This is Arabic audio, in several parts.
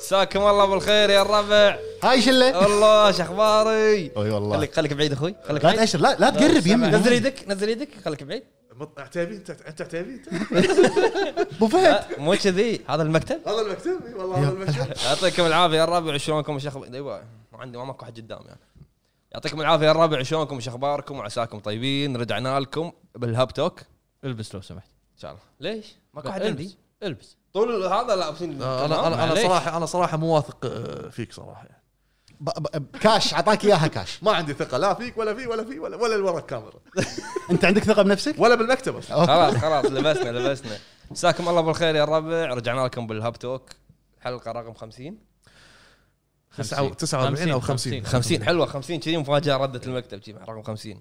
مساكم الله بالخير يا الربع. هاي شله والله شخباري. اي والله خليك بعيد اخوي. خليك لا بعيد. تأشر لا تقرب يمي. نزل يدك خليك بعيد. عتيبي انت عتيبي ابو فهد مو كذي هذا المكتب. هذا المكتب والله هذا المكتب. يعطيكم العافيه يا الربع. شلونكم ايوه ما عندي ماكو احد قدام يعني. يعطيكم العافيه يا الربع. شلونكم اخباركم وعساكم طيبين. رجعنا لكم بالهاب توك. البس لو سمحت ان شاء الله. ليش ماكو احد عندي؟ البس طول هذا لا انا صراحه مو واثق فيك صراحه. كاش عطاك اياها كاش. ما عندي ثقه لا فيك ولا في ولا ورا الكاميرا. انت عندك ثقه بنفسك ولا بالمكتب. خلاص لبسنا. مساكم الله بالخير يا الربع. رجعنا لكم بالهاب توك حلقه رقم 50 49 او 50 حلوه 50 كذي مفاجاه ردت المكتب كذي رقم 50.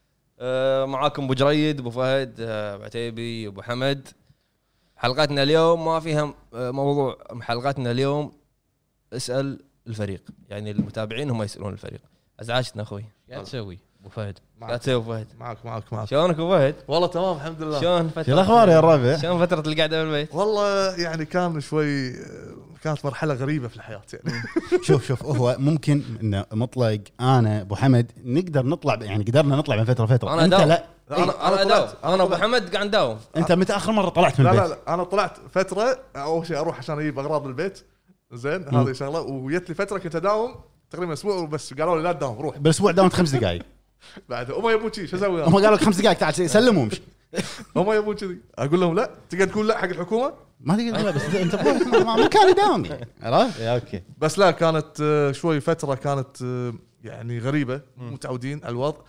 معاكم ابو جريد ابو فهد ابو عتيبي ابو حمد. حلقتنا اليوم ما فيها موضوع. حلقتنا اليوم اسال الفريق يعني المتابعين هم يسالون الفريق. ازعجتنا اخوي. قاعد تسوي ابو فهد؟ قاعد تسوي ابو فهد؟ معك شلونك ابو فهد؟ والله تمام الحمد لله. شلون شو الاخبار يا الربع؟ شلون فتره القعده بالبيت؟ والله يعني كان شوي كانت مرحله غريبه في الحياه يعني. شوف هو ممكن انه مطلق انا ابو حمد نقدر نطلع يعني قدرنا نطلع من فتره أنا انت داوم. لا انا داوم. انا ابو حمد قاعد نداوم. انت متى اخر مره طلعت من البيت؟ لا انا طلعت فتره اول شيء اروح عشان اجيب اغراض البيت زين هذه شغله وجت لي فتره كنت اداوم تقريبا اسبوع بس قالوا لي لا تداوم روح بالاسبوع داومت 5 دقائق. بعد هم يبون شيء شو اسوي هم قالوا لك 5 دقائق تعال سلموا وامشي. هم يبون كذي اقول لهم لا تقدر تقول لا حق الحكومه ما تقدر لا بس انت ما كان يداوم يعني عرفت يا اوكي. بس لا كانت شوي فتره كانت يعني غريبه متعودين على الوضع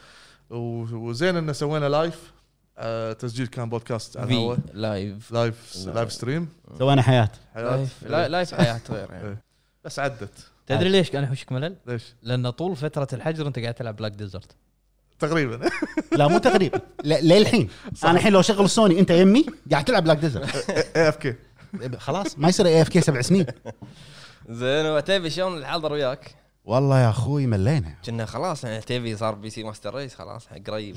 وزين ان سوينا لايف تسجيل كان بودكاست على الهواء لايف ستريم سوينا حياه لايف حياه غير يعني. بس عدت. تدري ليش كان يحوشك ملل؟ ليش؟ لأن طول فترة الحجر أنت قاعد تلعب بلاك ديزرت تقريبا. لا مو تقريبا للحين انا الحين لو شغل السوني انت يمي قاعد تلعب بلاك ديزرت اي اف كي خلاص ما يصير اي اف كي 7 سنين. زين وتبي شلون الحاضر وياك؟ والله يا اخوي ملينا كنا خلاص يعني تبي صار بي سي ماستر ريس خلاص قريب.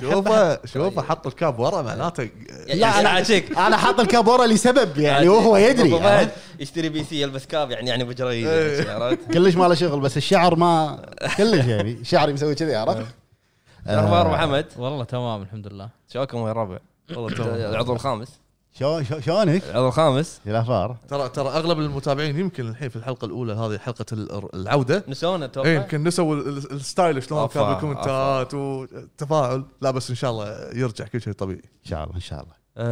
شوفه حط الكاب ورا معناته لا انا حاط الكابورا لسبب يعني وهو يدري يشتري بي سي يلبس كاب يعني ابو جريد عرفت كلش ما له شغل بس الشعر ما كلش يعني شعري مسوي كذي عرفت. اخبار ابو محمد؟ والله تمام الحمد لله. شلونكم يا الربع؟ والله تمام. العضو الخامس شلونك العضو الخامس؟ يا الاخبار ترى اغلب المتابعين يمكن الحين في الحلقه الاولى هذه حلقه العوده نسونا اتوقع يمكن نسوا الستايل شلون كان بالكومنتات والتفاعل. لا بس ان شاء الله يرجع كل شيء طبيعي ان شاء الله ان شاء الله.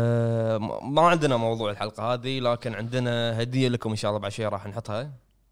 ما عندنا موضوع الحلقه هذه لكن عندنا هديه لكم ان شاء الله بعد شيء راح نحطها.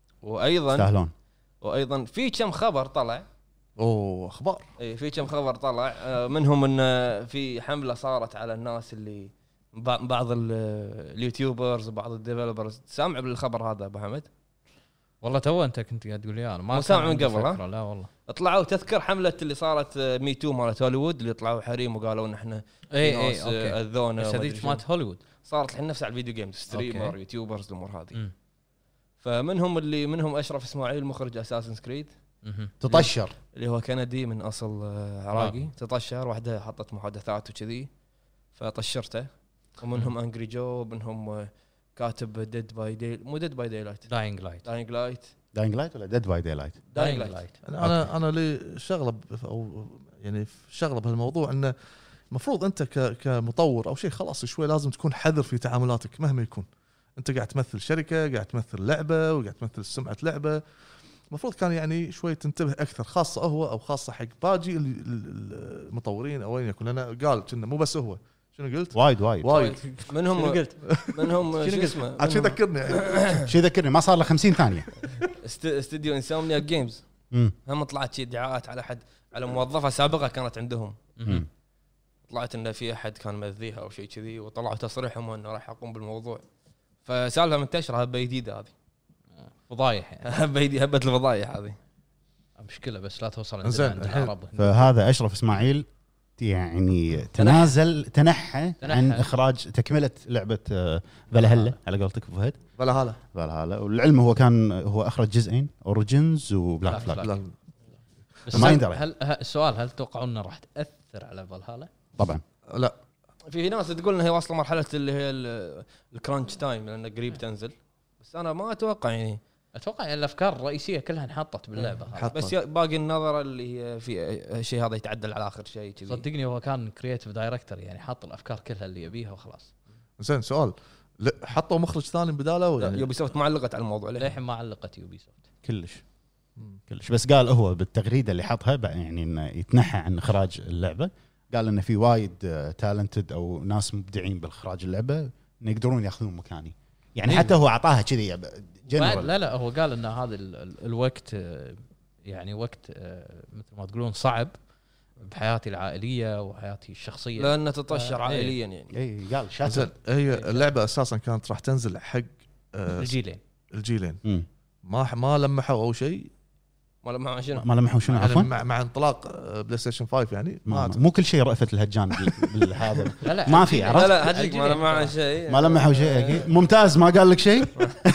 وايضا في كم خبر طلع. اخبار اي في كم خبر طلع منهم ان في حمله صارت على الناس اللي بعض اليوتيوبرز وبعض الديفلوبرز. سامع بالخبر هذا ابو حمد؟ والله تو انت كنت قاعد تقول لي انا ما سامع من قبل. ها لا والله طلعوا تذكر حمله اللي صارت مي تو مالت هوليوود اللي طلعوا حريم وقالوا ان احنا اي اذونا. بس هذيك مالت هوليوود صارت الحين نفس على الفيديو جيمز ستريمر يوتيوبرز الامور هذه. فمنهم اشرف اسماعيل مخرج اساسن كريد تطشر اللي هو كندي من اصل عراقي. تطشر واحده حطت محادثات وكذي فطشرته. ومنهم انجري جو منهم كاتب ديد باي داي مو ديد باي داي لايت داينج لايت ولا ديد باي داي لايت انا لي شغله او يعني شغله بهالموضوع انه المفروض انت كمطور او شيء خلاص شوي لازم تكون حذر في تعاملاتك مهما يكون. انت قاعد تمثل شركه قاعد تمثل لعبه وقاعد تمثل سمعه لعبه. المفروض كان يعني شوي تنتبه اكثر خاصه هو او خاصه حق باجي المطورين او وين يكون. انا قال كنا مو بس هو شنو قلت وايد منهم شو اسمه عاد شو ذكرني يعني شو ذكرني ما صار له 50 ثانيه. استوديو انسومنيا جيمز هم طلعت شي دعاءات على حد على موظفه سابقه كانت عندهم. طلعت انه في احد كان مذيها او شيء كذي وطلعوا تصريحهم انه راح يقوم بالموضوع. فسالفه منتشره هبه جديده هذه فضايح يعني. هبه الفضايح هذه مشكله بس لا توصل عند العرب. فهذا اشرف اسماعيل يعني تنحى عن اخراج تكمله لعبه فالهالا على قولتك فهد فالهالا. والعلم هو اخرج جزئين اوريجينز وبلاك فلاج. بس ما يندرى. هل السؤال هل تتوقعون راح تاثر على فالهالا؟ طبعا لا. في ناس تقول انها هي واصله مرحله اللي هي الكرانش تايم لان قريب تنزل. بس انا ما اتوقع يعني اتوقع يعني الافكار الرئيسيه كلها انحطت باللعبه هذه. بس باقي النظره اللي هي في الشيء هذا يتعدل على اخر شيء كذي. صدقني هو كان كرييتيف دايركتور يعني حاط الافكار كلها اللي يبيها وخلاص. زين سؤال، حطوا مخرج ثاني بداله يعني يوبي سوفت ما علقت على الموضوع للحين ما علقت يوبي سوفت كلش بس قال هو بالتغريده اللي حطها يعني انه يتنحى عن اخراج اللعبه. قال انه في وايد تالنتد او ناس مبدعين بالاخراج اللعبه انه يقدرون ياخذون مكاني يعني. حتى هو اعطاها كذي جنرال. لا هو قال ان هذا الوقت يعني وقت مثل ما تقولون صعب بحياتي العائليه وحياتي الشخصيه لانه تطشر عائليا يعني. اي قال شاتر. هي اللعبه اساسا كانت راح تنزل حق الجيلين ما لمحوا او شيء. ما لمحوا شنو عفوا مع انطلاق بلاي ستيشن 5 يعني مو كل شيء رأفت الهجان بالهذا. لا ما في عرفت. لا هديك ما لمحوا شيء. ما لمحوا شيء ممتاز. ما قال لك شيء.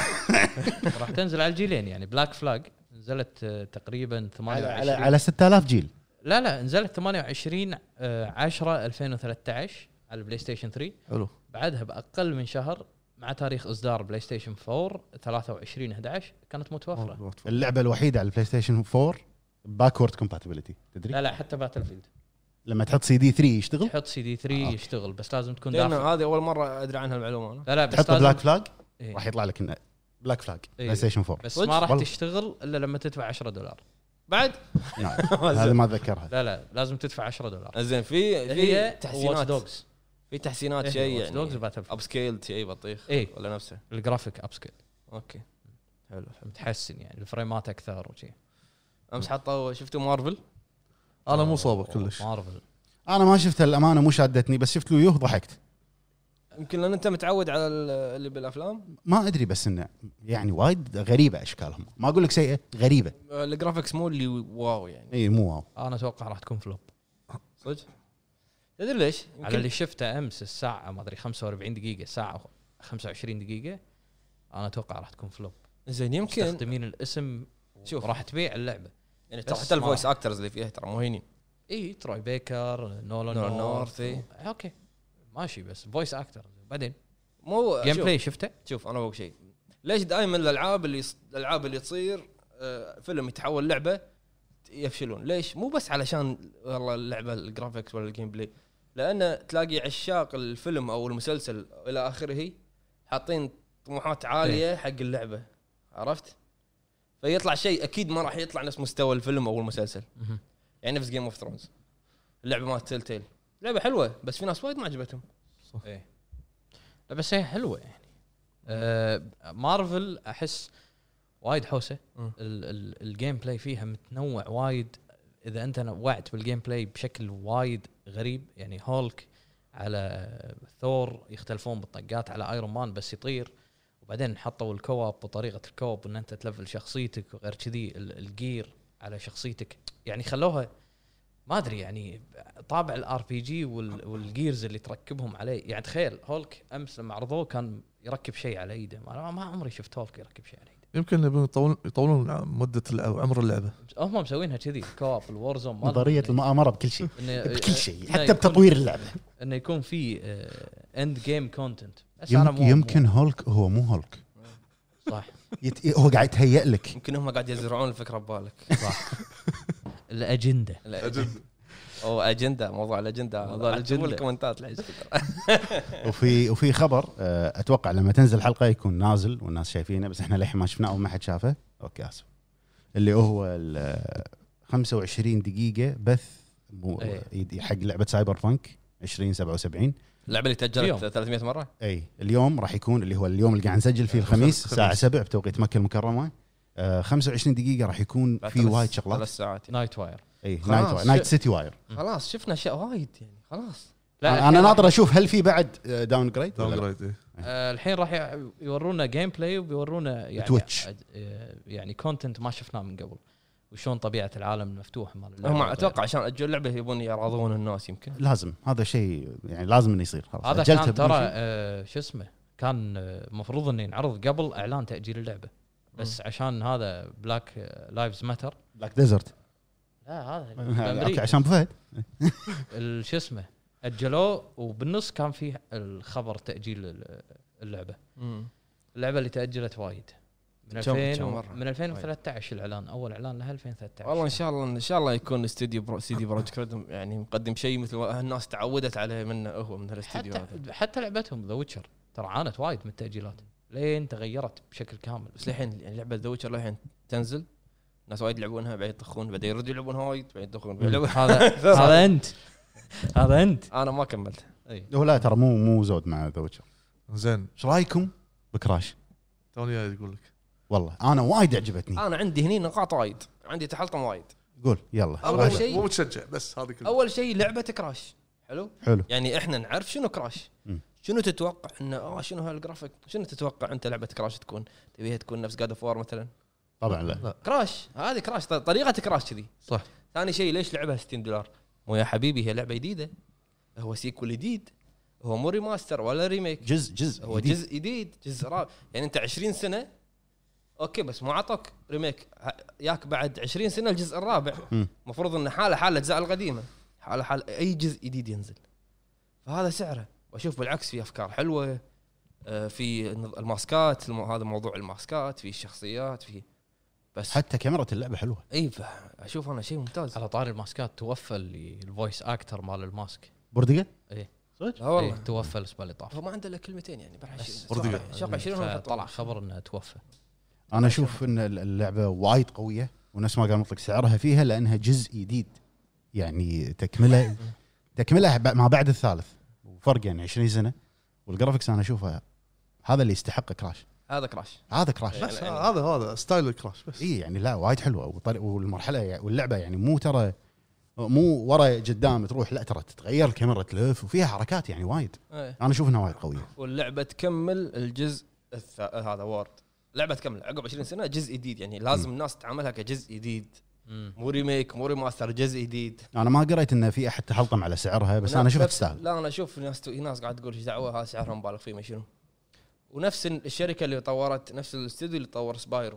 راح تنزل على الجيلين يعني. بلاك فلاج نزلت تقريبا 28 على 6000 جيل. لا نزلت 28 10 2013 على البلاي ستيشن 3. حلو. بعدها باقل من شهر مع تاريخ اصدار بلاي ستيشن 4 23 11 كانت متوفره. اللعبه الوحيده على البلاي ستيشن 4 باكورد كومباتيبلتي تدري. لا حتى باتل فيلد لما تحط سي دي 3 يشتغل. تحط سي دي 3 يشتغل بس لازم تكون لأن دافع. هذه اول مره ادري عنها المعلومه انا. لا بس تحط لازم بلاك فلاج إيه. راح يطلع لك انه بلاك فلاج إيه. بلاي ستيشن 4 بس ما راح تشتغل الا لما تدفع $10 بعد. هذا ما اتذكرها. لا لازم تدفع $10. زين في تحسينات دوجز. في تحسينات شيء يعني دوجز باتل اب سكيل شيء بطيخ ولا نفسه الجرافيك اب سكيل. اوكي حلو متحسن يعني الفريمات اكثر وشي. امس حطوا شفتوا مارفل. انا مو صابر كلش مارفل. انا ما شفت الامانه مو شادتني بس شفت له ضحكت. يمكن لان انت متعود على اللي بالافلام ما ادري بس انه يعني وايد غريبه اشكالهم. ما اقول لك سيئه غريبه. الجرافيكس مو اللي واو يعني. اي مو واو. انا اتوقع راح تكون فلوب صدق. تدري ليش؟ على اللي شفته امس الساعه ما ادري 45 دقيقه ساعه 25 دقيقه انا اتوقع راح تكون فلوب. زين يمكن مستخدمين الاسم. شوف راح تبيع اللعبه يعني ترى حتى الفويس اكترز اللي فيها ترى مهينين. اي تروي بيكر نولان نورث اوكي ماشي بس فويس اكتر. بعدين مو جيم بلاي شفته. شوف انا بقول شيء ليش دائما الالعاب اللي تصير فيلم يتحول لعبه يفشلون. ليش؟ مو بس علشان والله اللعبه الجرافيكس ولا الجيم بلاي. لان تلاقي عشاق الفيلم او المسلسل الى اخره حاطين طموحات عاليه حق اللعبه عرفت. فيطلع شيء اكيد ما راح يطلع نفس مستوى الفيلم او المسلسل. يعني نفس جيم اوف ثرونز اللعبه ما تيل تيل لعبه حلوه بس في ناس وايد ما عجبتهم. ايه لا بس هي حلوه يعني. مارفل احس وايد حوسه. الجيم بلاي فيها متنوع وايد. اذا انت نوعت بالجيم بلاي بشكل وايد غريب يعني هولك على ثور يختلفون بالطقات على ايرون مان بس يطير. وبعدين حطوا الكواب وطريقه الكواب ان انت تلفل شخصيتك وغير كذي الجير على شخصيتك يعني خلوها ما ادري يعني طابع الار بي جي والجيرز اللي تركبهم عليه. يعني تخيل هولك امس لما عرضوه كان يركب شيء على ايده. ما عمري شفت هولك يركب شيء على ايده. يمكن يطولون مده عمر اللعبه. هم مسوينها كذي الكواب الورزون نظريه المؤامره بكل شيء بكل شيء حتى بتطوير اللعبه انه يكون في اند جيم كونتنت. يمكن هولك هو مو هولك صح. هو قاعد يتهيأ لك. يمكن هم قاعد يزرعون الفكره ببالك. صح. الاجنده او اجنده موضوع الاجنده موضوع الاجنده الكومنتات الحين وفي خبر اتوقع لما تنزل الحلقه يكون نازل والناس شايفينه بس احنا للحين ما شفناه وما حد شافه. اوكي اسف. اللي هو 25 دقيقه بث حق لعبه سايبر بانك 2077 اللعبه اللي تاجلت 300 مره. اي اليوم راح يكون اللي هو اليوم اللي قاعد نسجل فيه الخميس الساعه 7 بتوقيت مكه المكرمه. 25 دقيقه راح يكون في وايد شغلات. 3 ساعات نايت واير. اي نايت سيتي واير. خلاص شفنا اشياء وايد يعني خلاص. لا انا ناطر اشوف هل في بعد داون جريد. الحين راح يورونا جيم بلاي وبيورونا يعني تويتش. يعني كونتنت ما شفناه من قبل وشون طبيعه العالم المفتوح مال هم اتوقع عشان اجل اللعبه يبون يراضون الناس. يمكن لازم هذا شيء يعني لازم انه يصير. خلاص هذا كان ترى شو اسمه كان المفروض انه ينعرض قبل اعلان تاجيل اللعبه بس عشان هذا بلاك لايفز ماتر بلاك ديزرت. لا هذا اوكي عشان بفهد شو اسمه اجلوه وبالنص كان فيه الخبر تاجيل اللعبه. اللعبه اللي تاجلت وايد من 2013 الاعلان، اول اعلان لها 2013. والله ان شاء الله يكون استوديو سي دي بروجكت ريد يعني مقدم شيء مثل ما الناس تعودت عليه منه هو من هالاستوديو هذا. حتى لعبتهم ذا ويتشر ترى عانت وايد من التاجيلات لين تغيرت بشكل كامل. بس الحين يعني لعبه ذا ويتشر الحين تنزل ناس وايد يلعبونها بعدين يطخون بعدين يردوا يلعبونها وايد بعدين يطخون. هذا انت انا ما كملت. هو لا ترى مو زود مع ذا ويتشر. زين ايش رايكم بكراش؟ توني يقول لك والله انا وايد عجبتني. انا عندي هني نقاط وايد، عندي تحلطم وايد. قول يلا. اول شيء مو متشجع بس هذه كلها. اول شيء لعبه كراش حلو حلو. يعني احنا نعرف شنو كراش. شنو تتوقع انه شنو هالجرافيك؟ شنو تتوقع انت لعبه كراش تكون؟ تبيها تكون نفس جاد اوف وار مثلا؟ طبعا لا. كراش هذه كراش طريقه كراش كذي صح. ثاني شيء ليش لعبها $60؟ مو يا حبيبي هي لعبه جديده، هو سيكول جديد، هو مو ريماستر ولا ريميك، جزء هو جديد. جزء جديد، جزء رابع. يعني انت 20 سنه اوكي بس مو عطوك ريميك، ياك بعد 20 سنه الجزء الرابع. مفروض ان حاله الاجزاء القديمه، حاله اي جزء جديد ينزل، فهذا سعره. واشوف بالعكس في افكار حلوه، في الماسكات، هذا موضوع الماسكات، في الشخصيات، في بس حتى كاميرا اللعبه حلوه. اي اشوف انا شيء ممتاز. على طاري الماسكات توفى الفويس اكتر مال الماسك بوردقه. ايه صدق؟ لا والله توفى الاسبوع اللي طاف. هو ما عنده الا كلمتين يعني بوردقه شاق 20 طلع خبر انه توفى. انا اشوف ان اللعبه وايد قويه ونفس ما قال مطلق سعرها فيها لانها جزء جديد يعني تكمله ما بعد الثالث وفرق يعني 20 سنه والجرافيكس انا اشوفها هذا اللي يستحق كراش. هذا كراش بس هذا ستايل كراش بس. اي يعني لا وايد حلوه والمرحله يعني واللعبه يعني مو ورا قدام تروح، لا ترى تتغير الكاميرا تلف وفيها حركات يعني وايد. انا اشوف انها وايد قويه. واللعبه تكمل الجزء هذا وورد، لعبه تكمل عقب 20 سنه جزء جديد، يعني لازم الناس تعاملها كجزء جديد، مو ريميك مو ريماستر، جزء جديد. انا ما قريت ان في احد تحلطم على سعرها بس انا اشوفها تستاهل. لا انا اشوف ناس قاعد تقول ايش دعوه هذا سعرها مبالغ فيه ما شنو. ونفس الشركه اللي طورت، نفس الاستوديو اللي طور سبايرو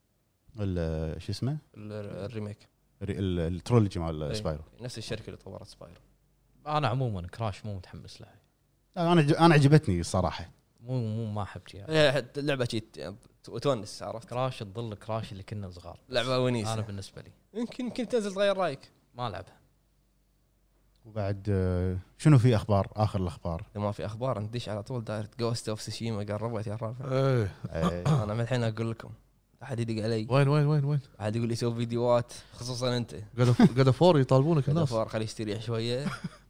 شو اسمه الريميك الترولوجي مال سبايرو، نفس الشركه اللي طورت سبايرو. انا عموما كراش مو متحمس لها. انا عجبتني الصراحه. مو ما احب شيء. اللعبه شيء وتونس، عرفت؟ كراش تظل كراش اللي كنا صغار، لعبه ونيسه. انا بالنسبه لي يمكن تنزل تغير رايك، ما العبها. وبعد شنو في اخبار؟ اخر الاخبار اذا ما في اخبار ندش على طول دايرة جوست اوف سوشيما قربت يا الرابع. انا من الحين اقول لكم احد يدق علي. وين احد يقول لي سوي فيديوهات خصوصا انت قد فور يطالبونك الناس. فور خليه يستريح شويه.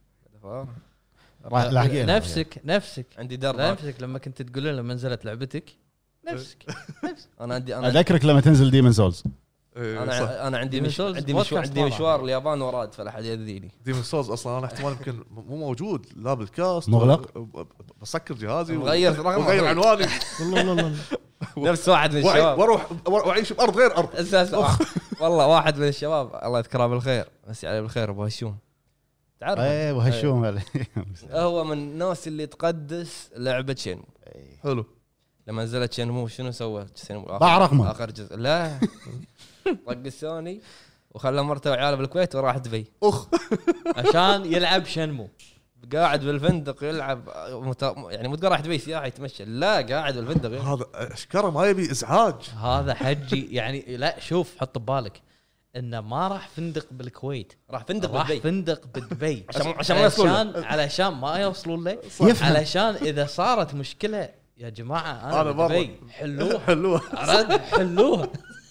نفسك عندي درب نفسك لما كنت تقول لنا لما نزلت لعبتك نفسك انا اذكرك لما تنزل ديمن سولز. انا عندي مشوار اليابان وراد فلا حد يأذيني. ديمن سولز اصلا انا احتمال يمكن مو موجود لا بالكاست مغلق، بسكر جهازي وغير عنواني والله نفس واحد من الشباب واروح واعيش بارض غير ارض اساس. والله واحد من الشباب الله يذكره بالخير مسي عليه بالخير، ابو هشوم تعرف. ايه وهشوم هو من الناس اللي تقدس لعبه شنمو. حلو. لما نزلت شنمو شنو سوى شنمو اخر جزء؟ لا طق السوني وخلى مرته وعياله بالكويت وراح دبي عشان يلعب شنمو. قاعد بالفندق يلعب يعني مو راح دبي سياحه يتمشى، لا قاعد بالفندق. هذا اشكره ما يبي ازعاج. هذا حجي يعني. لا شوف حط ببالك انه ما راح فندق بالكويت، راح فندق بدبي عشان ما يوصلون، علشان ما يوصلون له، علشان اذا صارت مشكله يا جماعه انا بدبي حلوها.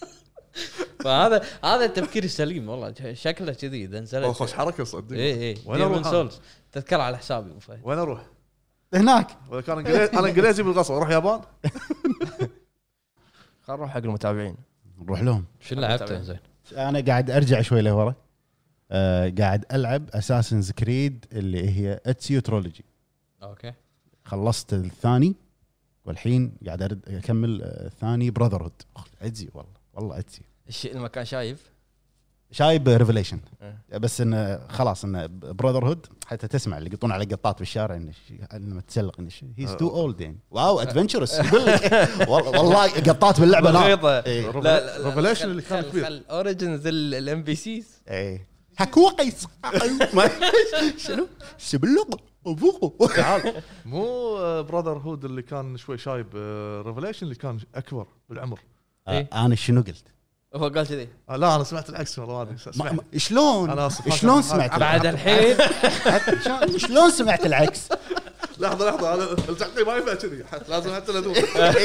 فهذا التفكير السليم والله. شكله كذي اذا نزلت خوش حركه صدق. ايه وين اروح؟ تذكر على حسابي ابو فهد. وين اروح هناك؟ ولا كان انا انجليزي بالغصب اروح يابان. خل نروح حق المتابعين نروح لهم. شو لعبته زين؟ انا قاعد ارجع شوي لورا. قاعد العب اساسنز كريد اللي هي اتسيو ترولوجي. اوكي خلصت الثاني والحين قاعد اكمل الثاني براذر هود. اتسيو والله اتسيو. الشيء اللي ما كان شايب ريفيليشن بس انه خلاص انه براذر هود حتى تسمع اللي يقطون على قطات بالشارع انه متسلق انه هيز تو اولد يعني واو ادفنتشرس يقول لك والله قطات باللعبه لا ريفيليشن اللي كان كبير اوريجنز الام بي سيز حكوا قيس شنو سبلق تعال مو براذر هود اللي كان شوي شايب. ريفيليشن اللي كان اكبر بالعمر إيه؟ انا شنو قلت؟ هو قال كذي. لا انا سمعت العكس والله ما ادري شلون أنا آسف. شلون سمعت بعد الحين شلون سمعت العكس؟ لحظه انا التعقيب ما ينفع كذي لازم حتى ندوب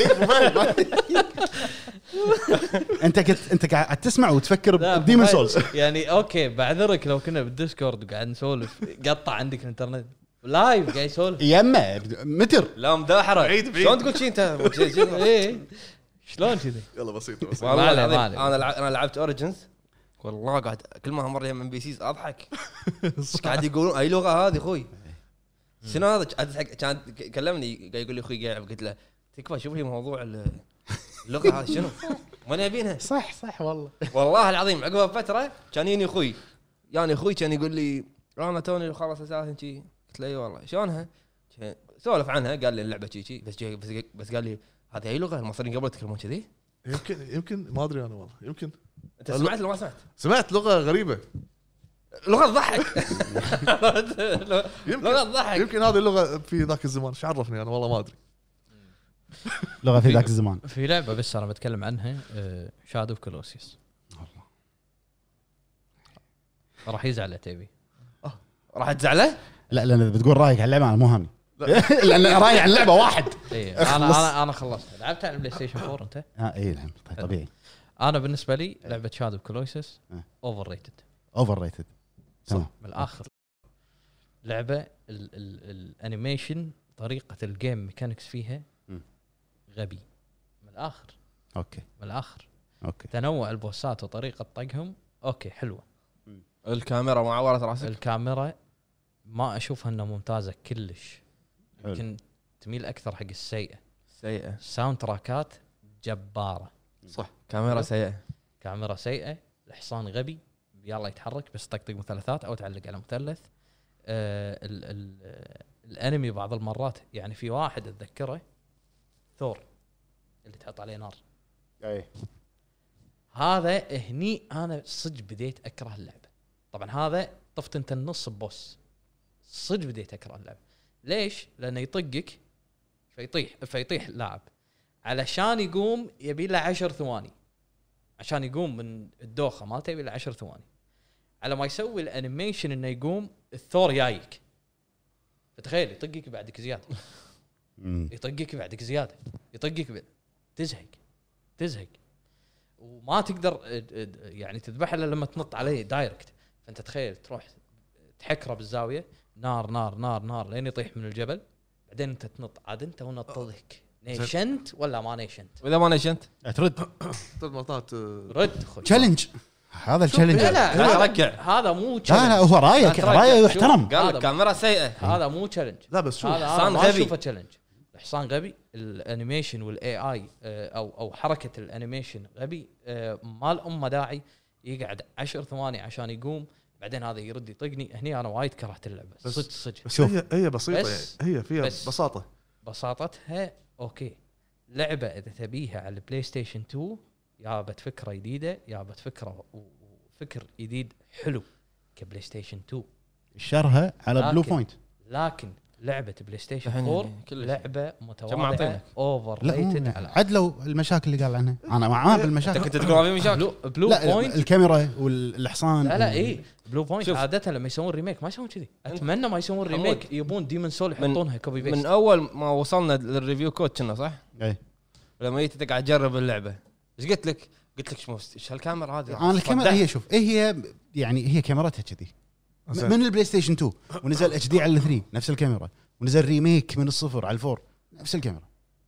انت قاعد تسمع وتفكر بديمن سولز. يعني اوكي بعذرك لو كنا بالديسكورد وقاعد نسولف قطع عندك الانترنت لايف قاعد يسولف يمه متر لا مداحره بعيد. شلون تقول شي انت؟ ايه شلون كذي يلا بسيط والله ما عليه، العظيم ما عليه. انا لعبت اوريجنز والله قاعد كل ما مر من بي سيز اضحك قاعد يقولون اي لغه هذه اخوي شنو هذا كان كلمني قاعد يقول لي اخوي قاعد قلت له تكفى شوف لي موضوع اللغه هذه شنو ما نبينها صح والله العظيم عقب فتره كان يجيني اخوي كان يقول لي انا توني خلاص اساسا شي قلت له اي والله شلونها سولف عنها قال لي اللعبه شي بس قال لي هذه اي لغه المصريين قبل يتكلمون كذي يمكن ما ادري انا والله يمكن انت سمعت ولا ما سمعت لغه غريبه لغه تضحك لغه تضحك يمكن هذه اللغه في ذاك الزمان ايش عرفني انا والله ما ادري لغه في ذاك الزمان. في لعبه بس انا بتكلم عنها شادو كولوسيوس راح يزعل تبي راح تزعله لا لان بتقول رايك على اللعبه انا مو هامني لان رايي على اللعبه واحد. إيه انا خلصت لعبت على البلاي ستيشن 4 انت اي طبيعي. انا بالنسبه لي لعبه شادو كولوسيوس اوفر ريتد تمام من الاخر. لعبه الانيميشن طريقه الجيم ميكانكس فيها غبي من الاخر. اوكي من الاخر اوكي. تنوع البوسات وطريقه طقهم اوكي حلوه. الكاميرا معورة راسك الكاميرا ما اشوفها انها ممتازه كلش حلو. يمكن تميل اكثر حق السيئه. سيئة ساوند تراكات جباره صح كاميرا سيئة كاميرا سيئه. الحصان غبي يلا يتحرك بس طقطق مثلثات او تعلق على مثلث. الانمي بعض المرات يعني في واحد اتذكره ثور اللي تحط عليه نار اي هذا هني انا صدق بديت اكره اللعبه. طبعا هذا طفت انت النص بوس صدق بديت اكره اللعبه. ليش؟ لانه يطقك فيطيح لاعب علشان يقوم يبي له 10 ثواني عشان يقوم من الدوخه مالته يبي له 10 ثواني على ما يسوي الانيميشن انه يقوم الثور جايك. فتخيل يطقك بعدك زياده يطقك بعدك زياده يطقك تزهق وما تقدر يعني تذبحه الا لما تنط عليه دايركت. فانت تخيل تروح تحكره بالزاويه نار نار نار نار لين يطيح من الجبل بعدين انت تنط عاد انت ونطضك نيشنت ولا ما نيشنت. واذا ما نيشنت ترد مرات رد خذ تشالنج. هذا التشالنج لا تركع هذا مو لا تشالنج. هو رايك يحترم. قال لك كاميرا سيئة هذا مو تشالنج. لا بس شوف هذا حصان ما غبي. اشوفه تشالنج. الحصان غبي الانيميشن والاي اي او حركه الانيميشن غبي ما داعي يقعد 10 ثواني عشان يقوم بعدين هذا يرد يطقني. هني انا وايد كرهت اللعبه صدق. بس هي بسيطه بس يعني هي فيها بس بساطه بساطتها اوكي. لعبه اذا تبيها على البلاي ستيشن 2 جابت فكره جديده جابت فكره وفكر جديد حلو كبلاي ستيشن 2 شرها على بلو بوينت. لكن لعبه بلاي ستيشن الحين 4 كلش. لعبه كم متواضعه أعطينك؟ اوفر لا ريتد مو- على عدلوا المشاكل اللي قال عنها انا معاه انت بالمشاكل. كنت تقول ما في مشاكل بلو لا بوينت. الكاميرا والحصان لا اي بلو بوينت شوف. عاده لما يسوون ريميك ما يسوون كذي. اتمنى ما يسوون حمود. ريميك يبون ديمون سول يحطونها كوبي من بيست. اول ما وصلنا للريفيو كود كنا صح اي لما جيت تقعد تجرب اللعبه ايش قلت لك ايش هالكاميرا هذه انا الكاميرا هي شوف هي يعني هي كاميرتها كذي من البلاي ستيشن 2 ونزل اتش دي على 3 نفس الكاميرا ونزل ريميك من الصفر على الفور نفس الكاميرا.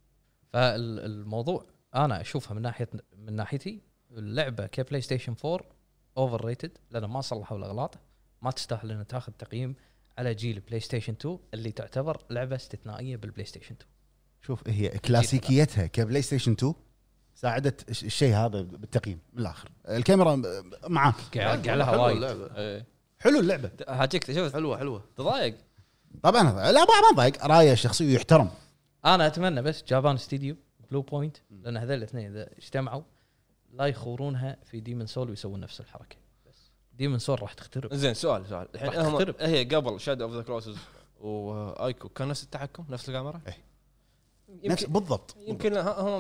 فالموضوع انا اشوفها من ناحيتي اللعبه كبلاي ستيشن 4 اوفر ريتد لان ما صلحوا الاغلاط ما تستاهل ان تاخذ تقييم على جيل بلاي ستيشن 2 اللي تعتبر لعبه استثنائيه بالبلاي ستيشن 2. شوف هي كلاسيكيتها كبلاي ستيشن 2 ساعدت الشيء هذا بالتقييم من الاخر. الكاميرا معاك قاعد لها وايد حلو اللعبه حاجيك شوف حلوه تضايق طبعا لا ما ضايق رايه شخصي يحترم. انا اتمنى بس جابان ستوديو بلو بوينت لان هذول الاثنين اذا اجتمعوا لا يخورونها في ديمن سول ويسوون نفس الحركه. بس ديمن سول راح تخترب. زين سؤال الحين راح تخترب. هي قبل شادو اوف ذا كلوسز وايكو كان نفس التحكم نفس الكاميرا نفس بالضبط يمكن هم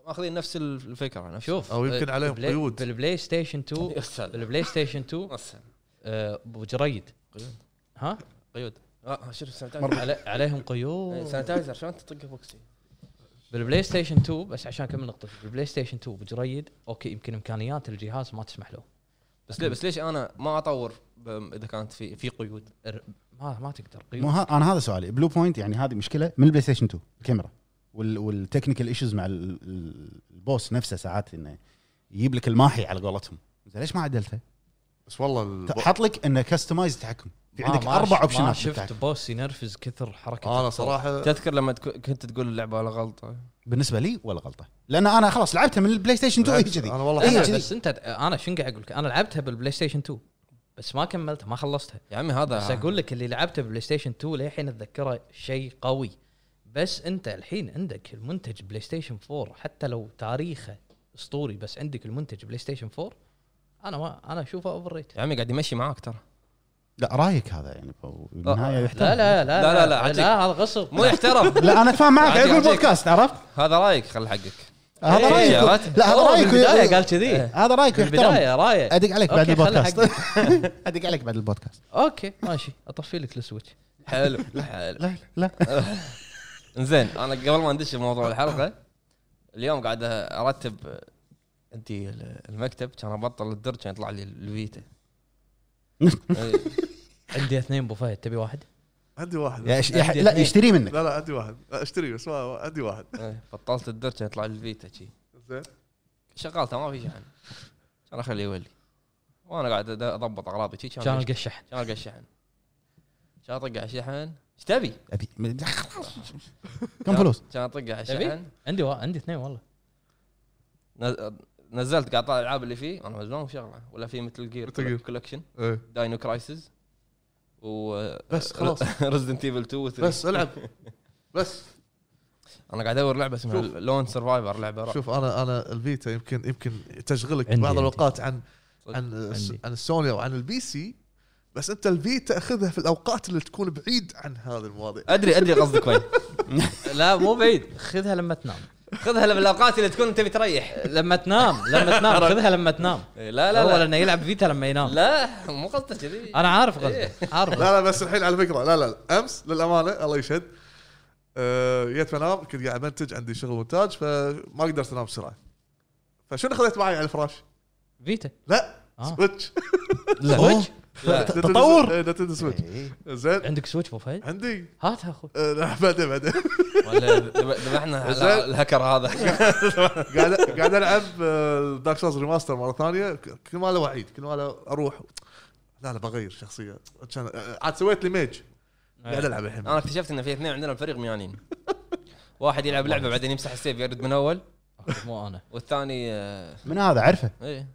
ماخذين نفس الفكره نفس شوف او يمكن عليهم قيود بالبلاي ستيشن 2 بالبلاي ستيشن 2 ابو جريد ها قيود شوف سانيتايزر عليهم قيود سانيتايزر شلون تطق بوكسي بالبلاي ستيشن 2 بس عشان كمل نقطه بالبلاي ستيشن 2 ابو جريد اوكي يمكن امكانيات الجهاز ما تسمح له بس ليش انا ما اطور اذا كانت في قيود ما تقدر قيود انا هذا سؤالي بلو بوينت يعني هذه مشكله من البلاي ستيشن 2 الكاميرا والتكنيكال ايشوز مع البوس نفسه ساعات انه يجيب لك الماحي على قولتهم ليش ما عدلته بس والله حط لك انه كستمايز تحكم في عندك 4 اوبشنات ما شفت بوس ينرفز كثر حركه انا صراحه تذكر لما كنت تقول اللعبه ولا غلطه بالنسبه لي ولا غلطه لان انا خلاص لعبتها من البلاي ستيشن 2 هي كذي انا والله بس انت انا شنو قاعد اقول لك انا لعبتها بالبلاي ستيشن 2 بس ما كملتها ما خلصتها يا عمي هذا بس اقول لك اللي لعبته بالبلاي ستيشن 2 للحين اتذكره شيء قوي بس انت الحين عندك المنتج بلاي ستيشن 4 حتى لو تاريخه اسطوري بس عندك المنتج بلاي ستيشن 4 انا اشوفه اوفر ريت يا عمي قاعد يمشي معاك ترى لا رايك هذا يعني بالنهايه يحترم لا هذا غصب مو يحترم لا انا فاهم معك اقول بودكاست عرفت هذا رايك خل حقك هذا رايك لا هذا رايك بالبداية قال كذي هذا رايك يحترم بالبداية رايك ادق عليك بعد أوكي، خلي البودكاست ادق عليك بعد البودكاست اوكي ماشي اطفي لك السويتش حلو لا انزين انا قبل ما ندش موضوع الحلقه اليوم قاعد ارتب عندي المكتب كان ابطل الدرج كان يطلع لي الفيتا عندي 2 ابو فهد تبي واحد عندي واحد لا يشتري منك لا عندي واحد اشتري بس عندي واحد بطلت الدرج كان يطلع لي الفيتا شي زين شغلته ما في شحن كان اخليه يولي وانا قاعد اضبط اغراضي شي كان القى الشحن كان القى الشحن كان اطق على الشحن ايش تبي؟ ابي كم فلوس كان اطق على الشحن عندي 2 والله نزلت قاعد طالع الالعاب اللي فيه انا مجنون شغله ولا في مثل جير كولكشن داينو كرايسيس و بس خلاص ريزدنت ايفل 2 و 3 بس العب بس انا قاعد ادور لعبه اسمها لون سرفايفر لعبه شوف انا الفيتا يمكن تشغلك بعض الاوقات عن السوني او عن البي سي بس انت الفيتا اخذها في الاوقات اللي تكون بعيد عن هذه المواضيع ادري قصدك وين لا مو بعيد خذها لما تنام خذها بالاوقات اللي تكون تبي تريح لما تنام خذها لما تنام لا هو لانه يلعب فيتا لما ينام لا مو قصدك كذي انا عارف قصدك عارف لا بس الحين على فكره لا امس للامانه الله يشهد جيت بنام كنت قاعد منتج عندي شغل مونتاج فما قدرت انام بسرعه فشنو خذيت معي على الفراش فيتا لا سويتش سويتش تطور نتندو سويتش زين عندك سويتش ابو فهد عندي هاتها اخوي بعدين ولا ذبحنا الهكر هذا قاعد العب دارك سولز ريماستر مره ثانيه كل ما له وعيد كل ما له اروح لا بغير شخصيه عشان عاد سويت لي ميج قاعد العب الحين انا اكتشفت ان في 2 عندنا الفريق ميانين واحد يلعب لعبه بعدين يمسح السيف يرد من اول مو انا والثاني من هذا عرفه ايه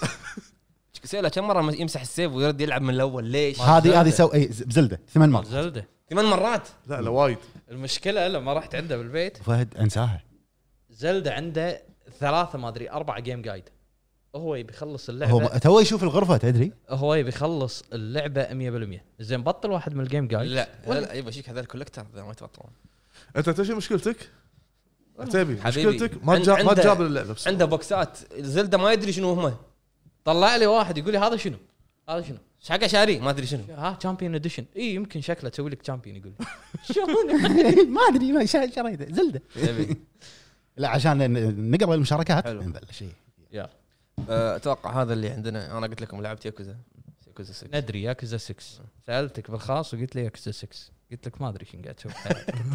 سأله كم مره يمسح السيف ويرد يلعب من الاول ليش هذه سوي بزلده 8 مرات زلده 8 مرات لا وايد المشكله لما رحت عنده بالبيت فهد انساها زلده عنده 3 ما ادري 4 جيم جايد هو يبي يخلص هو اللعبه تو يشوف الغرفه تدري هو يبي يخلص اللعبه 100% زين بطل واحد من الجيم جايد لا يبغى شيك هذا الكولكتر اذا ما يتبطلون انت تشي مشكلتك تبي حبيبي. مشكلتك ما جاب اللعبه بس عنده بوكسات زلده ما يدري شنو هم طلع لي واحد يقول لي هذا شنو ايش حقه شاري ما ادري شنو ها تشامبيون اديشن اي يمكن شكله تسوي لك تشامبيون يقول شلون ما ادري ما شريته زلده لا عشان نقرا المشاركات نبلش يا اتوقع هذا اللي عندنا انا قلت لكم لعبت ياكوزا 6 ندري ياكوزا 6 سالتك بالخاص وقلت لي ياكوزا 6 قلت لك ما ادري شنو قاعد تسوي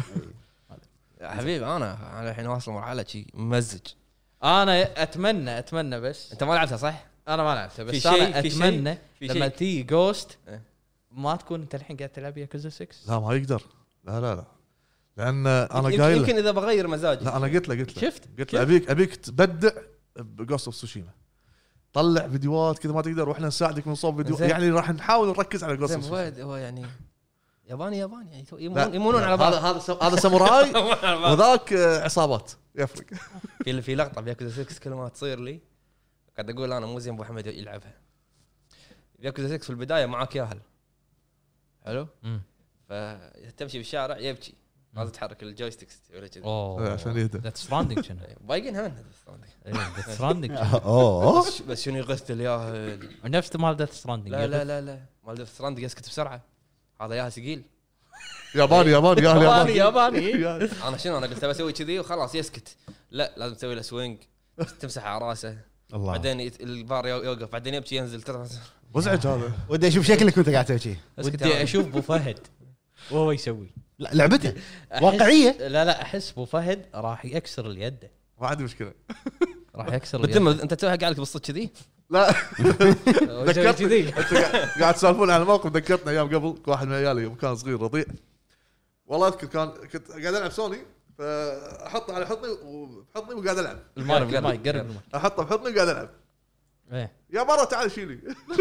يا حبيبي انا الحين واصل مرحله شيء ممزج انا اتمنى بس انت ما لعبتها صح انا ما لعبتها بس انا اتمنى لما تيجي جوست إيه؟ ما تكون انت الحين قاعد تلعب ياكوزا 6 لا ما يقدر لا لان انا قايل يمكن اذا بغير مزاجي لا انا قلت له شفت ابيك تبدع بجوست اوف سوشيما طلع فيديوهات كذا ما تقدر واحنا نساعدك نصوب فيديو يعني راح نحاول نركز على جوست اوف سوشيما هو يعني ياباني يعني يمونون على بعض هذا ساموراي وذاك عصابات يفرق في لقطه بياكوزا 6 كل ما تصير لي قاعد اقول انا مو زين ابو حمد يلعبها بياكوزا 6 في البدايه معاك ياهل حلو فتمشي بالشارع يبكي لازم تحرك الجويستكس ولا كذي اوه عشان يهدى. ذاتس ستراندنج كنا بايقين ذاتس ستراندنج اوه بس شنو يغث الياه نفس مال ذاتس ستراندنج لا مال ديث ستراندنج يسكت بسرعه هذا ياها ثقيل ياباني ياباني انا شنو انا قلت بسوي كذي وخلاص يسكت لا لازم تسوي له سوينج تمسح على راسه الله بعدين البار يوقف بعدين يبكي ينزل مزعج هذا. ودي اشوف شكلك وانت قاعد تسوي شيء ودي اشوف ابو فهد وهو يسوي لا لعبته واقعيه لا احس ابو فهد راح يكسر اليد ما عندي مشكله. راح يكسر بتم انت تسويها قاعد لك بالصدق كذي لا ذكرت كذي انت قاعد تسولفون عن موقف ذكرتنا ايام قبل واحد من عيالي يوم كان صغير رضيع والله اذكر كنت قاعد العب سوني فاحطه على حضني وبحضني وقاعد العب المايك قرب احطه بحضني وقاعد العب ايه يا مره تعال شيلي.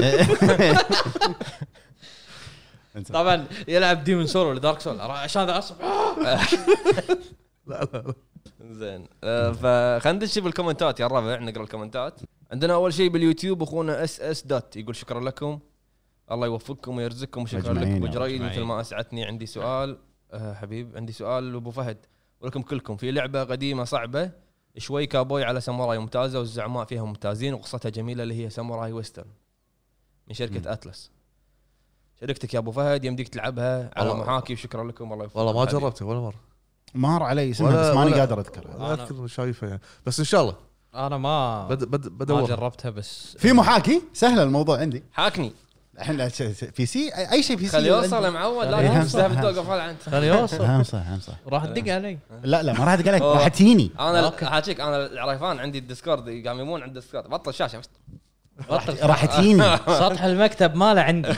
طبعا يلعب ديمون سولو لدارك سول عشان ذا اصب لا زين فخلينا ندش بالكومنتات يا الربع نقرا الكومنتات. عندنا اول شيء باليوتيوب اخونا اس دوت يقول شكرا لكم الله يوفقكم ويرزقكم وشكرا لكم ابو جريد مثل ما اسعدتني. عندي سؤال حبيب عندي سؤال لابو فهد ولكم كلكم. في لعبه قديمه صعبه شوي كابوي على ساموراي ممتازه والزعماء فيها ممتازين وقصتها جميله اللي هي ساموراي ويسترن من شركه اتلس. شركتك يا ابو فهد يمديك تلعبها على محاكي وشكرا لكم الله يوفقكم. والله ما جربته ولا مره مر علي اسمها بس ماني قادر اذكر. انا اذكر شايفه يعني بس ان شاء الله انا ما بدور جربتها بس في محاكي سهله الموضوع عندي حاكني الحين في سي اي شيء في سي خلي يوصل يا معود لا تستهبل توقف هذا انت خلي يوصل صح راح تدق علي لا ما راح ادق عليك راح تجيني انا حاجيك انا العريفان عندي الديسكورد قام يمون عند الديسكورد بطل الشاشه راح تجيني سطح المكتب ماله عندي.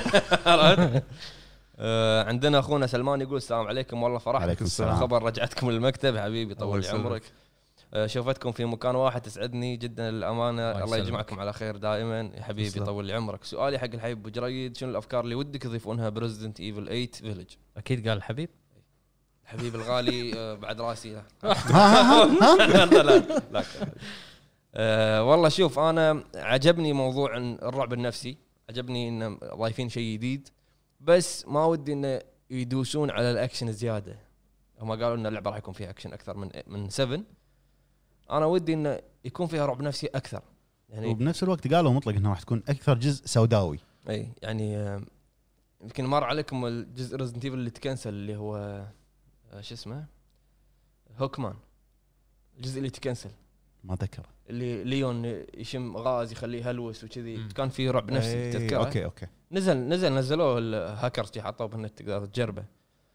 عندنا اخونا سلمان يقول السلام عليكم والله فرحت عليكم السلام. خبر رجعتكم للمكتب حبيبي طول عمرك. شوفتكم في مكان واحد تسعدني جدا الامانه الله يجمعكم على خير دائما يا حبيبي طول لي عمرك. سؤالي حق الحبيب ابو جريد شنو الافكار اللي ودك يضيفونها بريزدنت ايفل 8 فيلج؟ اكيد قال الحبيب الغالي بعد راسي لا والله شوف انا عجبني موضوع الرعب النفسي عجبني ان ضايفين شيء جديد بس ما ودي انه يدوسون على الاكشن زياده. هم قالوا ان اللعبه راح يكون فيها اكشن اكثر من 7 انا ودي انه يكون فيها رعب نفسي اكثر يعني وبنفس الوقت قالوا مطلق انها راح تكون اكثر جزء سوداوي. اي يعني يمكن مر عليكم الجزء ريزدنت ايفل اللي تكنسل اللي هو شو اسمه هوكمان الجزء اللي تكنسل ما ذكر اللي ليون يشم غاز يخليه هلوس وكذي كان فيه رعب نفسي تذكره. اوكي نزلوه الهاكرز حطوه بالنت تقدر تجربه.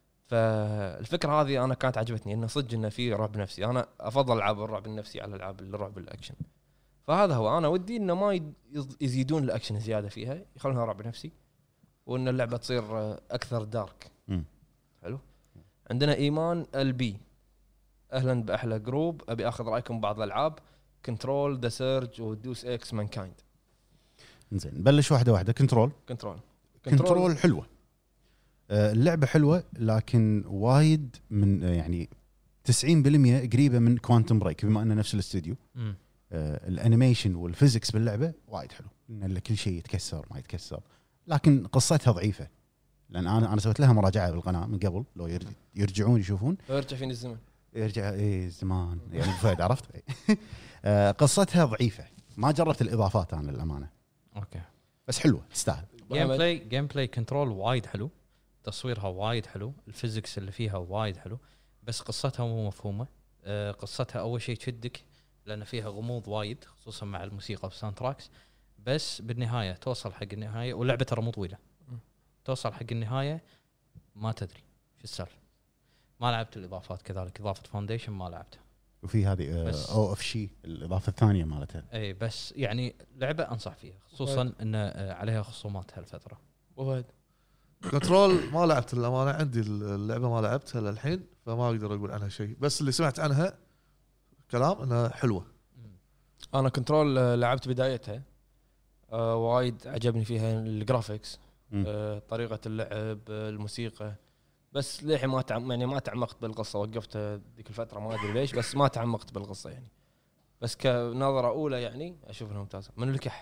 فالفكره هذه انا كانت عجبتني انه صدق انه في رعب نفسي. انا افضل العاب الرعب النفسي على العاب الرعب الاكشن. فهذا هو انا ودي انه ما يزيدون الاكشن زياده فيها يخلونها رعب نفسي وان اللعبه تصير اكثر دارك. حلو. عندنا ايمان البي اهلا باحلى جروب ابي اخذ رايكم بعض الالعاب كنترول ذا سيرج ودوس اكس مانكايند. زين نبلش واحده كنترول حلوه اللعبه حلوه لكن وايد من يعني 90% قريبه من كوانتم بريك بما انه نفس الاستوديو. الانيميشن والفيزكس باللعبه وايد حلو ان كل شيء يتكسر ما يتكسر لكن قصتها ضعيفه لان انا سويت لها مراجعه بالقناه من قبل لو يرجعون يشوفون يرجع فيني الزمن يرجع زمان يعني فهد عرفت. قصتها ضعيفه ما جربت الاضافات انا للامانه اوكي بس حلوه تستاهل. جيم بلاي كنترول وايد حلو تصويرها وايد حلو الفيزكس اللي فيها وايد حلو بس قصتها مو مفهومه. قصتها اول شيء تشدك لان فيها غموض وايد خصوصا مع الموسيقى والساوند تراكس بس بالنهايه توصل حق النهايه واللعبه ترى مو طويله توصل حق النهايه ما تدري شو السالفه. ما لعبت الاضافات كذلك اضافه فاونديشن ما لعبتها وفي هذه او اف شي الاضافه الثانيه مالتها اي بس يعني لعبه انصح فيها خصوصا ان عليها خصومات هالفتره. وهد كنترول ما لعبت الامانه عندي اللعبه ما لعبتها للحين فما اقدر اقول عنها شيء بس اللي سمعت عنها كلام انها حلوه. انا كنترول لعبت بدايتها وايد عجبني فيها الجرافيكس طريقه اللعب الموسيقى بس للحين ما تعمقت بالقصه وقفت ذيك الفتره ما ادري ليش بس ما تعمقت بالقصه يعني بس كنظره اولى يعني اشوف انها ممتازه. من الكح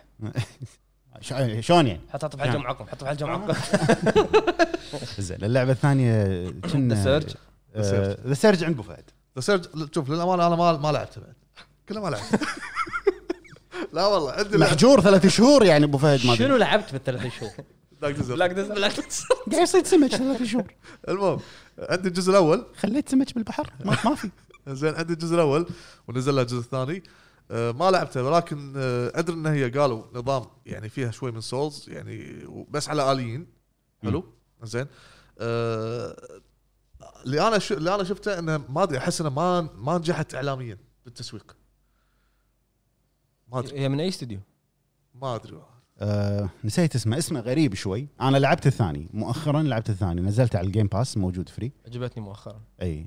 شلون يعني حط في حلقه معقم حط في حلقه معقم. زين اللعبه الثانيه كنا سيرج ذا سيرج عند ابو فهد. ذا سيرج شوف للامانه انا ما لعبته بعد كله ما لعبت. لا والله عندي محجور 3 شهور يعني ابو فهد ما شنو لعبت بالثلاث شهور؟ بلاك ديزرت قاعد يصيد سمك 3 شهور. المهم عندي الجزء الاول خليت سمك بالبحر ما في. زين عندي الجزء الاول ونزل له الجزء الثاني. ما لعبته ولكن ادري ان هي قالوا نظام يعني فيها شوي من سولز يعني بس على آليين. حلو زين. اللي انا شفته انه ما ادري احس انه ما نجحت اعلاميا بالتسويق. ما ادري هي من اي استوديو؟ ما ادري نسيت اسمه غريب شوي. انا لعبت الثاني مؤخرا، لعبت الثاني نزلته على الجيم باس موجود فري. عجبتني مؤخرا. اي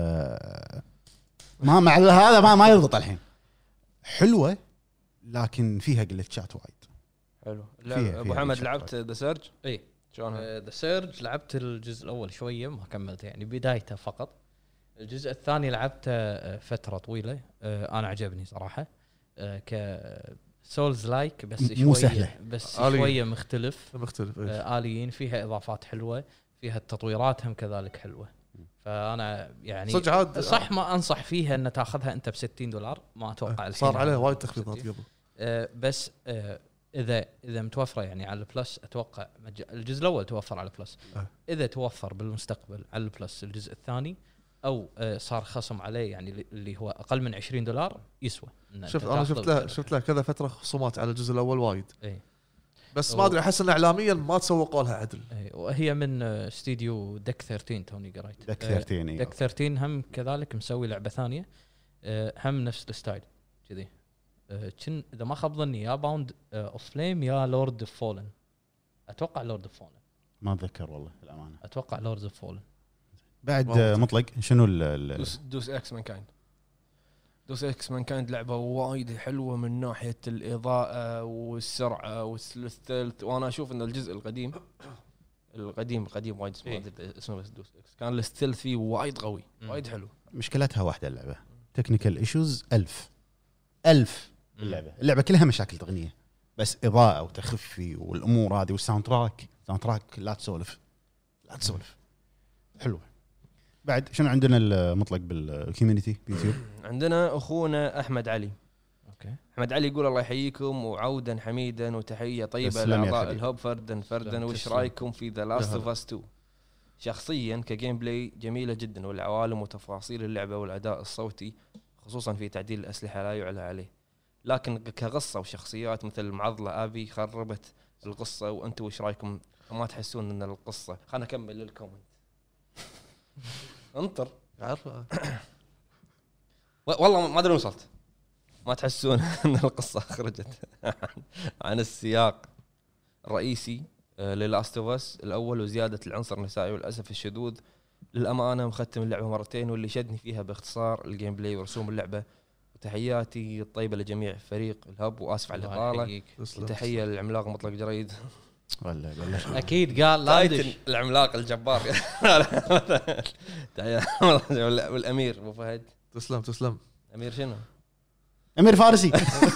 ما مع هذا ما يضبط الحين. حلوه لكن فيها جلتشات وايد. حلو. ابو حمد لعبت ذا سيرج؟ اي شلونها؟ ذا سيرج لعبت الجزء الاول شويه ما كملته يعني بدايته فقط. الجزء الثاني لعبته فتره طويله. انا عجبني صراحه ك سولز لايك بس مو شويه سهلة. بس آليين. شويه مختلف. إيه. آليين فيها اضافات حلوه، فيها التطويرات هم كذلك حلوه. فانا يعني صدق عاد صح ما انصح فيها ان تاخذها انت ب$60. ما اتوقع الحين صار عليه وايد تخفيضات قبل. بس اذا متوفره يعني على البلس اتوقع الجزء الاول توفر على البلس. اذا توفر بالمستقبل على البلس الجزء الثاني او صار خصم عليه يعني اللي هو اقل من $20 يسوى. شوف انا شفت له كذا فتره خصومات على الجزء الاول وايد. اي بس ما ادري احس ان اعلاميا ما تسوقوا لها عدل. اي وهي من استديو دك 13 توني قريت. دك 13 دك 13 هم كذلك مسوي لعبه ثانيه هم نفس الستايل كذي. كن اذا ما خاب ظني يا باوند اوف فليم يا لورد اوف فولن. اتوقع لورد اوف فولن. ما اتذكر والله الامانه. اتوقع لورد اوف فولن. بعد مطلق شنو دوس اكس مانكايند. دوس اكس مانكايند لعبه وايد حلوه من ناحيه الاضاءه والسرعه والستيلث. وانا اشوف ان الجزء القديم وايد اسمه بس دوس اكس كان الستيلث فيه وايد قوي وايد حلو. مشكلتها واحده اللعبه تكنيكال ايشوز 1000 اللعبه كلها مشاكل تقنيه بس اضاءه وتخفي والامور هذه والساوند تراك لا تسولف حلوه. بعد شنو عندنا المطلق بالكوميونتي بيوتيوب؟ عندنا اخونا احمد علي. اوكي احمد علي يقول الله يحييكم وعودا حميدا وتحيه طيبه لاعضاء الهوب فردا وش رايكم في ذا لاست اوف اس 2؟ شخصيا كجيم بلاي جميله جدا والعوالم وتفاصيل اللعبه والاداء الصوتي خصوصا في تعديل الاسلحه لا يعلى عليه، لكن كقصه وشخصيات مثل المعضله ابي خربت القصه. وانتم وش رايكم؟ ما تحسون ان القصه خلنا اكمل الكومنت انطر عارفه والله ما ادري وصلت. ما تحسون ان القصه خرجت عن السياق الرئيسي للاست اوف اس الاول وزياده العنصر النسائي والاسف الشذوذ؟ للامانه مختم اللعبه مرتين واللي شدني فيها باختصار الجيم بلاي ورسوم اللعبه. وتحياتي الطيبه لجميع فريق الهب واسف على الاطاله. وتحيه للعملاق مطلق جريد. ولا اكيد قال تايتن العملاق الجبار. تحيه والامير ابو فهد. تسلم. امير شنو؟ امير فارسي.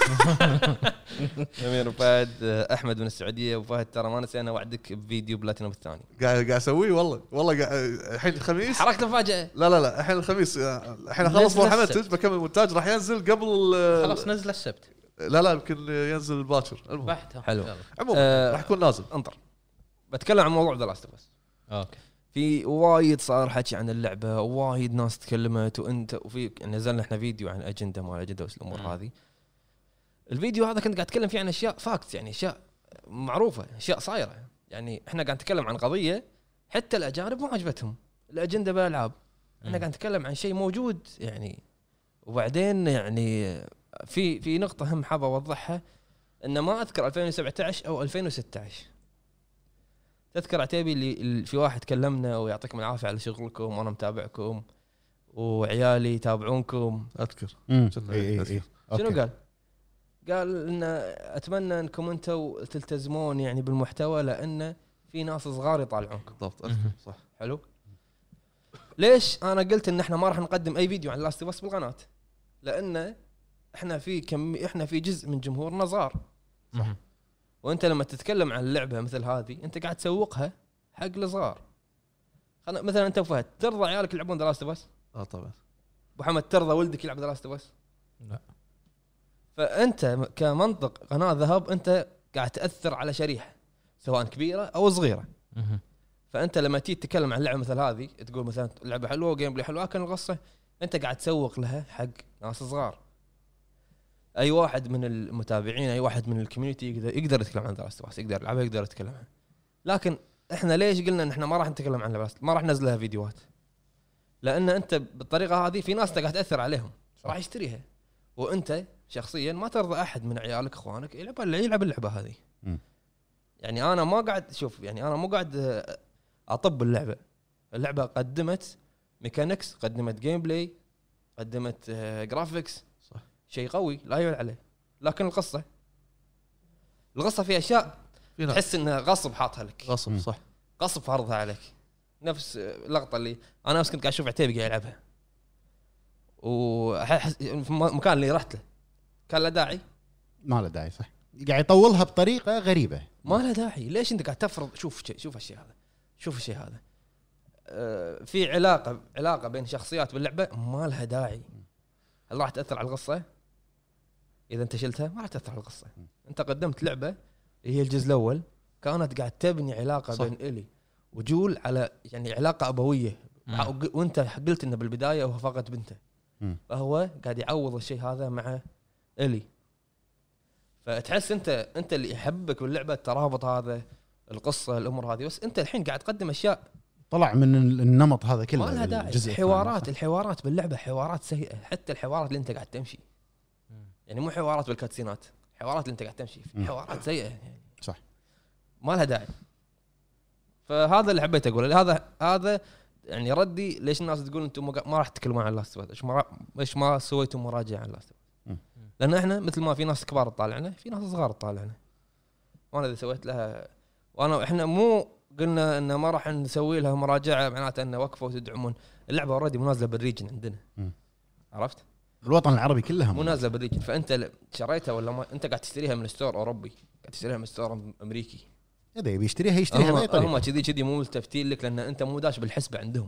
امير فهد. احمد من السعوديه. ابو فهد ترى ما نسينا وعدك بفيديو بلاتينوم الثاني. قاعد اسويه والله الحين الخميس حركه مفاجاه. لا الحين الخميس الحين اخلص محمد بكمل مونتاج راح ينزل قبل خلاص نزل السبت. لا يمكن ينزل باكر. حلو عموما راح يكون نازل. انطر بتكلم عن موضوع ذا لاست اوف اس. اوكي. في وايد صار حكي عن اللعبه وايد ناس تكلمت وانت وفي نزلنا احنا فيديو عن اجنده ما اجنده والامور هذه. الفيديو هذا كنت قاعد اتكلم فيه عن اشياء فاكت يعني اشياء معروفه اشياء صايره. يعني احنا قاعد نتكلم عن قضيه حتى الاجانب ما عجبتهم الاجنده بالالعاب. احنا قاعد نتكلم عن شيء موجود يعني. وبعدين يعني في نقطه هم حابه اوضحها ان ما اذكر 2017 او 2016. تذكر عتيبي اللي في واحد كلمنا ويعطيكم العافيه على شغلكم وانا متابعكم وعيالي يتابعونكم. اذكر شنو قال ان اتمنى انكم انتم تلتزمون يعني بالمحتوى لان في ناس صغار يطالعونكم. بالضبط صح. حلو. ليش انا قلت ان احنا ما راح نقدم اي فيديو عن لاست اوف اس بالقناه؟ لان احنا في جزء من جمهورنا صغار. صح. وانت لما تتكلم عن اللعبه مثل هذه انت قاعد تسوقها حق الصغار. مثلا انت وفهد ترضى عيالك يلعبون ذا لاست اوف اس؟ طبعا. ابو حمد ترضى ولدك يلعب ذا لاست اوف اس؟ لا. فانت كمنطق قناه ذهب انت قاعد تاثر على شريحه سواء كبيره او صغيره. فانت لما تيجي تتكلم عن لعبه مثل هذه تقول مثلا لعبه حلوه وجيم بلاي حلوه، لكن القصه انت قاعد تسوق لها حق ناس صغار. اي واحد من المتابعين، اي واحد من الكوميونتي يقدر يتكلم عن ذا لاست اوف اس، يقدر يلعبها، يقدر يتكلم عنها. لكن احنا ليش قلنا ان احنا ما راح نتكلم عن لعبه، ما راح ننزل لها فيديوهات؟ لان انت بالطريقه هذه في ناس قاعد تاثر عليهم راح يشتريها، وانت شخصيا ما ترضى احد من عيالك اخوانك يلعب اللعبه هذه. يعني انا ما قاعد شوف، يعني انا مو قاعد اطب اللعبه قدمت ميكانكس، قدمت جيم بلاي، قدمت جرافيكس، صح، شيء قوي لا يعلى عليه. لكن القصه فيها اشياء تحس انها غصب حاطها لك، غصب، صح، غصب فرضها عليك. نفس اللقطه اللي انا امس كنت قاعد اشوف عتيبي قاعد يلعبها، وفي المكان اللي رحت له كان له داعي؟ ما له داعي، صح، قاعد يطولها بطريقه غريبه، ما له داعي. ليش انت قاعد تفرض؟ شوف الشيء هذا، شوف الشيء هذا، في علاقه بين شخصيات باللعبه ما لها داعي. هل راح تاثر على القصه؟ اذا انت شلتها ما راح تاثر على القصه. انت قدمت لعبه هي الجزء الاول كانت قاعد تبني علاقه صح. بين إلي وجول، على يعني علاقه ابويه، وانت قلت انه بالبدايه هو فقد بنته، فهو قاعد يعوض الشيء هذا مع إلي. فتحس انت اللي يحبك باللعبه الترابط هذا، القصه، الامور هذه. بس انت الحين قاعد تقدم اشياء طلع من النمط هذا كله، ما لها داعي. الحوارات باللعبه حوارات سيئه، حتى الحوارات اللي انت قاعد تمشي، يعني مو حوارات بالكاتسينات، حوارات اللي انت قاعد تمشي في حوارات سيئه يعني. صح، ما لها داعي. فهذا اللي حبيت اقوله. هذا يعني ردي ليش الناس تقول انتم ما راح تتكلمون عن لاست اوف اس، ايش ما سويتوا مراجعه عن لاست اوف اس؟ لان احنا مثل ما في ناس كبار تطالعنا، في ناس صغار تطالعنا. وانا اذا سويت لها، احنا مو قلنا ان ما راح نسوي لها مراجعه معناته ان وقفوا وتدعمون اللعبه. اوريدي منازله بالريجن عندنا، عرفت؟ الوطن العربي كلها منازله بالريجن. فانت شريتها ولا ما انت قاعد تشتريها من ستور اوروبي، قاعد تشتريها من ستور امريكي. اذا يبي يشتريها باي طريقه. هم كذي مو ملتفتين لك لان انت مو داش بالحسبه عندهم.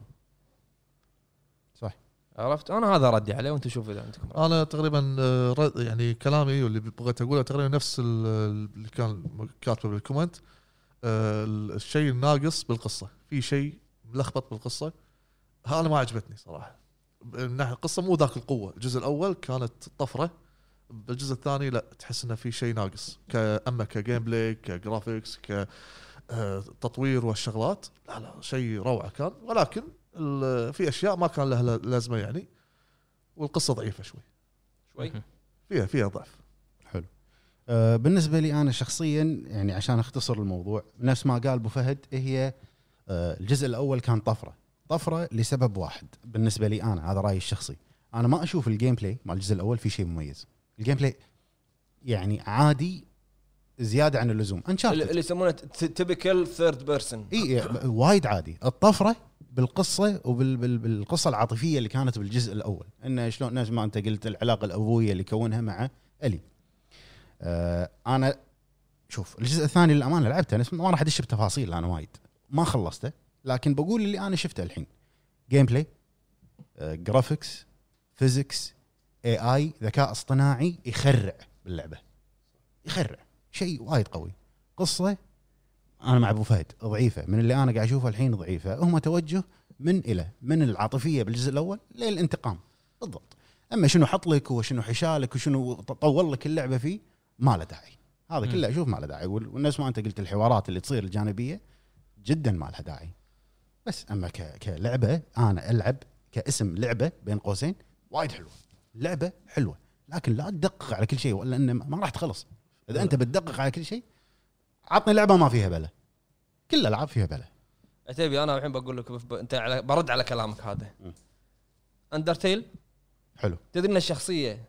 صح، عرفت؟ انا هذا ردي عليه، وانتم شوفوا اذا عندكم رأي. انا تقريبا يعني كلامي واللي بغيت اقوله تقريبا نفس اللي كان كاتبه بالكومنت. الشيء الناقص بالقصه، في شيء ملخبط بالقصه، هذا ما عجبتني صراحه. من ناحيه القصه مو ذاك القوه. الجزء الاول كانت طفره، بالجزء الثاني لا، تحس انه في شيء ناقص. اما كجيم بلاي، كجرافيكس، كتطوير والشغلات، لا شيء روعه كان. ولكن في اشياء ما كان لها لازمه يعني، والقصه ضعيفه شوي فيها ضعف. حلو. بالنسبه لي انا شخصيا، يعني عشان اختصر الموضوع، نفس ما قال ابو فهد، هي الجزء الاول كان طفره لسبب واحد بالنسبه لي انا، هذا رايي الشخصي. انا ما اشوف الجيم بلاي مع الجزء الاول في شيء مميز. الجيم بلاي يعني عادي زياده عن اللزوم. اللي يسمونه تيبيكال ثيرد بيرسون، وايد عادي. الطفره بالقصه وبالقصه العاطفيه اللي كانت بالجزء الاول، انه شلون ناس ما انت قلت العلاقه الابويه اللي كونها مع الي. انا شوف الجزء الثاني للامانه لعبته، ما راح ادش بتفاصيل، انا وايد ما خلصته، لكن بقول اللي انا شفته الحين: جيم بلاي، جرافيكس، فيزيكس، اي ذكاء اصطناعي يخرع باللعبه، يخرع شيء وايد قوي. قصه انا مع ابو فهد ضعيفه، من اللي انا قاعد اشوفه الحين ضعيفه. هم توجه من العاطفيه بالجزء الاول للانتقام بالضبط. اما شنو حط لك وشنو حشالك وشنو طول لك اللعبه فيه، ما له داعي. هذا كله اشوف ما له داعي. والناس ما انت قلت الحوارات اللي تصير الجانبيه جدا ما لها داعي. بس اما كلعبه انا العب كاسم لعبه بين قوسين وايد حلوه، لعبه حلوه، لكن لا تدقق على كل شيء، ولا انه ما راح تخلص. اذا انت بتدقق على كل شيء، عطني لعبه ما فيها بلا. كل الالعاب فيها بلا. عتيبي انا الحين بقول لك انت برد على كلامك هذا. اندرتيل حلو. تدري ان الشخصيه،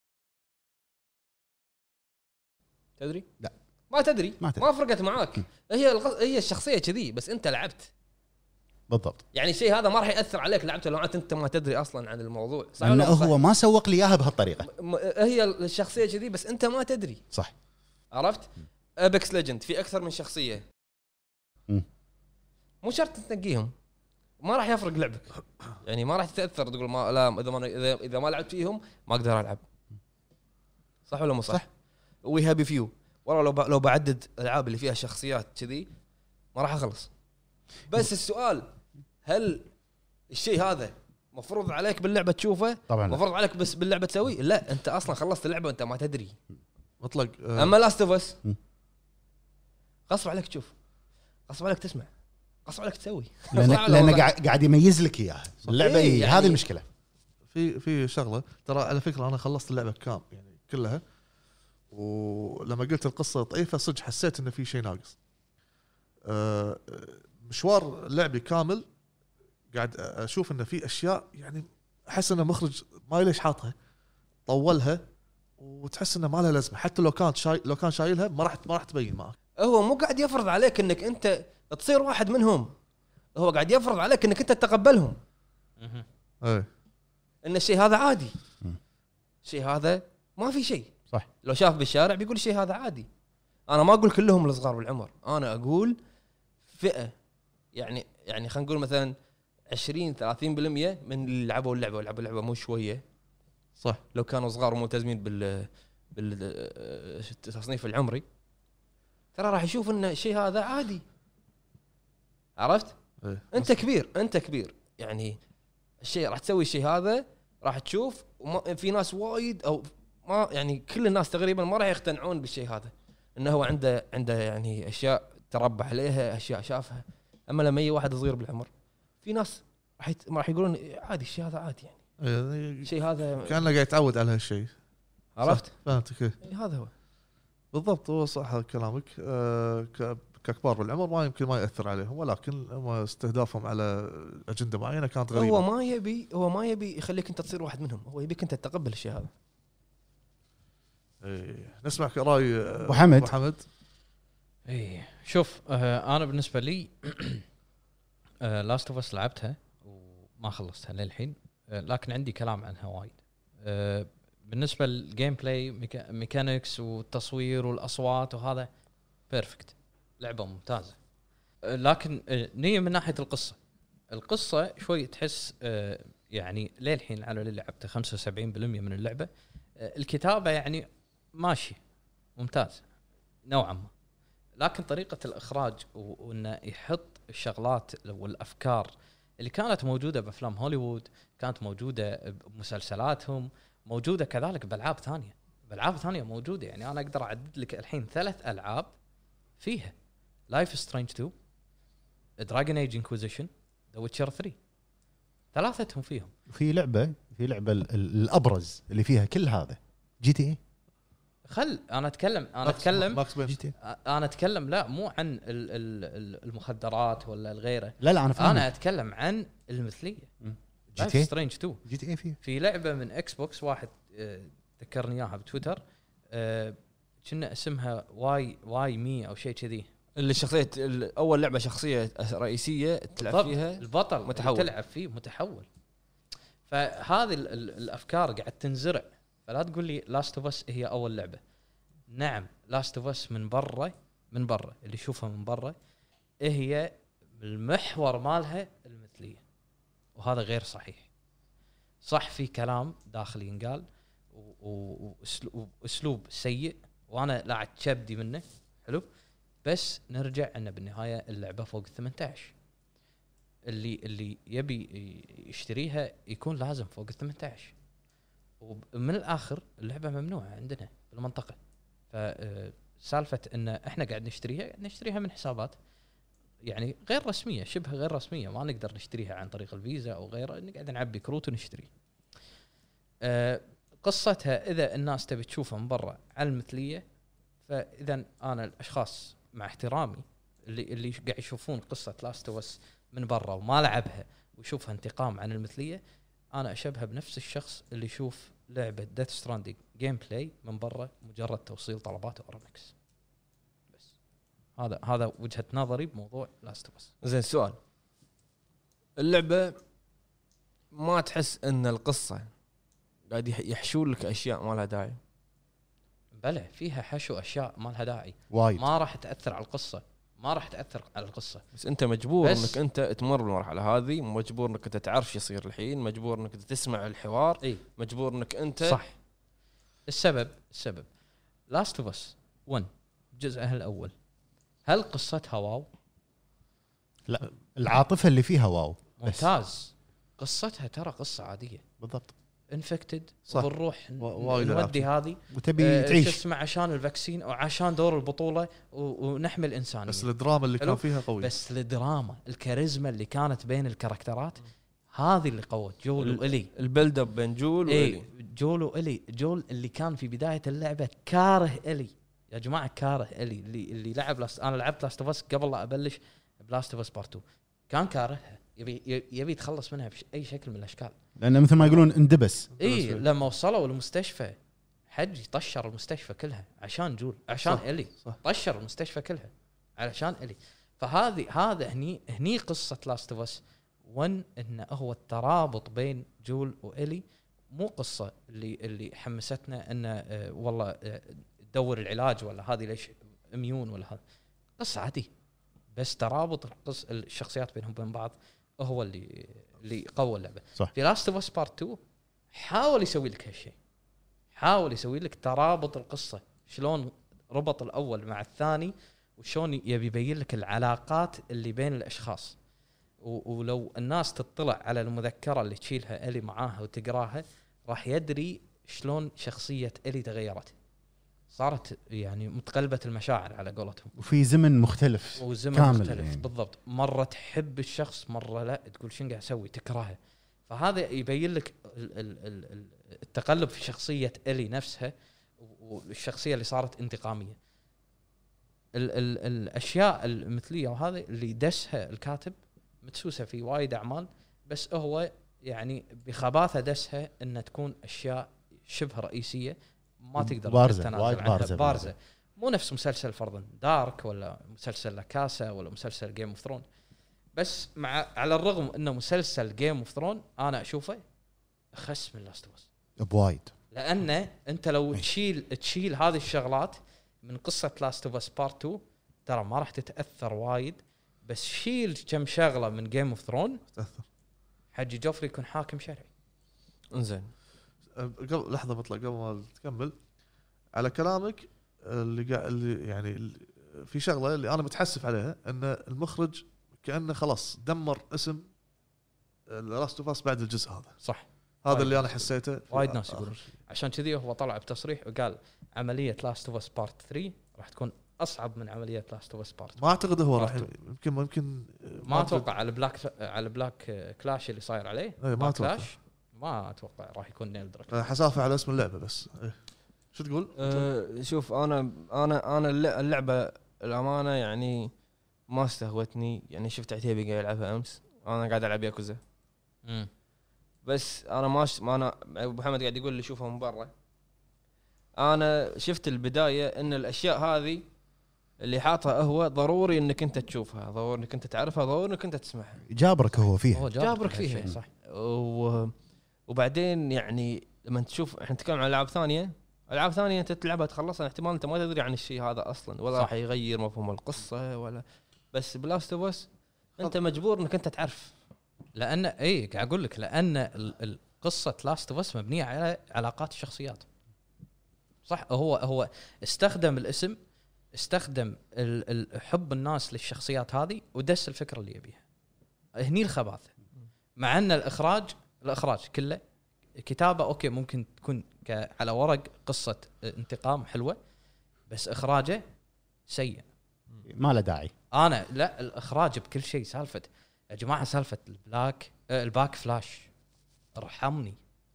تدري؟ لا ما تدري. ما فرقت معاك. هي الشخصيه كذي، بس انت لعبت بالضبط. يعني الشيء هذا ما راح ياثر عليك لعبته لو انت ما تدري اصلا عن الموضوع. لانه هو ما سوق لي اياها بهالطريقه. هي الشخصيه كذي بس انت ما تدري. صح. عرفت؟ ابيكس ليجند في اكثر من شخصيه، مو شرط تنقيهم. ما راح يفرق لعبك، يعني ما راح تتاثر تقول ما لا اذا ما لعبت فيهم ما اقدر العب. صح ولا مو صح؟ وي هابي فيو. والله لو بعدد الالعاب اللي فيها شخصيات كذي ما راح اخلص. بس السؤال هل الشيء هذا مفروض عليك باللعبه تشوفه؟ طبعا مفروض عليك بس باللعبه تسويه؟ لا، انت اصلا خلصت اللعبه وانت ما تدري. مطلق. اما لاست اوف اس غصب عليك تشوف، غصب عليك تسمع، غصب عليك تسوي. لأن قاعد يميز لك اياها اللعبه. إيه يعني هذه المشكله. في شغله ترى على فكره، انا خلصت اللعبه كام يعني كلها، ولما قلت القصه ضعيفه صدق حسيت انه في شيء ناقص. مشوار لعبي كامل قاعد اشوف انه في اشياء يعني احس انه مخرج ما ليش حاطها، طولها وتحس انه ما لها لازمه. حتى لو كان شايلها ما راح تبين معك. هو مو قاعد يفرض عليك انك انت تصير واحد منهم، هو قاعد يفرض عليك انك انت تتقبلهم. ايه ان الشيء هذا عادي، الشيء هذا ما في شيء. صح. لو شاف بالشارع بيقول الشيء هذا عادي. انا ما اقول كلهم الصغار بالعمر، انا اقول فئه، يعني خلينا نقول مثلا 20-30% من اللي لعبوا اللعبه مو شويه. صح. لو كانوا صغار وملتزمين بالتصنيف العمري ترى راح يشوف ان الشيء هذا عادي. عرفت؟ إيه. انت كبير يعني الشيء راح تسوي الشيء هذا راح تشوف. في ناس وايد او ما يعني كل الناس تقريبا ما راح يقتنعون بالشيء هذا، انه هو عنده يعني اشياء تربى عليها، اشياء شافها. اما لما يجي واحد صغير بالعمر في ناس راح يقولون عادي، الشيء هذا عادي يعني الشيء هذا كانه قاعد يتعود على هالشيء. عرفت؟ فهمتك. هذا هو بالضبط. هو صح كلامك. ككبار بالعمر ما يمكن ما يأثر عليهم، ولكن هم استهدافهم على أجندة معينة كانت غريبة. هو ما يبي يخليك انت تصير واحد منهم، هو يبيك انت تتقبل الشيء هذا. نسمع رأي أبو حمد. شوف انا بالنسبه لي لاست اوف اس لعبتها وما خلصتها للحين، لكن عندي كلام عنها وايد. بالنسبه للجيم بلاي ميكانيكس والتصوير والاصوات وهذا بيرفكت، لعبه ممتازه. لكن نية من ناحيه القصه شوي تحس يعني للحين على اللي لعبته 75% من اللعبه. الكتابه يعني ماشي ممتاز نوعا ما، لكن طريقه الاخراج وانه يحط الشغلات والافكار اللي كانت موجوده بافلام هوليوود كانت موجوده بمسلسلاتهم، موجوده كذلك بالعاب ثانيه موجوده. يعني انا اقدر اعدد لك الحين 3 العاب فيها: لايف سترينج 2، دراجون ايج انكويزيشن، ذا ويتشر 3، ثلاثتهم فيهم. في لعبه الابرز اللي فيها كل هذا جي تي اي. انا اتكلم لا مو عن المخدرات ولا الغيره، لا انا فاهم. انا اتكلم عن المثليه. لايف سترينج 2 جي تي اي في لعبه من اكس بوكس، واحد ذكرني اياها بتويتر، كنا اسمها واي مي او شيء كذي، اللي شخصيه اول لعبه شخصيه رئيسيه تلعب فيها البطل متحول، تلعب فيه متحول. فهذه الافكار قاعد تنزرع. فلا تقول لي لاست اوف اس هي اول لعبه. نعم لاست اوف اس من برا اللي يشوفها من برا هي المحور مالها المثليه، وهذا غير صحيح. صح في كلام داخل ينقال واسلوب سيء وانا لا اتشبدي منه حلو، بس نرجع انه بالنهايه اللعبه فوق 18. اللي يبي يشتريها يكون لازم فوق 18. ومن الاخر اللعبه ممنوعه عندنا بالمنطقه. فسالفه ان احنا قاعد نشتريها من حسابات يعني غير رسميه، شبه غير رسميه، ما نقدر نشتريها عن طريق الفيزا او غيره، نقعد نعبي كروت ونشتري. قصتها اذا الناس تبي تشوفها من برا على المثليه، فاذا انا الاشخاص مع احترامي اللي قاعد يشوفون قصه لاست اوف اس من برا وما لعبها ويشوفها انتقام عن المثليه، انا اشبهها بنفس الشخص اللي يشوف لعبه ديث ستراندينج جيم بلاي من برا مجرد توصيل طلبات اورامكس. بس هذا وجهه نظري بموضوع لاست اوف اس. زين سؤال، اللعبه ما تحس ان القصه قاعد يحشون لك اشياء ما لها داعي؟ بلى فيها حشو اشياء ما لها داعي وايد، ما راح تاثر على القصه، ما راح تاثر على القصه. بس انت مجبور بس انك انت تمر بالمرحله هذه، مجبور انك انت تعرف شو يصير الحين، مجبور انك تسمع الحوار، اي مجبور انك انت صح. السبب لاست اوف اس 1 جزءها الاول، هل قصتها واو؟ لا، العاطفه اللي فيها واو. ممتاز. قصتها ترى قصه عاديه بالضبط. انفكتد صح. بنروح وايد نودي هذه وتبي شو تعيش. اسمه عشان الفاكسين او عشان دور البطوله ونحمي الانسانيه. بس الدراما اللي كان حلو. فيها قوي. بس الدراما الكاريزما اللي كانت بين الكاركترات هذه اللي قوت جول وإلي. البيلد اب بين جول وإلي. جول وإلي. جول اللي كان في بدايه اللعبه كاره إلي يا جماعه، كاره إلي اللي لعب انا لعبت لاست اوف اس قبل لا ابلش بلاست اوف اس بارت 2، كان كارهها، يبي يتخلص منها باي شكل من الاشكال. لان مثل ما يقولون اندبس. لما وصلوا المستشفى حج طشر المستشفى كلها عشان جول، عشان إلي. طشر المستشفى كلها علشان إلي. هذا هني قصه لاست اوف اس 1، انه هو الترابط بين جول وإلي، مو قصه اللي حمستنا انه والله تدور العلاج ولا هذه ليش اميون ولا هذا، قصه عادي بس ترابط الشخصيات بينهم وبين بعض هو اللي قوى اللعبه. صح. في لاست اوف اس بارت 2 حاول يسوي لك هالشيء، حاول يسوي لك ترابط القصه، شلون ربط الاول مع الثاني وشلون يبي يبين لك العلاقات اللي بين الاشخاص. ولو الناس تطلع على المذكره اللي تشيلها إلي معاها وتقراها راح يدري شلون شخصيه إلي تغيرت، صارت يعني متقلبة المشاعر على قولتهم، وفي زمن مختلف وزمن كامل مختلف يعني. بالضبط. مرة تحب الشخص، مرة لا، تقول شنو قاعد اسوي، تكرهه. فهذا يبين لك التقلب في شخصية إلي نفسها والشخصية اللي صارت انتقامية. الاشياء المثلية وهذه اللي دسها الكاتب مدسوسة في وايد اعمال، بس هو يعني بخباثة دسها ان تكون اشياء شبه رئيسية ما تقدر بارزة بارزة. مو نفس مسلسل فرضا دارك ولا مسلسل لاكاسا ولا مسلسل جيم اوف ثرون، بس على الرغم انه مسلسل جيم اوف ثرون انا اشوفه اخس من لاست اوف اس بوايد، لان انت لو تشيل هذه الشغلات من قصة لاست اوف اس بارت 2 ترى ما راح تتاثر وايد، بس شيل كم شغله من جيم اوف ثرون تاثر. حجي جوفري يكون حاكم شرعي. انزين قبل لحظه بطلع قبل ما تكمل على كلامك اللي يعني في شغله اللي انا متحسف عليها، ان المخرج كانه خلاص دمر اسم لاست اوف اس بعد الجزء هذا. صح، هذا اللي انا حسيته. وايد ناس يقولون عشان كذي هو طلع بتصريح وقال عمليه لاست اوف اس بارت 3 راح تكون اصعب من عمليه لاست اوف اس بارت. ما اعتقد هو راح يمكن ما اتوقع على بلاك كلاش اللي صاير عليه. ما اتوقع ما اتوقع راح يكون نيل درك. حسافه على اسم اللعبه بس. شو تقول؟ شوف انا اللعبه الامانه يعني ما استهوتني، يعني شفت عتيبي قاعد يلعبها امس، انا قاعد العب ياكوزا. بس انا ما انا ابو محمد قاعد يقول لي شوفها من برا. انا شفت البدايه ان الاشياء هذه اللي حاطها هو ضروري انك انت تشوفها، ضروري انك انت تعرفها، ضروري انك انت تسمعها. جابرك هو فيها، جابرك فيها صح. وبعدين يعني لما تشوف احنا نتكلم عن العاب ثانيه انت تلعبها تخلصها احتمال انت ما تدري عن الشيء هذا اصلا، ولا راح يغير مفهوم القصه ولا. بس بلاست اوف اس انت مجبور انك انت تعرف، لان قاعد اقول لك لان القصه لاست اوف اس مبنيه على علاقات الشخصيات. صح، هو استخدم الاسم، استخدم حب الناس للشخصيات هذه ودس الفكره اللي يبيها. هني الخباثه، مع ان الاخراج كله كتابه اوكي ممكن تكون على ورق قصه انتقام حلوه، بس اخراجه سيء ما له داعي. انا لا، الاخراج بكل شيء سالفه يا جماعه، سالفه الباك فلاش ارحمني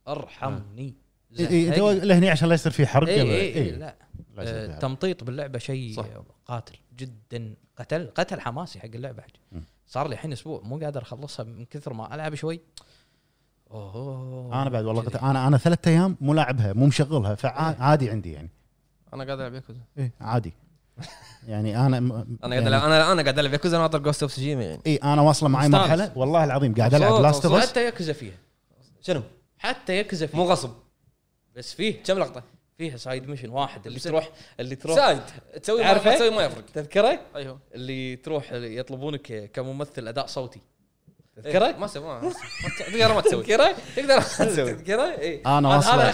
تو لهني عشان لا يصير في حرق. لا تمطيط باللعبه شيء قاتل جدا، قتل حماسي حق اللعبه. صار لي الحين اسبوع مو قادر اخلصها من كثر ما العب شوي. انا بعد والله انا 3 ايام مو لاعبها، مو مشغلها، فعادي عندي يعني. انا قاعد العب ياكوزا عادي يعني. انا قاعد العب ياكوزا ناطر جوست اوف سوشيما يعني. انا واصله معي مرحله والله العظيم قاعد العب لاست اوف اس. حتى ياكوزا فيها شنو؟ حتى ياكوزا فيها مو غصب، بس فيه كم لقطه فيها سايد ميشن واحد اللي تروح سايد تسوي عارفه؟ تسوي ما يفرق. تذكره ايوه اللي تروح يطلبونك كممثل اداء صوتي تذكره ما سوى تقدر ما تسوي تذكره تقدر ما تسوي تذكره اي انا هذا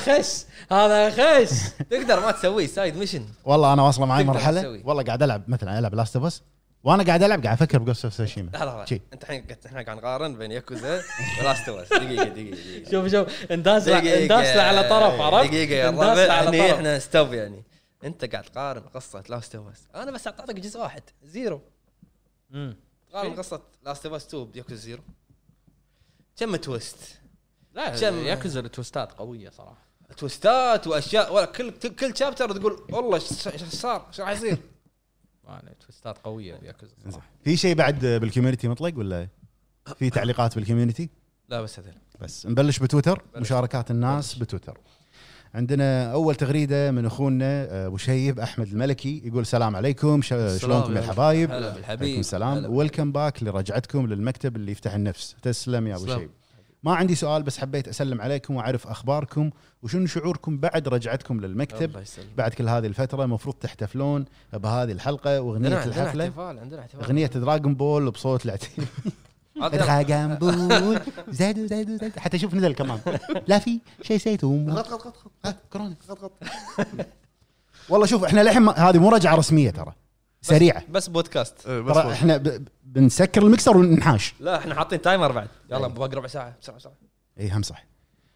خس تقدر ما تسوي سايد ميشن. والله انا واصله معي تقدر مرحله تسوي. والله قاعد العب مثلا العب لاست اوف اس وانا قاعد العب قاعد افكر بجوست اوف سوشيما. لحظه شي. انت الحين احنا قاعد نقارن بين ياكوزا ولاست اوف اس. دقيقه شوف انداس على طرف عرفت دقيقه يا الربع هني احنا ستوب يعني. انت قاعد تقارن قصه لاست اوف اس انا بس اعطيتك جزء واحد زيرو. قارن قصه لاست اوف اس 2 بياكوزا زيرو كم تويست. لا كم- ياكوزا التويستات قويه صراحه تويستات واشياء ولا كل شابتر تقول والله ايش صار ايش راح يصير. يعني تويستات قويه بياكوزا صراحه. في شيء بعد بالكوميونتي مطلق ولا في تعليقات بالكوميونتي؟ لا بس هذا بس نبلش بتويتر. مشاركات الناس بتويتر. عندنا اول تغريده من اخونا ابو شيب احمد الملكي يقول السلام عليكم شلونكم يا الحبايب؟ هلا بالحبيب. عليكم السلام ويلكم باك لرجعتكم للمكتب اللي يفتح النفس. تسلم يا ابو تسلم. شيب. ما عندي سؤال بس حبيت اسلم عليكم واعرف اخباركم وشنو شعوركم بعد رجعتكم للمكتب الله يسلمك. بعد كل هذه الفتره. المفروض تحتفلون بهذه الحلقه واغنيه عندنا الحفله عندنا احتفال اغنيه دراغون بول بصوت العتيب. هذا دراغون بول زادوا حتى شوف نزل كمان لا في شيء سيتم غط كورونا والله شوف احنا الحين هذه مو رجعه رسميه ترى سريعه بس بودكاست. ترى احنا بنسكر المكسر وننحاش. لا احنا حاطين تايمر بعد يلا باقي ربع ساعه بسرعه. اي هم صح.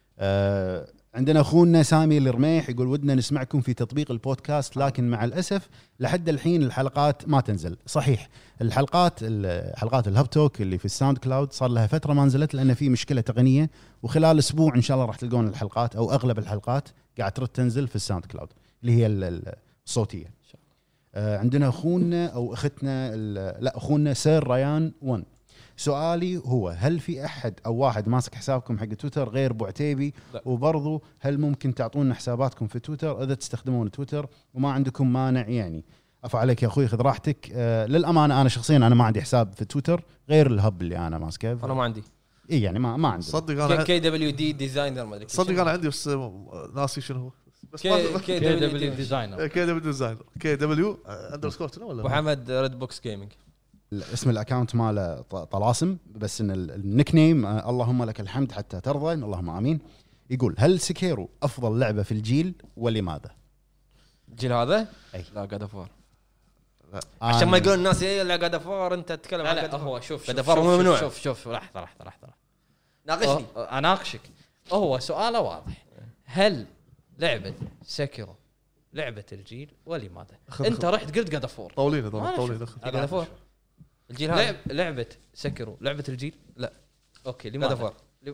عندنا اخونا سامي الرميح يقول ودنا نسمعكم في تطبيق البودكاست لكن مع الاسف لحد الحين الحلقات ما تنزل. صحيح حلقات الهاب توك اللي في الساوند كلاود صار لها فتره ما نزلت لان في مشكله تقنيه وخلال اسبوع ان شاء الله راح تلقون الحلقات او اغلب الحلقات قاعد ترد تنزل في الساوند كلاود اللي هي الصوتيه. عندنا اخونا او اختنا لا اخونا سير ريان 1 سؤالي هو هل في احد او واحد ماسك حسابكم حق تويتر غير ابو عتيبي؟ وبرضو هل ممكن تعطونا حساباتكم في تويتر اذا تستخدمون تويتر وما عندكم مانع يعني؟ عفوا عليك يا اخوي خذ راحتك. للامانه انا شخصيا انا ما عندي حساب في تويتر غير الهب اللي انا ماسكه. انا ما عندي. اي يعني ما عندي. صدق انا كي دبليو دي ديزاينر ما ادري. صدق انا عندي بس ناسي شنو هو. بس كي دبليو ديزاينر كي دبليو ديزاينر كي دبليو اندرسكور ولا ابو حمد ريد بوكس جيمنج. اسم الاكونت ماله طلاسم بس ان النيك نيم اللهم لك الحمد حتى ترضى اللهم امين. يقول هل سكيرو افضل لعبه في الجيل ولماذا؟ الجيل هذا؟ أي. لا قاعد افور أنا- عشان ما يقولون الناس ايه لا قاعد افور انت تتكلم عن لا قاعد لا أفور. هو شوف قاعد افور ممنوع. شوف لحظه ناقشني. اناقشك. هو سؤاله واضح. هل لعبه سكيرو لعبه الجيل ولماذا؟ انت رحت قلت قاعد افور طولين ما طولين قاعد افور الجيل هذا لعبه سكيرو لعبه الجيل لا. اوكي قاعد لماذا؟ افور.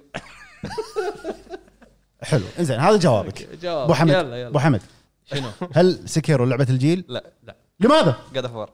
حلو انزين هذا جوابك. جواب ابو حمد يلا ابو حمد شنو؟ هل سكيرو لعبه الجيل؟ لا لماذا؟ قاعد افور.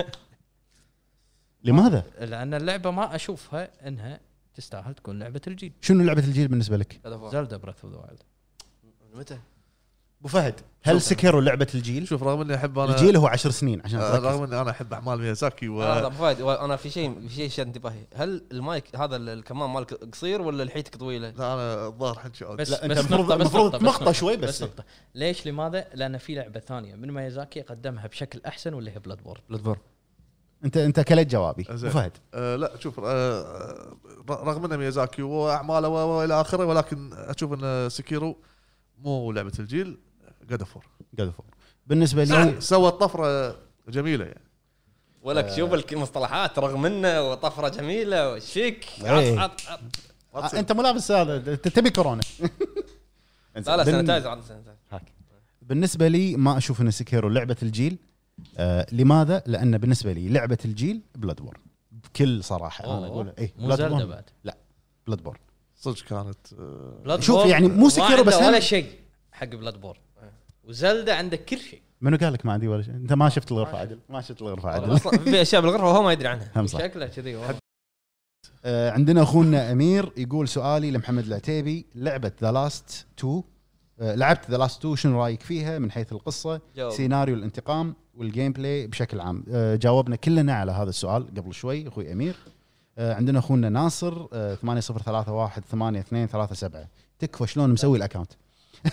لماذا؟ لان اللعبه ما اشوفها انها تستاهل تكون لعبه الجيل. شنو لعبه الجيل بالنسبه لك؟ قاعد افور. زلدا بريث اوف ذا وايلد. متى؟ ابو فهد هل سكيرو لعبه الجيل؟ شوف رغم اني احب انا الجيل هو 10 سنين عشان تركز. رغم اني انا احب اعمال ميازاكي ابو فهد انا في شيء شد انتباهي. هل المايك هذا الكمان مالك قصير ولا لحيتك طويله؟ لا انا الظاهر حنشي بس لا، أنت بس المفروض- نقطة، بس المفروض نقطة، تمخطه نقطة، شوي بس. نقطة. ليش لماذا؟ لان في لعبه ثانيه من ميازاكي قدمها بشكل احسن واللي هي بلاد بورن. بلاد بورن. انت كلت جوابي ابو زين. فهد. لا شوف رغم انه ميازاكي واعماله والى اخره ولكن اشوف ان سكيرو مو لعبه الجيل قد افور قاعد افور بالنسبه لي. سوى طفره جميله يعني ولك شوف المصطلحات رغم انه طفره جميله وشيك. إيه. عط. انت مو لابس هذا تبي كورونا. لا لا سنتايزر عاد سنتايزر. بالنسبه لي ما اشوف ان سكيرو لعبه الجيل. لماذا؟ لان بالنسبه لي لعبه الجيل بلاد بورن بكل صراحه. انا اقول اي مو زلدا بعد. بلاد بورن صدق كانت بلاد شوف بورن يعني مو سكيرو ما بس عنده هم- ولا شيء حق بلاد بورن. وزلدا عندك كل شيء. منو قال لك ما عندي ولا شيء؟ انت ما شفت الغرفه عدل ما شفت الغرفه عدل. اصلا في اشياء بالغرفه وهو ما يدري عنها. هم صح. شكله كذي والله. عندنا اخونا امير يقول سؤالي لمحمد العتيبي لعبه ذا لاست 2 لعبت ذا لاست 2 شنو رايك فيها من حيث القصه جاوب. سيناريو الانتقام والجيم بلاي بشكل عام؟ جاوبنا كلنا على هذا السؤال قبل شوي اخوي امير. عندنا اخونا ناصر 80318237 تكفى شلون مسوي الاكونت.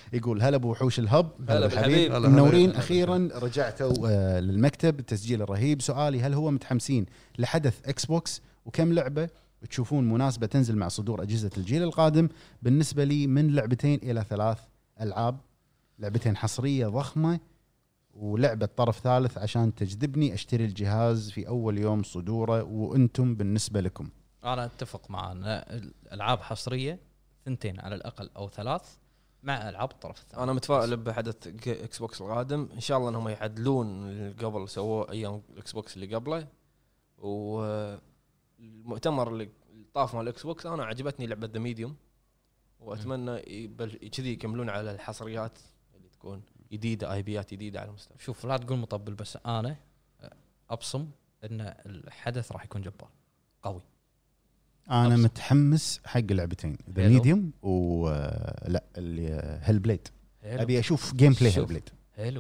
يقول هلا بوحوش الهب، هلا بالحبيب. منورين. اخيرا رجعتوا للمكتب، التسجيل الرهيب. سؤالي هل هو متحمسين لحدث اكس بوكس؟ وكم لعبه تشوفون مناسبه تنزل مع صدور اجهزه الجيل القادم؟ بالنسبه لي من 2 إلى 3 ألعاب، لعبتين حصريه ضخمه ولعبه طرف ثالث عشان تجذبني اشتري الجهاز في اول يوم صدوره. وانتم بالنسبه لكم؟ انا اتفق معنا، الالعاب حصريه 2 على الاقل او 3 مع العاب الطرف الثاني. انا متفائل بحدث اكس بوكس القادم ان شاء الله انهم يعدلون اللي قبل سووه ايام الاكس بوكس اللي قبله. والمؤتمر اللي طاف مع الاكس بوكس انا عجبتني لعبه ذا ميديوم، واتمنى كذي يكملون على الحصريات اللي تكون جديده، اي بيات جديده على المستوى. شوف لا تقول مطبل، بس انا ابصم ان الحدث راح يكون جبار قوي. انا متحمس حق اللعبتين، ذا ميديوم لا اللي هيل بليد. ابي اشوف جيم بلاي هيل بليد. حلو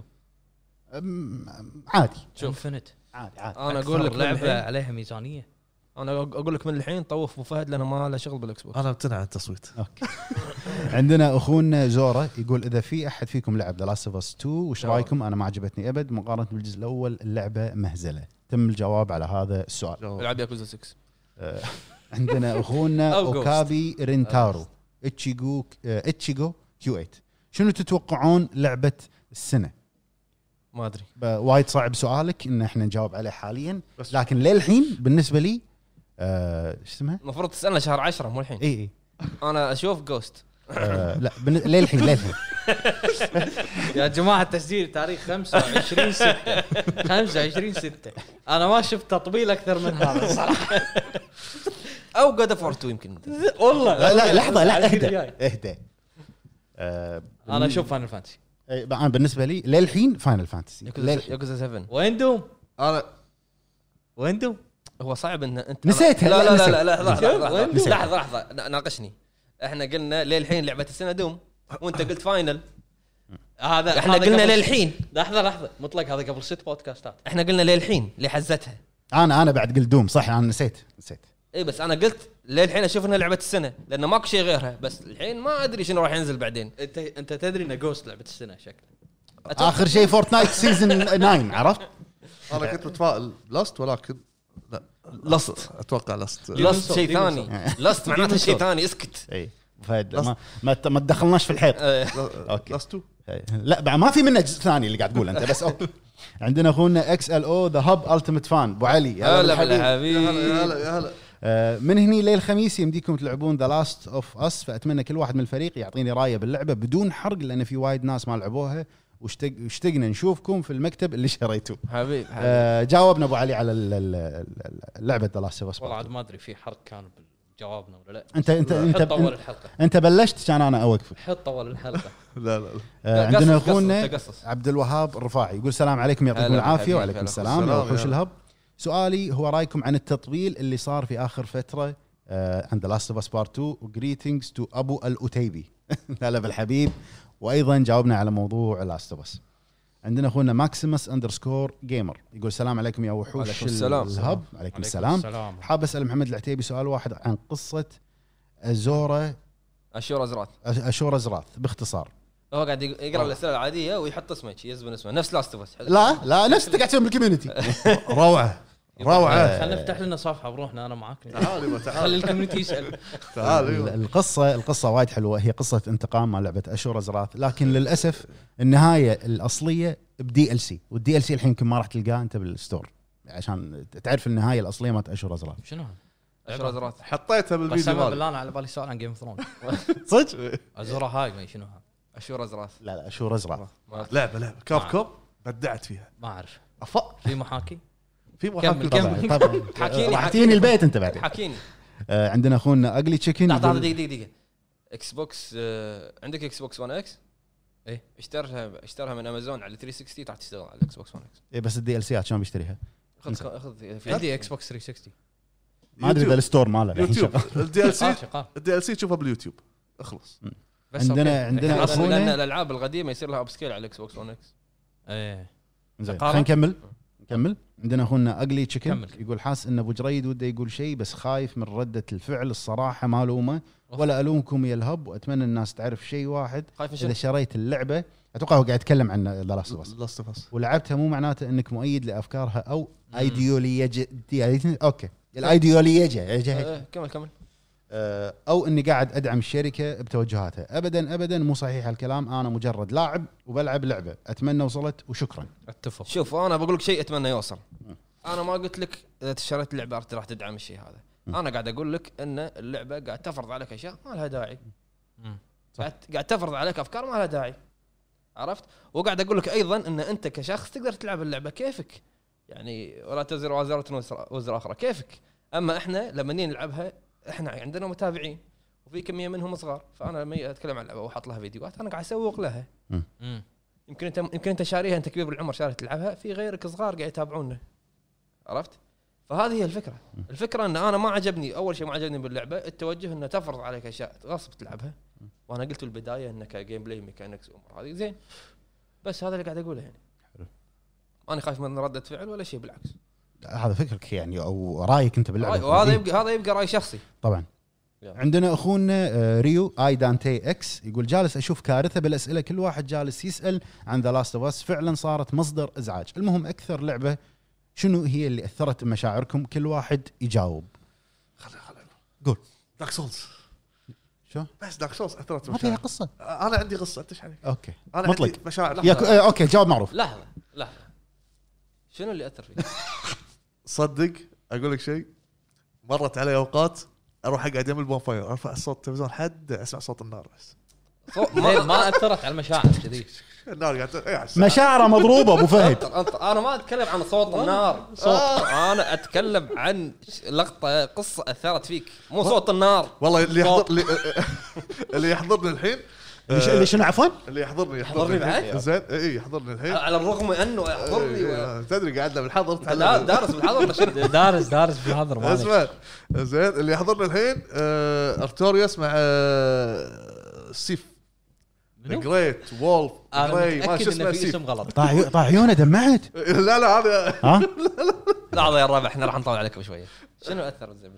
عادي. شوف انفنت عادي. انا اقول لك لعبه عليها ميزانيه. انا اقول لك من الحين طوف ابو فهد لانه ما له شغل بالاكس بوكس. انا امتنع عن التصويت. اوكي. عندنا اخونا زورا يقول اذا في احد فيكم لعب ذا لاست اوف اس 2 وش رايكم؟ انا ما عجبتني ابد مقارنه بالجزء الاول، اللعبه مهزله. تم الجواب على هذا السؤال. العب ياكوزا 6. عندنا اخونا اوكابي رينتارو اتشيجو كيو 8. شنو تتوقعون لعبه السنه؟ ما ادري، وايد صعب سؤالك ان احنا نجاوب عليه حاليا، لكن للحين بالنسبه لي ايش اسمها؟ المفروض تسالنا شهر 10 مو الحين. اي انا اشوف جوست. لا للحين يا جماعه التسجيل تاريخ 25/6 25/6. انا ما شفت تطبيل اكثر من هذا صراحه. او جود اوف 2 يمكن. والله لا لحظه، اهدى. انا اشوف فاينل فانتسي. انا بالنسبه لي للحين فاينل فانتسي. ياكوزا 7. وين دوم؟ هو صعب ان انت نسيتها. لا لحظه ناقشني. احنا قلنا للحين لعبه السنه دوم وانت قلت فاينل. هذا احنا قلنا للحين. لحظه مطلق، هذا قبل 6 بودكاستات. احنا قلنا للحين اللي حزتها. انا بعد قلت دوم صح. انا نسيت. اي بس انا قلت للحين اشوف انها لعبه السنه لانه ماكو شيء غيرها، بس الحين ما ادري شنو راح ينزل بعدين. انت تدري ان جوست لعبه السنه شكله. اخر شيء فورتنايت سيزن 9 عرفت. انا كنت متفائل لاست، ولكن لا لاست اتوقع لاست شيء ثاني. لاست معناته شيء ثاني. اسكت. اي فهد ما تدخلناش في الحيط. اوكي لاست 2 لا ما في منه جزء ثاني اللي قاعد تقول انت بس. اوكي. عندنا اخونا اكس ال او ذا هب التيمت فان ابو علي. هلا حبيبي. يا هلا. من هني للخميس يمديكم تلعبون ذا لاست اوف اس، فاتمنى كل واحد من الفريق يعطيني رايه باللعبه بدون حرق، لان في وايد ناس ما لعبوها واشتقنا نشوفكم في المكتب اللي شريتوه. حبيبي. جاوبنا ابو علي على لعبه ذا لاست اوف اس. والله عاد ما ادري في حرق كان بجوابنا ولا لا. انت طول الحلقه. انت بلشت كان انا اوقفك. حط طول الحلقه. لا عندنا اخونا عبد الوهاب الرفاعي يقول السلام عليكم، يعطيكم العافيه. وعليكم السلام يا وحوش الهب. سؤالي هو رايكم عن التطويل اللي صار في اخر فتره عند لاست اوف اس بارت 2 وجريتنجز تو ابو الأتيبي. هلا بالحبيب. وايضا جاوبنا على موضوع لاست اوف اس. عندنا اخونا ماكسيمس _ جيمر يقول السلام عليكم يا وحوش الهب. عليكم السلام. حاب اسال محمد العتيبي سؤال واحد عن قصه اشورا زراث باختصار. هو قاعد يقرا الاسئله العاديه ويحط اسمك يزبن اسمه نفس لاست اوف اس. لا نفس اللي قاعد تسوي بالكوميونتي. روعه. خلينا نفتح لنا صفحه بروحنا انا معاك. تعال خلي الكوميونتي يسال. القصه وايد حلوه. هي قصه انتقام مع لعبه اشورا زراث، لكن للاسف النهايه الاصليه بدي ال سي، والدي ال سي الحين يمكن ما راح تلقاه انت بالستور عشان تعرف النهايه الاصليه مالت اشورا زراث. شنو اشورا زراث حطيتها بالفيديو مالي. بالله انا على بالي سؤال عن جيم اوف ثرون. صدق ازورا هاي ما شنو هذا؟ اشورا زراث. لا اشورا زراث لعبه كاب كوب بدعت فيها. ما اعرف. في محاكي طبعا. حكيني البيت انت بعد. حكيني. عندنا اخونا اجلي تشيكن. دقيقه. اكس بوكس عندك اكس بوكس 1 اكس؟ ايه اشترها من امازون على 360 راح تشتغل على الاكس بوكس 1 اكس. ايه بس الدي ال سي عشان بيشتريها. اخذ عندي اكس بوكس 360 ما ادري اذا الستور ماله يوتيوب. الدي ال سي تشوفها باليوتيوب اخلص. عندنا لان الالعاب القديمه يصير لها اب سكيل على الاكس بوكس 1 اكس. ايه زين خلينا نكمل. نكمل. عندنا اخونا اقلي تشيكن كمل. يقول حاس ان ابو جريد وده يقول شيء بس خايف من رده الفعل. الصراحه ما الومه ولا الومكم يا الهب، واتمنى الناس تعرف شيء واحد، اذا شريت اللعبه اتوقع هو قاعد يتكلم عن ذا لاست اوف اس ولعبتها مو معناته انك مؤيد لافكارها او ايديوليه اوكي الايديوليه كمل او اني قاعد ادعم الشركه بتوجهاتها. ابدا مو صحيح الكلام. انا مجرد لاعب وبلعب لعبه، اتمنى وصلت وشكرا. اتفق. شوف انا بقول لك شيء اتمنى يوصل. انا ما قلت لك اذا اشتريت اللعبه راح تدعم الشيء هذا. انا قاعد اقول لك ان اللعبه قاعد تفرض عليك اشياء ما لها داعي. قاعد تفرض عليك افكار ما لها داعي، عرفت؟ وقاعد اقول لك ايضا ان انت كشخص تقدر تلعب اللعبه كيفك، يعني ولا تزر وازره وزر اخرى كيفك. اما احنا لما نيجي نلعبها احنا عندنا متابعين وفي كميه منهم صغار، فانا لما اتكلم عن اللعبه واحط لها فيديوهات انا قاعد اسوق لها. يمكن انت شاريها، انت كبير بالعمر شاري تلعبها، في غيرك صغار قاعد يتابعونا، عرفت؟ فهذه هي الفكره. الفكره ان انا ما عجبني، اول شيء ما عجبني باللعبه التوجه انه تفرض عليك اشياء غصب تلعبها. وانا قلت بالبدايه انك جيم بلاي ميكانكس امور هذه زين، بس هذا اللي قاعد اقوله يعني. انا خايف من رده فعل ولا شيء، بالعكس. هذا فكرك يعني او رايك انت باللعبه، وهذا يبقى راي شخصي طبعا. عندنا اخونا ريو اي دانتي اكس يقول جالس اشوف كارثه بالاسئله، كل واحد جالس يسال عن ذا لاست اوف اس، فعلا صارت مصدر ازعاج. المهم اكثر لعبه شنو هي اللي اثرت بمشاعركم؟ كل واحد يجاوب. خلي قول. دارك سولز. شو بس دارك سولز اثرت ما فيها قصه. انا عندي قصه، انت ايش عليك؟ اوكي انا مطلق. عندي مشاعر. اوكي جواب معروف. لحظه شنو اللي اثر فيك؟ صدق اقول لك شيء، مرت علي اوقات اروح اقعد يم البون فاير، ارفع صوت التلفزيون حد اسمع صوت النار بس. ما اثرت على المشاعر كذي. النار قاعد مشاعره مضروبه ابو فهد. انا ما اتكلم عن صوت النار، انا اتكلم عن لقطه قصه اثرت فيك، مو صوت النار. والله اللي يحضرني الحين اللي شنو عفوا اللي يحضرني بعد زين. اي يحضرني الحين على الرغم انه يحضرني تدري قاعدنا بالحضر دارس بالحضر دارس بالحضر ما اسمع زين. اللي يحضرني الحين ارتوريوس مع سيف جريت وولف جراي ما شو اسمه سيف غلط. طاع عيونه دمعت. لا هذا ها لحظه يا الربع احنا راح نطول عليكم شويه. شنو اثر الزبل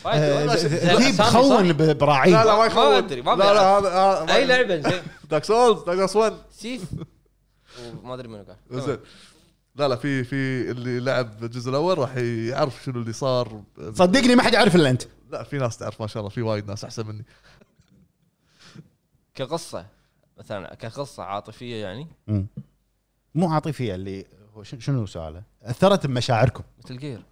ذيب خون براعي. لا ما يخون. ما ادري ما لا هذا اي لعبه زين. دارك سولز 1 سيف وما ادري منو قال زين. لا في اللي لعب الجزء الاول راح يعرف شنو اللي صار. صدقني ما حد يعرف الا انت. لا في ناس تعرف ما شاء الله، في وايد ناس احسن مني. كقصه مثلا، كقصه عاطفيه يعني مو عاطفيه. اللي هو شنو سؤاله؟ اثرت بمشاعركم؟ مثل جير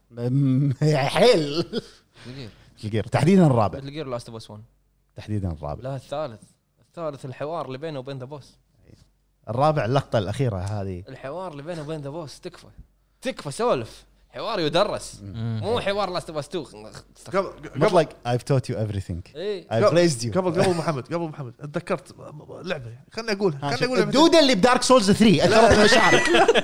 حيل الجير تحديدا الرابع. مثل جير لاست اوف اس 1 تحديدا الرابع. لا الثالث الحوار اللي بينه وبين ذا بوس. الرابع اللقطه الاخيره هذه، الحوار اللي بينه وبين ذا بوس تكفى سولف، حوار يدرس مو حوار لاست اوف اس 2. مطلق I've taught you everything. I've raised you. قبل محمد اتذكرت لعبه يعني خلني اقولها الدوده اللي بدارك سولز 3 اثرت مشاعرك.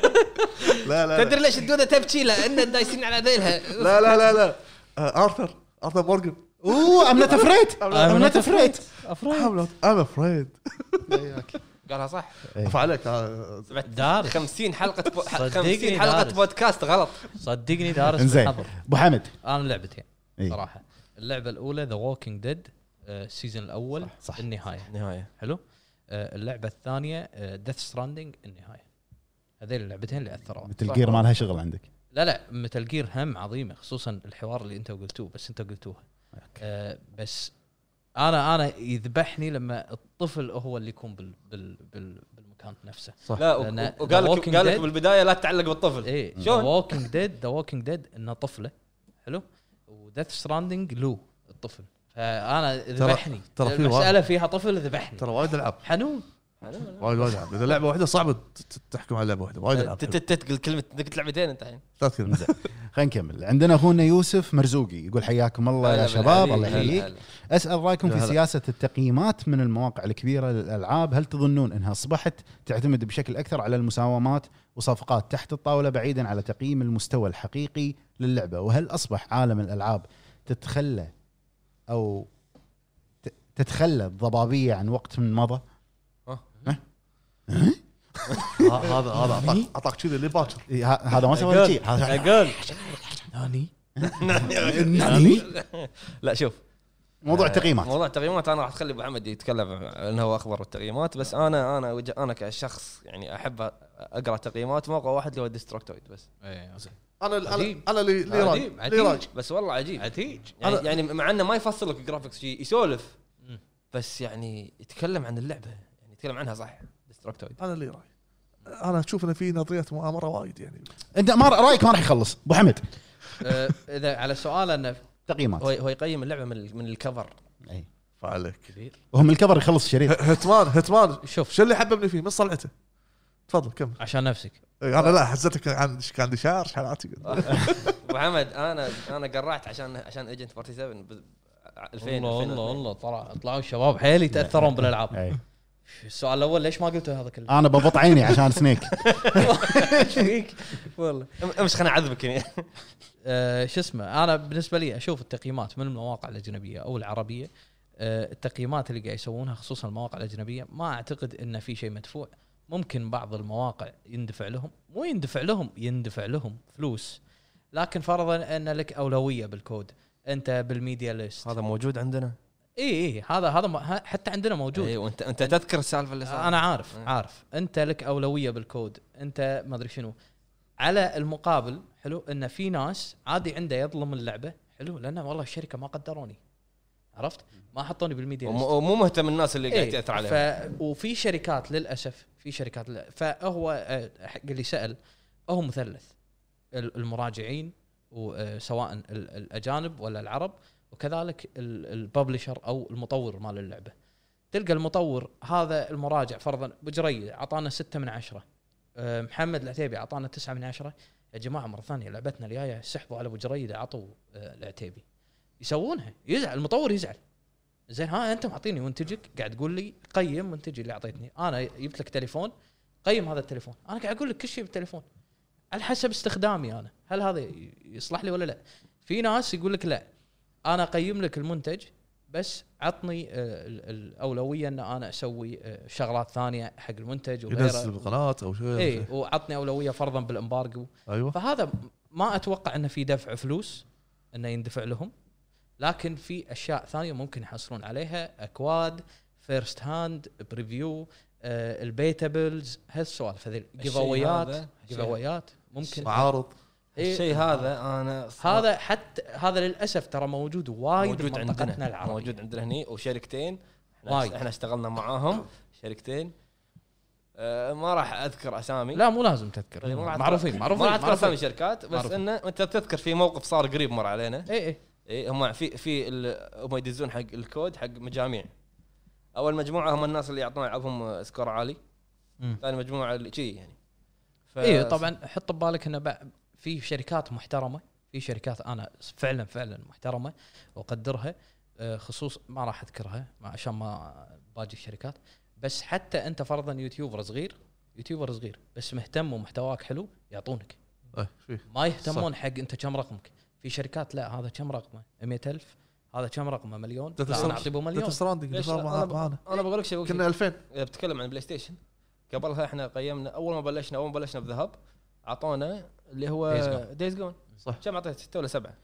لا تدري ليش الدوده تبكي؟ لان دايسين على ذيلها. لا ارثر مورغان. I'm not afraid. I'm afraid. قالها صح. عليك دارس 50 حلقه بودكاست غلط. صدقني دارس بالحضر. ابو حمد انا لعبتين صراحه. اللعبه الاولى ذا ووكينج ديد السيزون الاول صح. النهايه حلو. اللعبه الثانيه ديث ستراندنج النهايه. هذين اللعبتين اللي اثروا. مثل جير ما لها شغل عندك؟ لا مثل جير هم عظيمه، خصوصا الحوار اللي انتوا قلتوه بس انتوا قلتوها. بس انا يذبحني لما الطفل هو اللي يكون بالمكان نفسه. صح. لا وقال لك بالبدايه لا تتعلق بالطفل. ايه شلون ذا ووكينج ديد انه طفله حلو، وديث ستراندنج له الطفل، فانا ذبحني. ترى في مساله فيها طفل ذبحني. ترى وايد العاب حنون وايد العاب. اذا لعبه واحده صعبه تحكم على لعبه واحده. وايد العاب تقول كلمه قلت لعبتين انت الحين. خلينا نكمل. عندنا اخونا يوسف مرزوقي يقول حياكم الله يا شباب. الله يحييك. اسال رايكم في سياسه التقييمات من المواقع الكبيره للالعاب. هل تظنون انها اصبحت تعتمد بشكل اكثر على المساومات وصفقات تحت الطاوله بعيدا على تقييم المستوى الحقيقي للعبه؟ وهل اصبح عالم الالعاب تتخلى الضبابيه عن وقت من مضى؟ هذا اعطاك كذا اللي باكر. هذا ما سوى شيء. هذا اقول ناني ناني. لا شوف موضوع تقييمات. موضوع التقييمات انا راح اخلي ابو محمد يتكلم لانه هو اخبر بالتقييمات. بس انا كشخص يعني احب اقرا تقييمات موقع واحد اللي هو ديستروكتويد بس. انا اللي راي بس والله عجيب عتيج يعني مع انه ما يفصل لك جرافيكس شيء يسولف بس يعني يتكلم عن اللعبه يعني يتكلم عنها صح. ديستروكتويد انا اللي راي. انا اشوف انه في نظريات مؤامره وايد يعني. انت ما رايك ما راح يخلص ابو حمد. اذا على سؤال انه تقييمات هو يقيم اللعبه من الكفر. اي فعلك كبير وهم الكفر يخلص الشريط. هتمان شوف شو اللي حببني فيه من صلعته. تفضل كمل. عشان نفسك. انا لا حسيتك كان عندي شعر حالاتي. ابو حمد انا قرعت عشان ايجنت 47 2000. والله طلعوا الشباب حيل يتاثرون بالالعاب. السؤال الاول ليش ما قلته هذا كله؟ انا ببط عيني عشان سنيك. ايش فيك والله امس خليني اعذبك يعني. شو اسمه انا بالنسبه لي اشوف التقييمات من المواقع الاجنبيه او العربيه. التقييمات اللي قاعد يسوونها خصوصا المواقع الاجنبيه ما اعتقد ان في شيء مدفوع. ممكن بعض المواقع يندفع لهم فلوس لكن فرضا ان لك اولويه بالكود انت بالميديا ليست. هذا موجود عندنا. اي هذا حتى عندنا موجود. اي وانت تذكر السالفه اللي صار. انا عارف انت لك اولويه بالكود انت ما ادري شنو. على المقابل حلو ان في ناس عادي عنده يظلم اللعبه حلو لانه والله الشركه ما قدروني عرفت ما حطوني بالميديا مو مهتم الناس اللي قاعد تاثر عليهم. وفي شركات للاسف فهو حق اللي سال هو مثلث المراجعين وسواء الاجانب ولا العرب وكذلك الببلشر او المطور مال اللعبه. تلقى المطور هذا المراجع فرضا بجري اعطانا 6 من 10 محمد العتيبي اعطانا 9 من 10. يا جماعه مره ثانيه لعبتنا الجايه سحبوا على ابو جريد عطوا العتيبي يسوونها يزعل المطور يزعل. زين ها انت معطيني منتجك قاعد تقول لي قيم منتجي اللي اعطيتني انا جبت لك تليفون قيم هذا التليفون انا قاعد اقول لك كل شيء بالتليفون على حسب استخدامي انا هل هذا يصلح لي ولا لا. في ناس يقول لك لا انا اقيم لك المنتج بس عطني الاولويه ان انا اسوي شغلات ثانيه حق المنتج وغيره ينزل بقناه او شيء اي وعطني اولويه فرضا بالامبارجو. أيوة. فهذا ما اتوقع انه في دفع فلوس انه يندفع لهم لكن في اشياء ثانيه ممكن يحصلون عليها اكواد فيرست هاند بريفيو البيتابلز هالسوالف هذه جيفاويات ممكن معارض. الشيء هذا انا هذا حتى هذا للاسف ترى موجود وايد موجود عندنا موجود عندنا هني وشركتين وايد. احنا اشتغلنا معاهم شركتين ما راح اذكر اسامي. لا مو لازم تذكر معروفين ما راح اذكر اسامي شركات بس انه انت تذكر في موقف صار قريب مر علينا. اي هم في هم يدزون حق الكود حق مجاميع. اول مجموعه هم الناس اللي يعطون العابهم سكور عالي. ثاني مجموعه اللي شيء يعني اي طبعا حط ببالك انه في شركات محترمه في شركات انا فعلا محترمه واقدرها خصوص ما راح اذكرها عشان ما باقي الشركات بس حتى انت فرضا يوتيوبر صغير بس مهتم ومحتواك حلو يعطونك ما يهتمون حق انت كم رقمك. في شركات لا هذا كم رقمه 100,000 هذا كم رقمه مليون لا انا اعطيه مليون. انا بقول لك شيء كنا 2000 بتكلم عن بلاي ستيشن قبلها احنا قيمنا اول ما بلشنا بذهب اعطونا اللي هو دايز جون صح كم اعطيت 6 ولا 7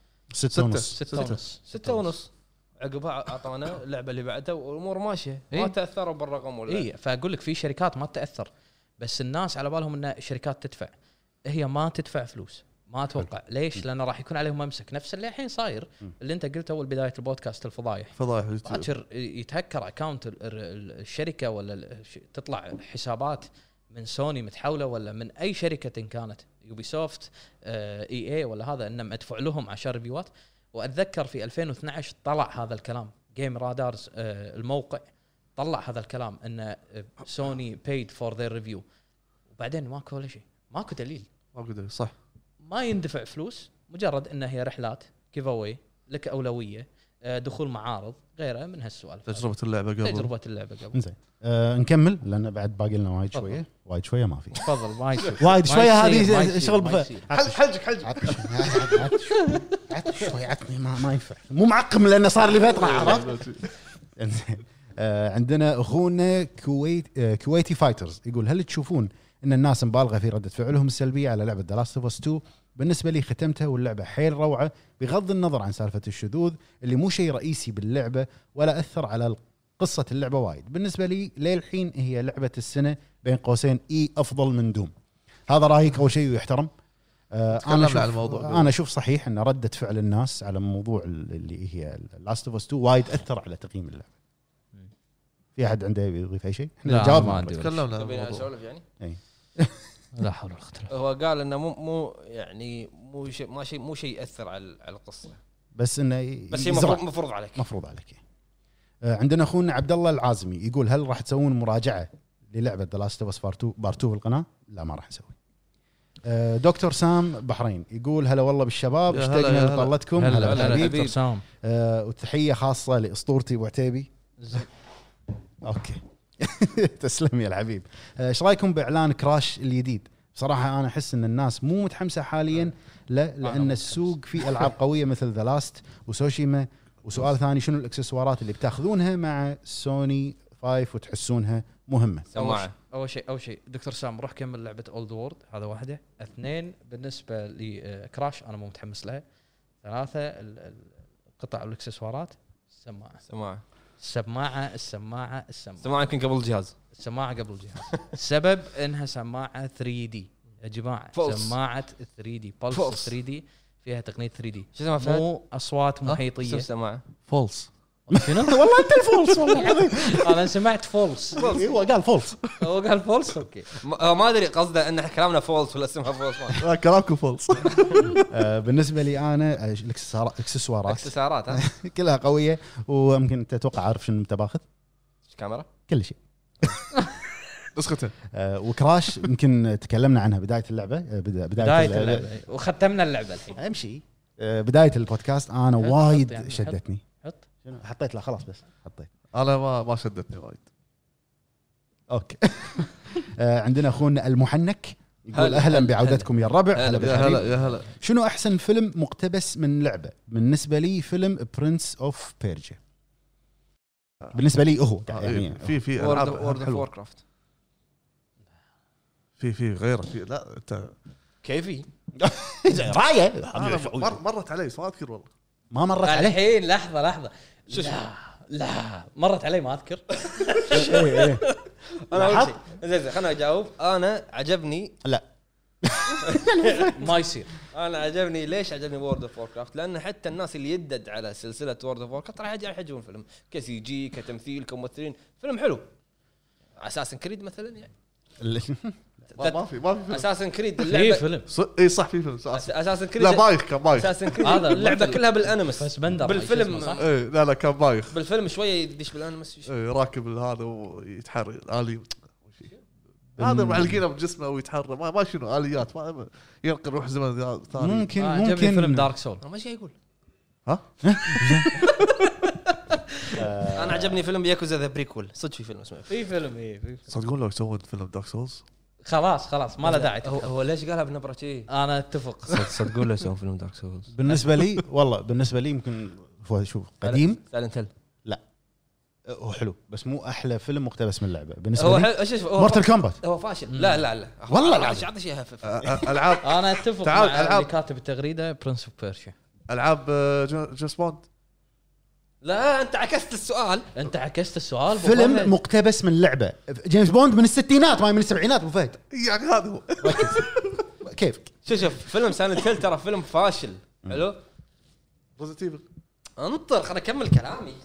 6.5 عقبها اعطونا اللعبه اللي بعدها والامور ماشيه ما تاثروا بالرقم ولا فاقول لك في شركات ما تاثر بس الناس على بالهم ان الشركات تدفع هي ما تدفع فلوس ما اتوقع ليش لانه راح يكون عليهم ممسك نفس اللي الحين صاير اللي انت قلته اول بدايه البودكاست الفضايح يتهكر اكاونت الشركه ولا تطلع حسابات من سوني متحوله ولا من اي شركه إن كانت يوبي سوفت اي ولا هذا انه مدفوع لهم عشان ريفيوات. واتذكر في 2012 طلع هذا الكلام جيم رادارز الموقع طلع هذا الكلام ان سوني paid for their review وبعدين ماكو ولا شيء ماكو دليل صح ما يندفع فلوس مجرد انها هي رحلات كيف اواي لك اولويه دخول معارض غيره من هالسؤال. تجربه اللعبه قبل زين نكمل لان بعد باقي لنا وايد شويه ما في. تفضل وايد شويه هذه شغل بفا حلجك عطني ما ينفع مو معقم لانه صار لي فتره عرفت. عندنا اخونا كويتي فايترز يقول هل تشوفون ان الناس مبالغه في رده فعلهم السلبيه على لعبه The Last of Us 2. بالنسبه لي ختمتها واللعبه حيل روعه بغض النظر عن سالفه الشذوذ اللي مو شيء رئيسي باللعبه ولا اثر على قصه اللعبه وايد. بالنسبه لي للحين هي لعبه السنه بين قوسين، افضل من دوم. هذا رايك اول شيء ويحترم. انا اشوف صحيح ان رده فعل الناس على موضوع اللي هي Last of Us 2 وايد اثر على تقييم اللعبه. في احد عنده يضيف اي شيء؟ لا جواب ما عندي. تبينا اسولف يعني؟ اي لا حول ولا قوه. هو قال انه مو يعني مو شيء ياثر على القصه، بس انه بس هي مفروض عليك. عندنا اخونا عبد الله العازمي يقول هل راح تسوون مراجعه للعبه The Last of Us Part 2 بالقناه؟ لا ما راح نسوي. دكتور سام بحرين يقول هلا والله بالشباب، اشتقنا لطلتكم. هلا دكتور سام. وتحيه خاصه لاسطورتي ابو عتيبي. اوكي تسلم يا الحبيب. ايش رايكم باعلان كراش الجديد؟ بصراحه انا احس ان الناس مو متحمسه حاليا لان السوق فيه العاب قويه مثل ذا لاست وسوشيما. وسؤال ثاني، شنو الاكسسوارات اللي بتاخذونها مع سوني 5 وتحسونها مهمه؟ اول شيء دكتور سام روح كمل لعبه اولد وورد، هذا واحده. اثنين، بالنسبه لكراش انا مو متحمس لها. ثلاثه، القطع والاكسسوارات. السماعه يمكن قبل الجهاز. السماعه قبل الجهاز. السبب انها سماعه 3D يا جماعه. سماعه 3D بلس 3D فيها تقنيه 3D، مو اصوات محيطيه. سماعه فولس. والله انت الفولس والله. انا سمعت فولس. هو قال فولس. اوكي. ما ادري قصده ان كلامنا فولس ولا اسمها فولس. لا كلامكم فولس. بالنسبه لي انا الاكسسوارات كلها قويه. ويمكن انت تتوقع عارف شنو انت باخذ؟ كاميرا كل شيء. اسكت. وكراش يمكن تكلمنا عنها بدايه اللعبه. بدايه اللعبه وختمنا اللعبه الحين. امشي. بدايه البودكاست انا وايد يعني شدتني. حطيت لا خلاص بس حطيت. انا ما شدتني وايد. اوكي. عندنا اخونا المحنك يقول اهلا بعودتكم يا الربع. هلا. شنو احسن فيلم مقتبس من لعبه؟ بالنسبه لي فيلم برنس اوف بيرجيا. بالنسبه لي هو يعني في وورد اوف ووركرافت. في غيره. في لا انت كيفي رايه مرت علي ما اذكر والله. ما مرت علي الحين. لحظه لا مرت علي ما اذكر. انا زين خلنا اجاوب. انا عجبني لا ما يصير. انا عجبني. ليش عجبني وورد اوف ووركرافت؟ لان حتى الناس اللي يدد على سلسله وورد اوف ووركرافت راح يحجون فيلم كسي جي كتمثيل كممثلين. فيلم حلو. اساسن كريد مثلا يعني ما في اساسن كريد اللعبه فيلم. اي صح في فيلم اساسن كريد. لا بايخ اساسن كريد هذا اللعبه كلها بالانيمس. بس بندر بالفيلم اي لا كان بايخ. بالفيلم شويه يدش بالانيمس. راكب هذا ويتحرك آلي. هذا معلقينه بجسمه ويتحرك ما شنو آليات ما ينقل روح زمن ثاني. ممكن فيلم دارك سول. ما شيء يقول ها. انا عجبني فيلم ياكوزا ذا بريكول. صدق في فيلم اسمه في فيلم صدقون لو يسوون فيلم دارك سولز خلاص ما له داعي. هو ليش قالها بنبره شيء؟ انا اتفق. صدقوا له يسوون فيلم دارك سولز. بالنسبه لي يمكن شوف قديم. سايلنت هيل لا هو حلو بس مو احلى فيلم مقتبس من اللعبه بالنسبه لي. هو مورتال كومبات هو فاشل. لا والله عطى شيء هفف. العاب. انا اتفق مع اللي كاتب التغريده برنس اوف بيرشيا. العاب جيمس بوند. لا انت عكست السؤال. فيلم مقتبس من لعبه جيمس بوند من الستينات ما من السبعينات ابو فهد. يعني هذا هو. كيف شوف فيلم سايلنت هيل ترى فيلم فاشل. حلو. بوزيتيف. انطر خليني اكمل كلامي.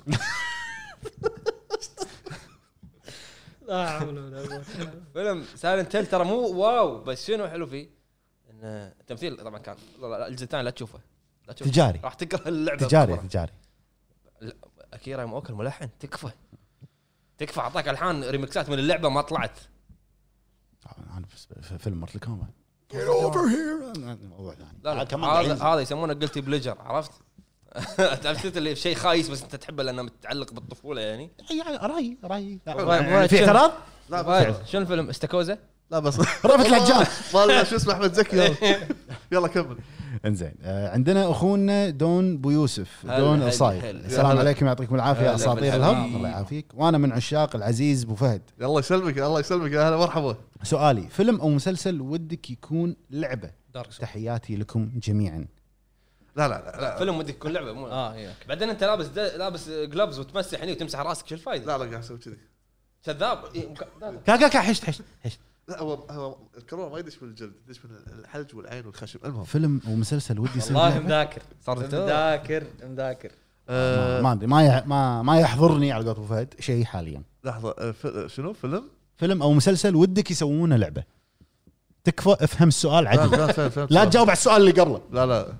لا حول ولا قوه. فيلم سايلنت هيل ترى مو واو بس شنو حلو فيه انه تمثيل طبعا كان. الجزء الثاني لا تشوفه تجاري. راح تقرا اللعبه تجاري. اكيرا ياماوكا الملحن تكفى اعطاك الحان ريمكسات من اللعبه ما طلعت. انا في فيلم مورتال كومبات Get over here. لا هذا يسمونه قلتي بليجر. عرفت تعرفت اللي شيء خايس بس انت تحبه لانه متعلق بالطفوله يعني. راي في اعتراض. لا شنو الفيلم استاكوزا؟ لا بس رأفت الهجان والله شو اسمه احمد زكي. يلا كمل. انزين عندنا اخونا دون بو يوسف دون الصايد. هل. السلام عليكم يعطيكم العافيه هلا اساطير بالحبيب. الهب. الله يعافيك. وانا من عشاق العزيز ابو فهد. الله يسلمك الله يسلمك يا هلا مرحبا. سؤالي فيلم او مسلسل ودك يكون لعبه؟ دارك سول. تحياتي لكم جميعا. لا فيلم ودك يكون لعبه مو هي بعدين انت لابس جلوفز وتمسح هني وتمسح راسك شو الفايده؟ لا قاعد اسوي كذي. كذاب كا حشت لا هو الكورونا ما يدش من الجلد، يدش من الحلج والعين والخشم. المهم فيلم او مسلسل ودي يصير والله لعبة؟ مذاكر صار مذاكر ما ادري ما يحضرني على قولة ابو فهد شيء حاليا. لحظه شنو فيلم او مسلسل ودك يسوونه لعبه؟ تكفى افهم السؤال عدل. لا تجاوب على السؤال اللي قبله. لا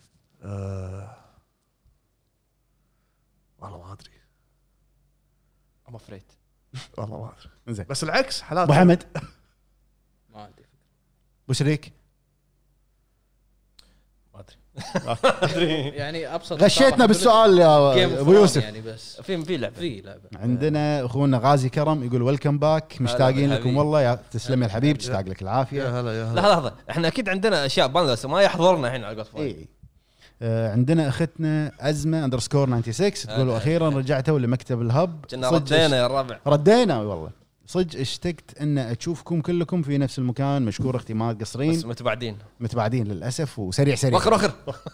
والله ما ادري ام افريت والله ما ادري. زين بس العكس حالات. ابو حمد ما عندي ابو شريك ما ادري يعني ابسط غشيتنا بالسؤال يا ابو يوسف. يعني بس في لعبه في لعبه عندنا اخونا غازي كرم يقول ويلكم باك مشتاقين هلا لكم بالحبيب. والله. يا تسلم يا الحبيب تشتاق لك العافيه. يا هلا لحظه احنا اكيد عندنا اشياء بالنا بس ما يحضرنا الحين على قولة فؤاد. اي عندنا اختنا ازمه اندرسكور 96 تقول واخيرا رجعتوا لمكتب الهب. كنا صدق ردينا يا الربع. ردينا والله صدق اشتقت ان اشوفكم كلكم في نفس المكان. مشكور اختي ما بس قصرين متباعدين للاسف وسريع وخر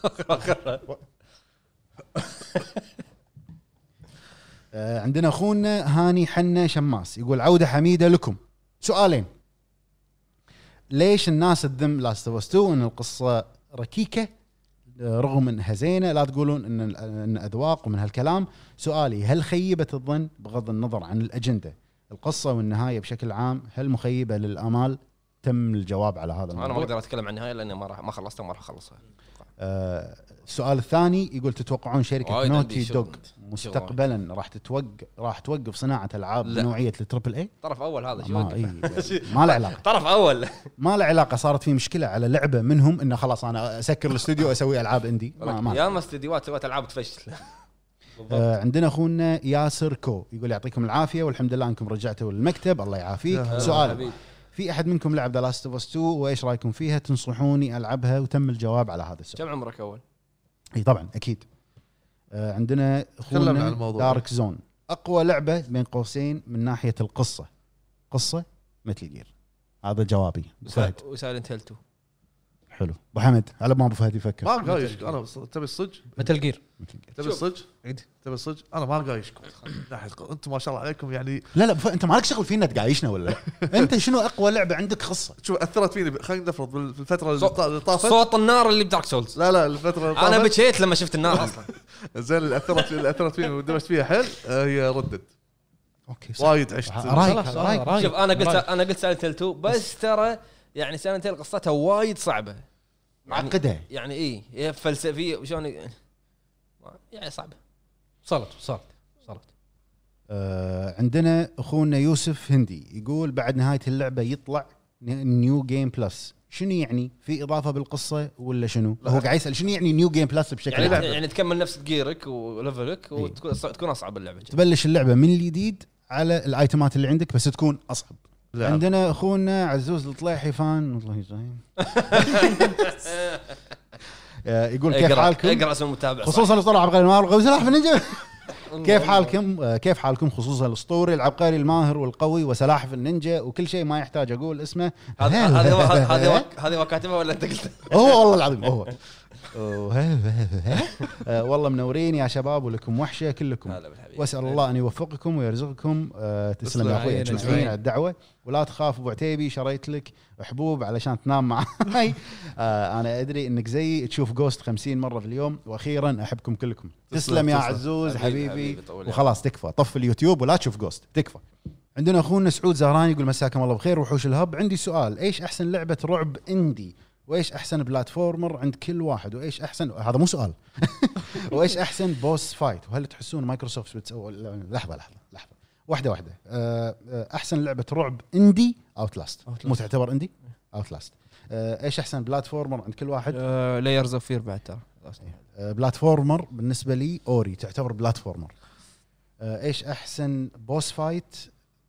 عندنا اخونا هاني حنا شماس يقول عوده حميده لكم. سؤالين: ليش الناس تذم لاست اوف اس 2 ان القصه ركيكه رغم انها زينه؟ لا تقولون ان اذواق ومن هالكلام. سؤالي: هل خيبت الظن بغض النظر عن الاجنده القصه والنهايه بشكل عام؟ هل مخيبه للامال؟ تم الجواب على هذا الموضوع. انا ما اقدر اتكلم عن النهايه لاني ما خلصتها وما راح اخلصها. السؤال الثاني يقول تتوقعون شركه وايد نوتي عندي دوغ شغل. مستقبلا راح توقف صناعه العاب بنوعيه التربل اي؟ طرف اول هذا ما له علاقه. طرف اول ما له علاقه. صارت في مشكله على لعبه منهم انه خلاص انا اسكر الاستوديو واسوي العاب اندي. يا استديوهات سوت العاب تفشل. عندنا اخونا ياسر كو يقول يعطيكم العافيه والحمد لله انكم رجعتوا للمكتب. الله يعافيك. سؤال: في احد منكم لعب ذا لاست اوف اس 2 وايش رايكم فيها؟ تنصحوني العبها؟ وتم الجواب على هذا السؤال. كم عمرك اول؟ اي طبعا اكيد. عندنا اخونا دارك زون اقوى لعبه بين قوسين من ناحيه القصه مثل جير. هذا جوابي. فهد وسايلنت هيل 2. حلو. ابو حمد على ما ابو فهد يفكر. ما قايش انا. تبي الصج؟ مثل جير. تبي الصج؟ تبي الصج؟ انا ما قايشكم ناحيه انتم ما شاء الله عليكم يعني. لا انت مالك شغل فينا تقايشنا ولا انت شنو اقوى لعبه عندك قصه؟ شوف اثرت فيني. خلينا نفرض في الفتره اللي طافت صوت النار اللي بدارك سولز. لا الفتره اللي انا طافت بكيت لما شفت النار اصلا. زين اللي اثرت فيني ودمجت فيها حيل هي ردت. اوكي وايد عشت رايك. شوف انا قلت سايلنت هيل 2 بس ترى يعني سايلنت هيل قصتها وايد صعبه معقده يعني هي فلسفيه وشلون يعني صعبه. صارت عندنا اخونا يوسف هندي يقول بعد نهايه اللعبه يطلع نيو جيم بلس. شنو يعني؟ في اضافه بالقصه ولا شنو؟ هو قاعد يسال شنو يعني نيو جيم بلس بشكل يعني تكمل نفس جيرك وليفلك وتكون اصعب اللعبه. تبلش اللعبه من الجديد على الايتمات اللي عندك بس تكون اصعب. عندنا اخونا عزوز الطليحي فان الله يجزاه يقول كيف حالكم؟ اقرا اسم المتابع خصوصا الاسطوره العبقري الماهر والقوي سلاحف النينجا. كيف حالكم خصوصا الاسطوري العبقري الماهر والقوي وسلاحف النينجا وكل شيء ما يحتاج اقول اسمه. هذه ما كاتبها ولا انت قلت؟ هو والله العظيم هو. والله منورين يا شباب ولكم وحشه كلكم. واسال الله ان يوفقكم ويرزقكم. تسلم يا اخوي تشكرين على الدعوه. ولا تخاف ابو عتيبي شريت لك حبوب علشان تنام معي. انا ادري انك زي تشوف جوست 50 مره في اليوم. واخيرا احبكم كلكم. تسلم يا عزوز حبيبي. وخلاص تكفى طف اليوتيوب ولا تشوف جوست تكفى. عندنا اخونا سعود زهراني يقول مساكم الله بخير وحوش الهب. عندي سؤال: ايش احسن لعبه رعب اندي؟ وايش احسن بلاتفورمر عند كل واحد؟ وايش احسن هذا مو سؤال وايش احسن بوس فايت؟ وهل تحسون مايكروسوفت بتسوي؟ لحظه واحده احسن لعبه رعب اندي اوتلاست. مو تعتبر اندي اوتلاست. ايش احسن بلاتفورمر عند كل واحد؟ لايرز اوف فير بعد ترى بلاتفورمر بالنسبه لي اوري تعتبر بلاتفورمر. ايش احسن بوس فايت؟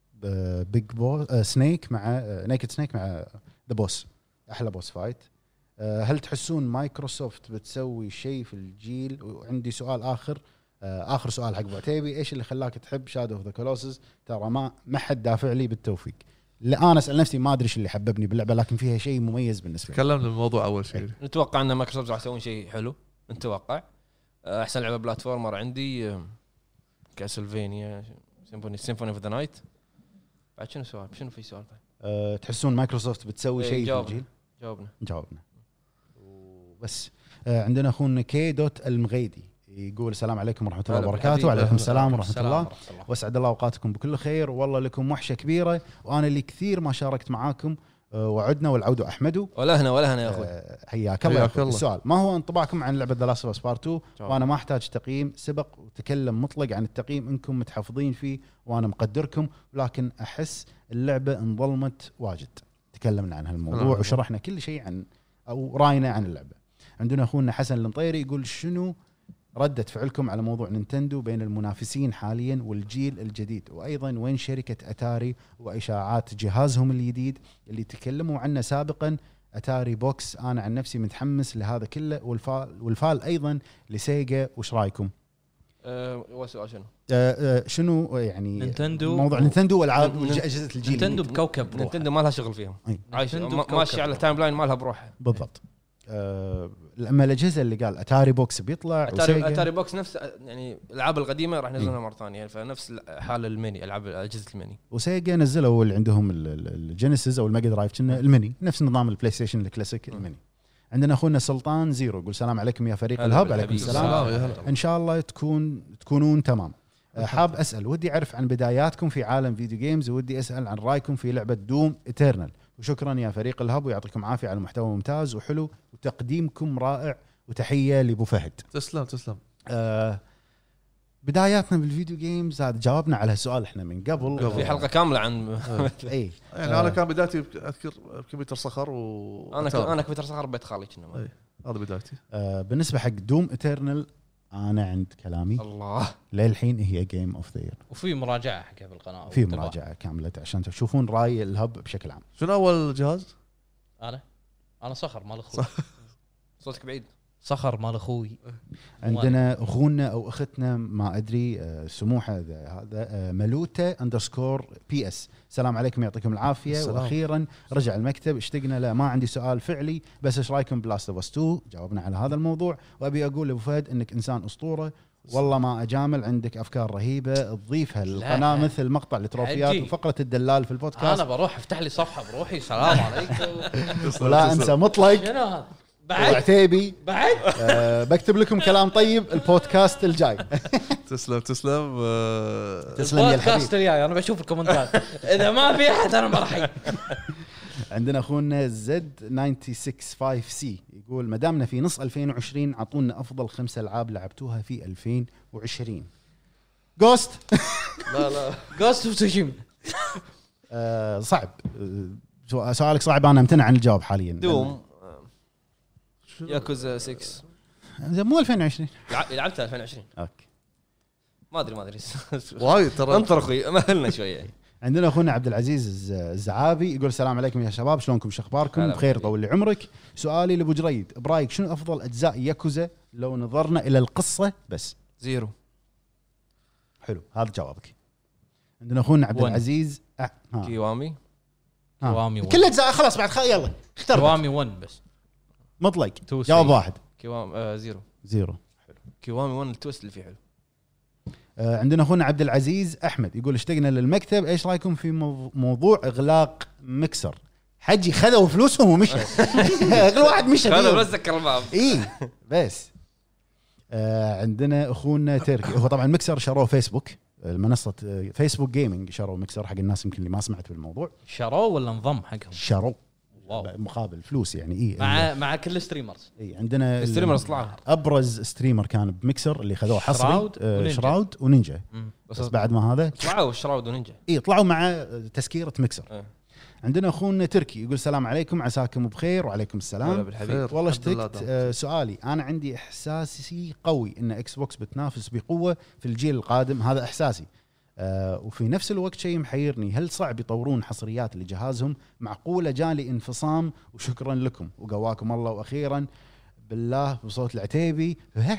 بيج بوس سنيك مع نيكد سنيك مع ذا بوس. احلى بوس فايت. هل تحسون مايكروسوفت بتسوي شيء في الجيل؟ وعندي سؤال اخر سؤال حق ابو عتيبي، ايش اللي خلاك تحب شادو اوف ذا كولوسس؟ ترى ما حد دافع لي بالتوفيق. لا انا اسال نفسي ما ادري ايش اللي حببني باللعبه، لكن فيها شيء مميز بالنسبه لي. تكلمنا بالموضوع اول شيء. نتوقع ان مايكروسوفت راح يسوون شيء حلو، نتوقع. احسن لعبه بلاتفورمر عندي كاسلفينيا سيمفوني اوف ذا نايت. بعد شنو في سؤال؟ تحسون مايكروسوفت بتسوي شيء في الجيل؟ جاوبنا وبس. عندنا اخونا كي دوت المغيدي يقول السلام عليكم ورحمه الله وبركاته. وعليكم السلام ورحمه الله، واسعد الله اوقاتكم بكل خير، والله لكم وحشه كبيره، وانا اللي كثير ما شاركت معاكم، وعدنا والعود احمد. ولا هنا يا اخوي. حياك الله. السؤال: ما هو انطباعكم عن لعبه ذا لاست اوف اس بارت 2؟ وانا ما احتاج تقييم سبق وتكلم مطلق عن التقييم، انكم متحفظين فيه وانا مقدركم، ولكن احس اللعبه انظلمت واجد. تكلمنا عن هالموضوع وشرحنا كل شيء عن او راينا عن اللعبه. عندنا اخونا حسن المطيري يقول شنو ردة فعلكم على موضوع نينتندو بين المنافسين حاليا والجيل الجديد، وأيضا وين شركة أتاري وإشاعات جهازهم الجديد اللي تكلموا عنه سابقا، أتاري بوكس؟ أنا عن نفسي متحمس لهذا كله، والفال أيضا لسيجا، وش رأيكم؟ وسؤال شنو يعني نينتندو، موضوع نينتندو والعاب أجهزة الجيل؟ نينتندو بكوكب روح. نينتندو ما لها شغل فيهم، ماشي على تايم لاين ما لها بروحها بالضبط. لما الاجهزه اللي قال اتاري بوكس بيطلع، اتاري بوكس نفس يعني الالعاب القديمه راح ينزلونها مره ثانيه، فنفس حال الميني، العاب اجهزه الميني. وسيجا نزلوا اللي عندهم الجينيسيس او الميجا درايف كنا الميني، نفس نظام البلاي ستيشن الكلاسيك الميني. عندنا اخونا سلطان زيرو يقول السلام عليكم يا فريق الهب. عليكم السلام، ان شاء الله تكونون تمام. حاب اسال، ودي اعرف عن بداياتكم في عالم فيديو جيمز، ودي اسال عن رايكم في لعبه دوم إترنال. وشكرا يا فريق الهب، ويعطيكم عافيه على المحتوى ممتاز وحلو، وتقديمكم رائع، وتحيه لابو فهد. تسلم. بداياتنا بالفيديو جيمز، هذا جاوبنا على هالسؤال احنا من قبل في حلقه كامله عن اي يعني انا كان بدايتي اذكر كمبيوتر صخر انا كمبيوتر صخر بيت خالي كنا، هذا بدايتي. بالنسبه حق دوم إترنال انا عند كلامي الله للحين هي جيم اوف ذا يير، وفي مراجعه حقها بالقناه، في مراجعه كامله عشان تشوفون راي الهب بشكل عام. شنو اول جهاز؟ انا صخر مال اخوي. صوتك بعيد. صخر مال اخوي. عندنا اخونا او اختنا ما ادري سموحه هذا ملوته _PS. السلام عليكم، يعطيكم العافيه. واخيرا رجع المكتب، اشتقنا له. ما عندي سؤال فعلي، بس ايش رايكم بلاست اوف اس 2؟ جاوبنا على هذا الموضوع. وابي اقول لابو فهد انك انسان اسطوره، والله ما اجامل، عندك افكار رهيبه تضيفها للقناه، مثل مقطع التروفيات وفقره الدلال في البودكاست. انا بروح افتح لي صفحه بروحي سلام عليكم. ولا انسى مطلق شنو هذا بعد عتيبي بعد بكتب لكم كلام طيب البودكاست الجاي. تسلم يا الحبيب. البودكاست الجاي انا بشوف الكومنتات، اذا ما في احد انا ما راح. عندنا اخونا Z965C يقول ما دامنا في نص 2020 اعطونا افضل 5 العاب لعبتوها في 2020. جوست. لا جوست وتشيم. صعب سؤالك صعب، انا امتنع عن الجواب حاليا. دوم ياكوزا 6 مو 2020 لعبتها 2020. اوكي ما ادري وايد ترى. انطر اخوي مهلنا شويه. عندنا اخونا عبد العزيز الزعابي يقول السلام عليكم يا شباب، شلونكم شخباركم؟ بخير طول لي عمرك. سؤالي لابو جريد، برايك شنو افضل اجزاء ياكوزا لو نظرنا الى القصه بس؟ 0. حلو هذا جوابك. عندنا اخونا عبد العزيز كيوامي كل اجزاء خلاص بعد يلا اختار كيوامي 1 بس مطلق. جواب واحد. كيوامي 0. حلو. كيوامي 1 التويست اللي فيه حلو. عندنا اخونا عبد العزيز احمد يقول اشتقنا للمكتب، ايش رايكم في موضوع اغلاق مكسر؟ حجي خذوا فلوسهم ومشى. كل واحد مشى هذا بس ذكر الباب. بس عندنا اخونا تركي، هو طبعا مكسر شروه فيسبوك، المنصه فيسبوك جيمنج شروا مكسر حق الناس يمكن اللي ما سمعت بالموضوع. شروا ولا نظام حقهم؟ شروا مقابل فلوس يعني. مع كل ستريمرز. عندنا الستريمرز طلعوا، ابرز ستريمر كان بمكسر اللي خذوه حصري شراود ونينجا. بس بعد ما هذا طلعوا شراود ونينجا طلعوا مع تسكيره مكسر. عندنا اخونا تركي يقول السلام عليكم، عساكم بخير. وعليكم السلام. والله اشتقت. سؤالي، انا عندي احساسي قوي ان اكس بوكس بتنافس بقوه في الجيل القادم، هذا احساسي. وفي نفس الوقت شيء محيرني، هل صعب يطورون حصريات لجهازهم؟ معقولة جالي انفصام، وشكرا لكم وقواكم الله. وأخيرا بالله بصوت العتيبي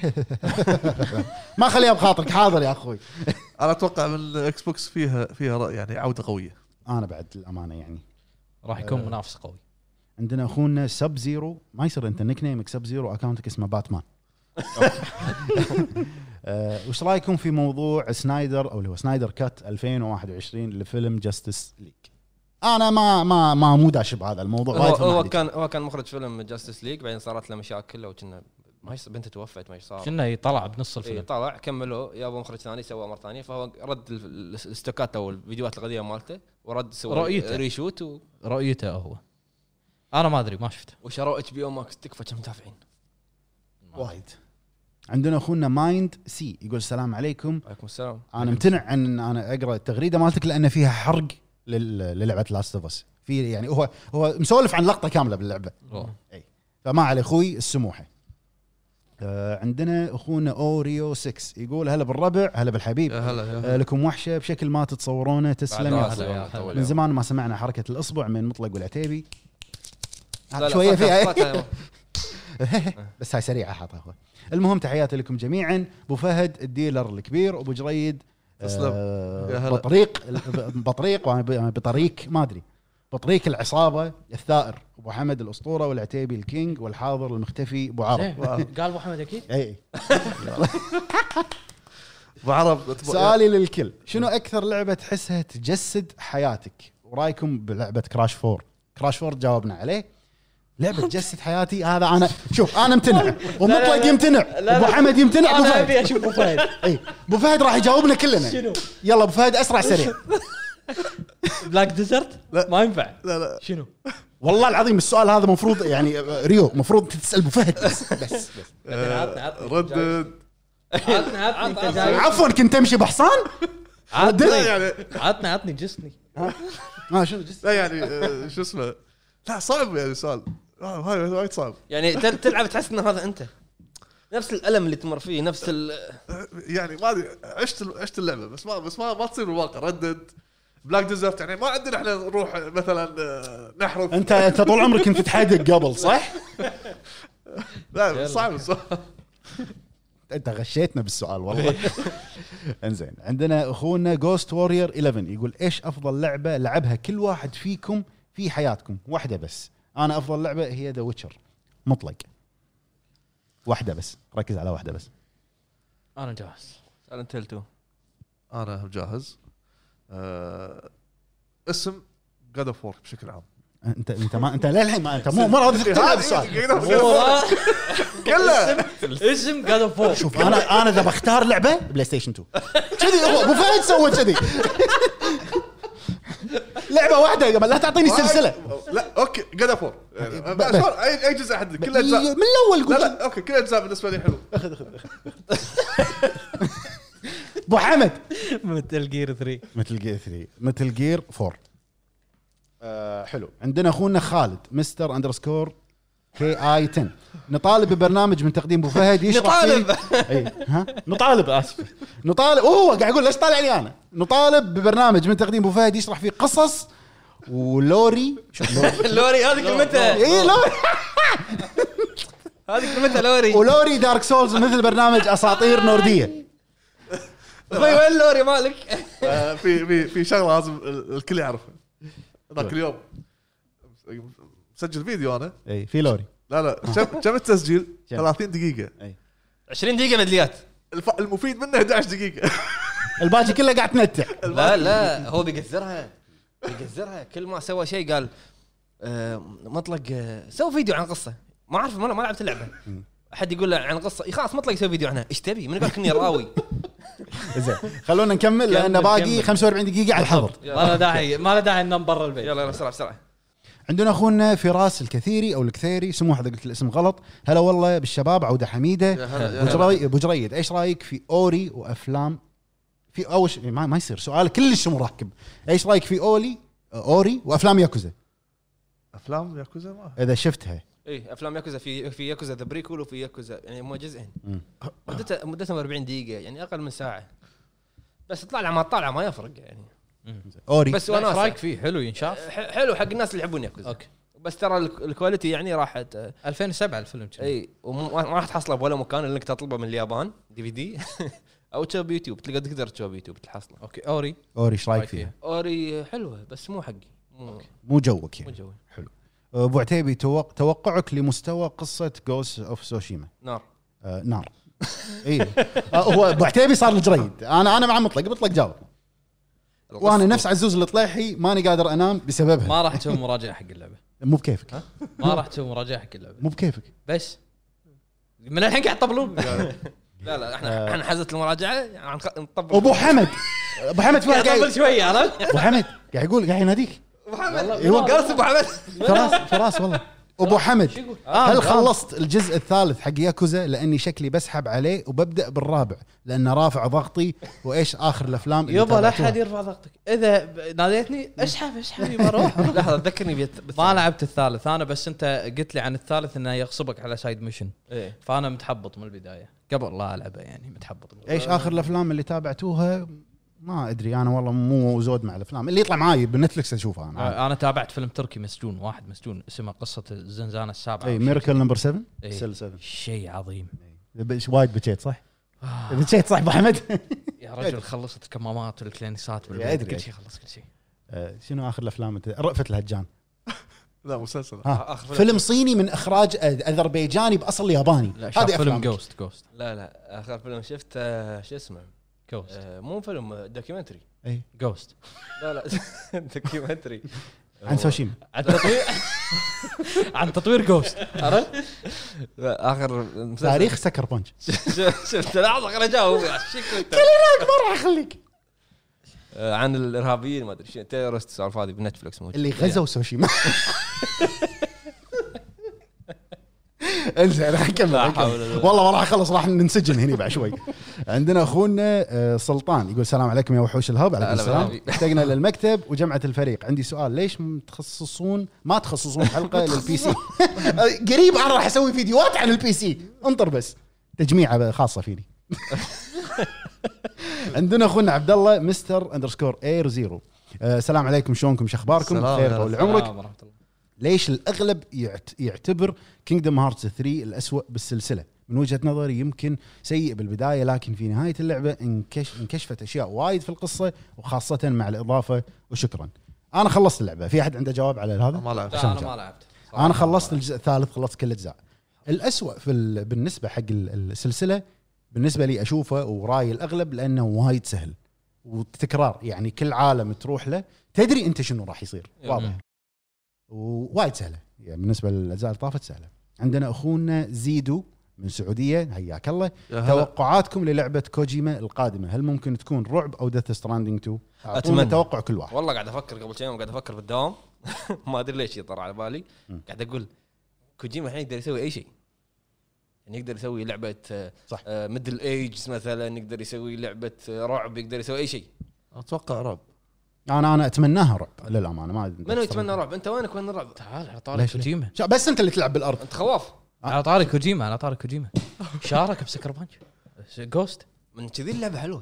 ما خليها بخاطرك، حاضر يا أخوي. انا اتوقع من الاكس بوكس فيها يعني عوده قويه. أنا بعد الأمانة يعني راح يكون منافس قوي. عندنا أخونا سب زيرو، ما يصير أنت نيك نيمك سب زيرو أكاونتك اسمه باتمان. وش رايكم في موضوع سنايدر او اللي هو سنايدر كات 2021 لفيلم جاستس ليج؟ انا ما مو داش بهذا الموضوع. هو كان مخرج فيلم جاستس ليج، بعدين صارت له مشاكل او كنا ما بنته توفت، ما صار كنا يطلع بنص الفيلم. طلع كملوا يابا مخرج ثاني سوى مره ثانيه، فهو رد الاستوكات او الفيديوهات القديمه مالته ورد سوى ريشوت رؤيته هو. انا ما ادري ما شفته. وشروا اتش بي او ماكس، تكفى كم متابعين وايد. عندنا اخونا مايند سي يقول السلام عليكم. وعليكم السلام. انا امتنع عن ان انا اقرا التغريده مالتك لان فيها حرق للعبه لاست اوف اس. في يعني هو مسولف عن لقطه كامله باللعبه. اي فما عليه اخوي السموحه. عندنا اخونا اوريو 6 يقول هلا بالربع، هلا بالحبيب، هلا لكم وحشه بشكل ما تتصورونه. تسلم يا من زمان ما سمعنا حركه الاصبع من مطلق والعتيبي. شويه فيها بس هاي سريعه حاطها هو. المهم تحياتي لكم جميعا. ابو فهد الديلر الكبير، ابو جريد بطريق وانا بطريق ما ادري بطريق العصابه الثائر، ابو حمد الاسطوره، والعتيبي الكينج، والحاضر المختفي ابو عرب. قال ابو حمد اكيد. اي ابو عرب. سؤالي للكل، شنو اكثر لعبه تحسها تجسد حياتك؟ ورايكم بلعبه كراش 4؟ كراش 4 جاوبنا عليه. لعبه تجسد حياتي هذا انا شوف انا امتنع ومطلق يمتنع، ابو حمد يمتنع، ابو فهد ابي اشوف ابو فهد. اي ابو فهد راح يجاوبنا كلنا. شنو؟ يلا ابو فهد اسرع سريع. بلاك ديزرت؟ ما ينفع. لا شنو؟ والله العظيم السؤال هذا مفروض يعني ريو مفروض تسال ابو فهد بس. ردد. عفوا كنت امشي بحصان. عطني جسني. شنو لا يعني شو اسمه، لا صعب يعني سؤال هاي وايد صعب يعني تلعب تحس ان هذا انت نفس الالم اللي تمر فيه، نفس يعني ما ادري عشت اللعبه بس ما تصير بالواقع. ردد بلاك ديزرت يعني ما عندنا احنا نروح مثلا نحرف. انت طول عمرك كنت تحدق قبل صح؟ لا صعب السؤال. انت غشيتنا بالسؤال والله. انزين عندنا اخونا جوست وورير 11 يقول ايش افضل لعبه لعبها كل واحد فيكم في حياتكم؟ واحده بس. انا افضل لعبه هي ذا ويتشر مطلق، واحده بس، ركز على واحده بس. انا جاهز. سايلنت هيل 2. انا جاهز. اسم جاد اوف وور بشكل عام. انت للحين ما انت مو راضي تقتنع بالسؤال كله. اسم جاد اوف وور. شوف انا اذا بختار لعبه بلاي ستيشن 2 كذي ابو فهد سوى كذي. لعبه واحده قبل لا تعطيني سلسله. لا اوكي جاد اوف وور اي جزء حدك كل اجزاء من الاول. لا اوكي كل اجزاء بالنسبه لي حلو. اخذ ابو حمد. مثل جير 3. مثل جير 4. حلو. عندنا اخونا خالد مستر _ KI 10 نطالب ببرنامج من تقديم ابو فهد يشرح نطالب اسف نطالب قاعد اقول ليش طالع لي انا. نطالب ببرنامج من تقديم ابو فهد يشرح فيه قصص ولوري. لوري هذه كلمتها. اي لوري هذه كلمتها لوري. ولوري دارك سولز مثل برنامج اساطير نورديه. وين لوري مالك؟ في شغله لازم الكل يعرفها. ذاك اليوم مسجل فيديو انا. اي في لوري. لا كم التسجيل؟ 30 دقيقه. 20 دقيقه مدليات. المفيد منه 11 دقيقه. الباقي كله قاعد تنتع. لا هو بيقزرها كل ما سوى شيء قال مطلق سوي فيديو عن قصه ما اعرف ما لعبت اللعبه. احد يقول له عن قصه خلاص مطلق يسوي فيديو عنها. ايش تبي من قال كني راوي. زين خلونا نكمل لان باقي 45 دقيقه على الحظر. ما له داعي ننام برا البيت. يلا بسرعه. عندنا اخونا فراس الكثيري او الكثيري سموح اذا قلت الاسم غلط. هلا والله بالشباب عوده حميده. ابو جريد ايش رايك في اوري وافلام في اول شيء ما يصير سؤال كلش مركب. ايش رايك في اوري وافلام ياكوزا؟ افلام ياكوزا ما اذا شفتها. ايه افلام ياكوزا في ياكوزا ذا بريكول وفي ياكوزا يعني هم جزئين. مدتهم 40 دقيقه يعني اقل من ساعه. بس طلع ما طلع ما يفرق يعني. اوري بس ايش وانا رايك فيه؟ حلو ينشاف. حلو حق الناس اللي يحبون ياكوزا. اوكي بس ترى الكواليتي يعني راحت 2007 الفيلم كذا. اي وما راح تحصله بولا مكان انك تطلبه من اليابان DVD او تشوفه بيوتيوب. تقدر تشوفه بيوتيوب تحصله. اوكي اوري ايش رايك فيها؟ اوري حلوه بس مو حقي. مو جوك يعني. مو جوي. حلو. ابو عتيبي توقعك لمستوى قصه جوست اوف سوشيما؟ نار. نار. اي هو ابو عتيبي صار الجريد. انا مع مطلق جاوب. وانا نفس عزوز الطليحي ماني قادر انام بسببها. ما راح تسوي مراجعه حق اللعبه. مو بكيفك. ما راح تسوي مراجعه حق اللعبه. مو بكيفك بس من الحين قاعد تطبلون. لا احنا حزت المراجعه نطبل. ابو حمد في واحد قبل قاعد شويه انا ابو حمد قاعد يقول قاعد يناديك ابو حمد ايوه قالت ابو حمد فراس والله ابو حمد. هل هل خلصت الجزء الثالث حق ياكوزا؟ لاني شكلي بسحب عليه وببدا بالرابع لانه رافع ضغطي. وايش اخر الافلام اللي يبا لا تابعتوها؟ حد يرفع ضغطك اذا ناديتني اسحب يبا روح. لحظه ذكرني ما لعبت الثالث انا بس انت قلت لي عن الثالث انه يغصبك على سايد ميشن ايه فانا متحبط من البدايه قبل لا العبه يعني متحبط. ايش اخر الافلام اللي تابعتوها؟ ما ادري انا والله مو زود مع الافلام اللي يطلع معاي بنتفلكس اشوفها انا. انا تابعت فيلم تركي مسجون واحد مسجون اسمه قصه الزنزانه السابعه. اي ميركل نمبر 7 إيه. سيل 7 شيء عظيم. وايد بكيت صح؟ بكيت صح ابو حمد؟ يا رجل خلصت الكمامات والكلينسات يا أدري. كل شيء خلص كل شيء. شنو اخر الافلام انت؟ رأفت الهجان. لا مسلسل. آخر فيلم صيني من اخراج اذربيجاني باصل ياباني. هذه فيلم جوست. لا اخر فيلم شفت شو اسمه جوست مو فيلم دوكيومنتري. اي جوست لا دوكيومنتري عن سوشيما. عن تطوير جوست. عرفت اخر تاريخ سكر بانش. شفت لحظه خليني اجاوب شكلك ما راح اخليك. عن الارهابيين ما ادري شو تيرست السالفه هذه بنتفلكس موجود اللي غزوا سوشيما. انزين نكمل. والله ما راح اخلص راح ننسجن هنا بعد شوي. عندنا اخونا سلطان يقول السلام عليكم يا وحوش الهب. عليكم السلام. احتاجنا للمكتب وجمعه الفريق. عندي سؤال ليش ما تخصصون حلقه للبي سي؟ قريب انا راح اسوي فيديوهات عن البي سي انطر بس تجميعه خاصه فيني. عندنا اخونا عبد الله مستر اندرسكور اير زيرو. السلام عليكم شلونكم شخباركم خير طول عمرك. ليش الأغلب يعتبر كينغدم هارتس 3 الأسوأ بالسلسلة؟ من وجهة نظري يمكن سيء بالبداية لكن في نهاية اللعبة انكشفت أشياء وايد في القصة وخاصة مع الإضافة. وشكرا. أنا خلصت اللعبة. في أحد عنده جواب على هذا؟ ما لعبت. انا ما لعبت. أنا خلصت الجزء الثالث خلصت كل الأجزاء. الأسوأ بالنسبة حق السلسلة بالنسبة لي أشوفه ورأي الأغلب لأنه وايد سهل وتكرار. يعني كل عالم تروح له تدري أنت شنو راح يصير واضح ووايد سهله. يعني بالنسبه للاجزاء اللي طافت سهله. عندنا اخونا زيدو من السعوديه حياك الله. توقعاتكم للعبه كوجيما القادمه هل ممكن تكون رعب او ديث ستراندينج 2؟ اتمنى توقع كل واحد. والله قاعد افكر قبل شوي قاعد افكر بالدوام ما ادري ليش يطر على بالي. قاعد اقول كوجيما الحين يقدر يسوي اي شيء. يعني يقدر يسوي لعبه صح ميدل ايج مثلا يقدر يسوي لعبه رعب يقدر يسوي اي شيء. اتوقع رعب. انا اتمناها رعب للامانه. ما من يتمنى رعب انت وينك وين الرعب؟ تعال على طاري كوجيما. بس انت اللي تلعب بالارض انت خواف. على طاري كوجيما شارك بسكر بانش جوست من كذي اللعبه حلوه.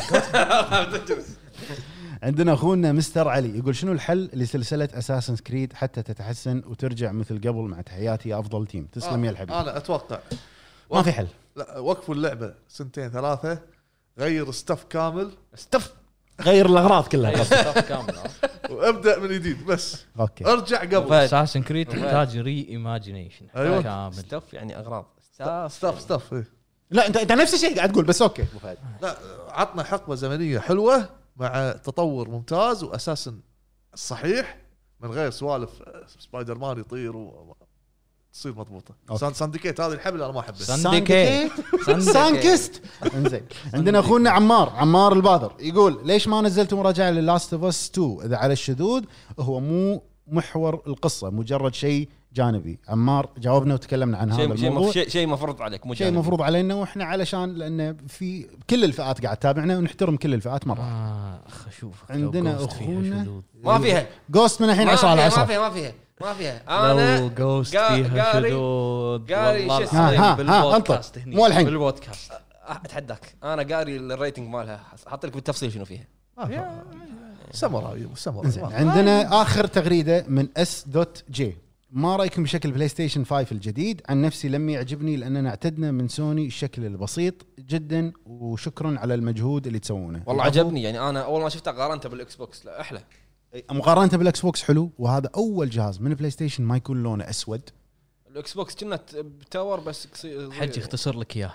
عندنا اخونا مستر علي يقول شنو الحل لسلسله اساسن كريد حتى تتحسن وترجع مثل قبل؟ مع تحياتي يا افضل تيم. تسلم يا الحبيب. انا اتوقع ما في حل. لا وقفوا اللعبه 2-3 غير ستاف كامل غير الاغراض كلها كامل وابدا من جديد بس. اوكي ارجع قبل. اساسن كريد تحتاج ري ايماجينيشن كامل. ستاف يعني اغراض ستاف إيه. لا انت نفس الشيء قاعد تقول بس اوكي. لا عطنا حقبه زمنيه حلوه مع تطور ممتاز واساسا صحيح من غير سوالف سبايدر مان يطير تصير مضبوطه. سانديكيت هذه الحبل انا ما احبه. سانكست. انزين عندنا اخونا عمار البادر يقول ليش ما نزلتوا مراجعه للاست اوف اس 2 اذا على الشذوذ هو مو محور القصه مجرد شيء جانبي. عمار جاوبنا وتكلمنا عن هذا الموضوع. شيء مفروض عليك مو شيء مفروض علينا واحنا علشان لان في كل الفئات قاعد تتابعنا ونحترم كل الفئات مره. شوف عندنا اخونا ما فيها جوست من الحين 10 على 10 ما فيها انا جوست فيها شذوذ قاري والله شو اسمه بالبودكاست هنا مو الحين بالبودكاست اتحداك انا قاري الريتنج مالها حاط لك بالتفصيل شنو فيها. سمراء عندنا اخر تغريده من S.J. ما رايكم بشكل بلاي ستيشن 5 الجديد؟ عن نفسي لم يعجبني لاننا اعتدنا من سوني الشكل البسيط جدا، وشكرا على المجهود اللي تسوونه. والله عجبني يعني انا اول ما شفته قارنته بالاكس بوكس لا احلى. مقارنه بالاكس بوكس حلو، وهذا اول جهاز من بلاي ستيشن ما يكون لونه اسود. الاكس بوكس كنا بتاور بس حجي اختصر لك اياه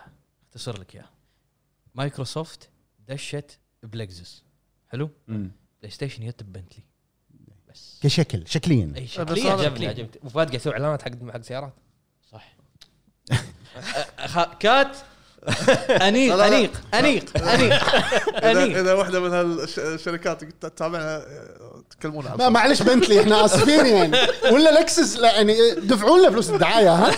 مايكروسوفت دشت بلكزس حلو. بلاي ستيشن يتب بنتلي بس شكليا اي شكليا عجبني ابو فهد قاعد يسوي اعلانات حق سيارات صح. كات انيق اذا واحده من هالشركات تتابعنا تكلمونا ما معلش بنتلي احنا اسفين يعني ولا لكسس لا يعني دفعوا لنا فلوس الدعايه ها.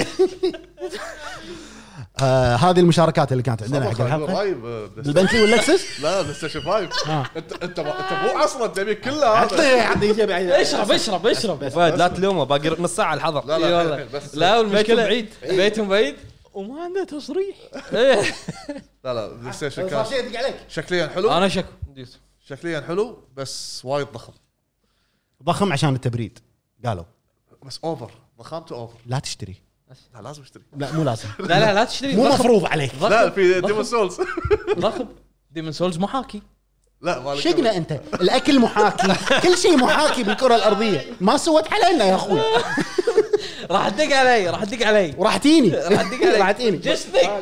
هذه المشاركات اللي كانت عندنا حق الحلقه البنتلي واللكسس. لا بلاي ستيشن 5 انت مو عصرا تبي كلها هذا. اشرب فهد لا تلومه باقي نص ساعه الحظر. لا لا والمشكله بيتهم بعيد وما عنده تصريح. لا بلاي ستيشن كان شكليا حلو. انا شكليا حلو بس وايد ضخم عشان التبريد قالوا، بس اوفر ضخامته اوفر. لا تشتري. لا لازم اشتري. لا مو لازم. لا تشتري مو مفروض عليك. لا في ديمون سولز ضخم. ديمون سولز محاكي. لا شقنا انت الاكل محاكي كل شيء محاكي بالكره الارضيه ما سوت علينا يا اخوي. راح تدق علي وراح تيني جسدك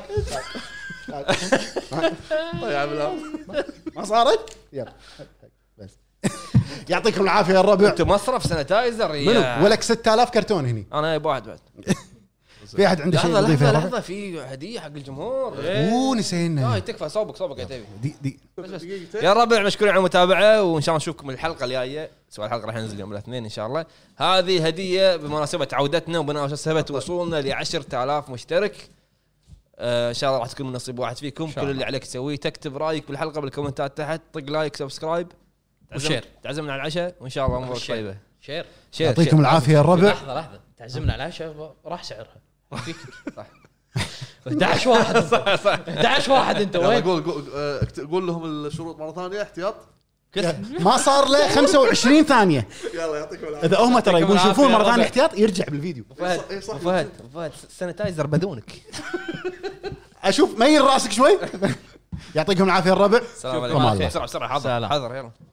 طيب ما صارت يلا بس. يعطيكم العافيه يا الربع. انت مصرف سانيتايزر منو ولك 6000 كرتون هني. انا جايب واحد بعد. في احد عنده شيء يضيفه؟ لحظه في هديه حق الجمهور. نسينا. تكفى صوبك يا تبي دي يا ربع. مشكورين على المتابعه وان شاء الله نشوفكم الحلقه الجايه. سؤال الحلقه راح ينزل يوم الاثنين ان شاء الله. هذه هديه بمناسبه عودتنا وبمناسبه وصولنا ل 10,000 مشترك. ان شاء الله راح تكون من نصيب واحد فيكم. كل اللي عليك تسويه تكتب رايك بالحلقه بالكومنتات تحت، طق لايك سبسكرايب وشير، تعزمنا على العشاء وان شاء الله امورك طيبه. شير يعطيكم العافيه يا الربع. لحظه تعزمنا على العشاء راح سعرها صح 11 واحد انت وين؟ قول لهم الشروط مره ثانيه احتياط. ما صار له 25 ثانيه. يلا يعطيكم العافيه. اذا هم ترى يبون يشوفون مره ثانيه احتياط يرجع بالفيديو. فهد سانيتايزر بدونك. اشوف ميل راسك شوي. يعطيكم العافيه الربع. السلام عليكم. بسرعه حاضر يلا.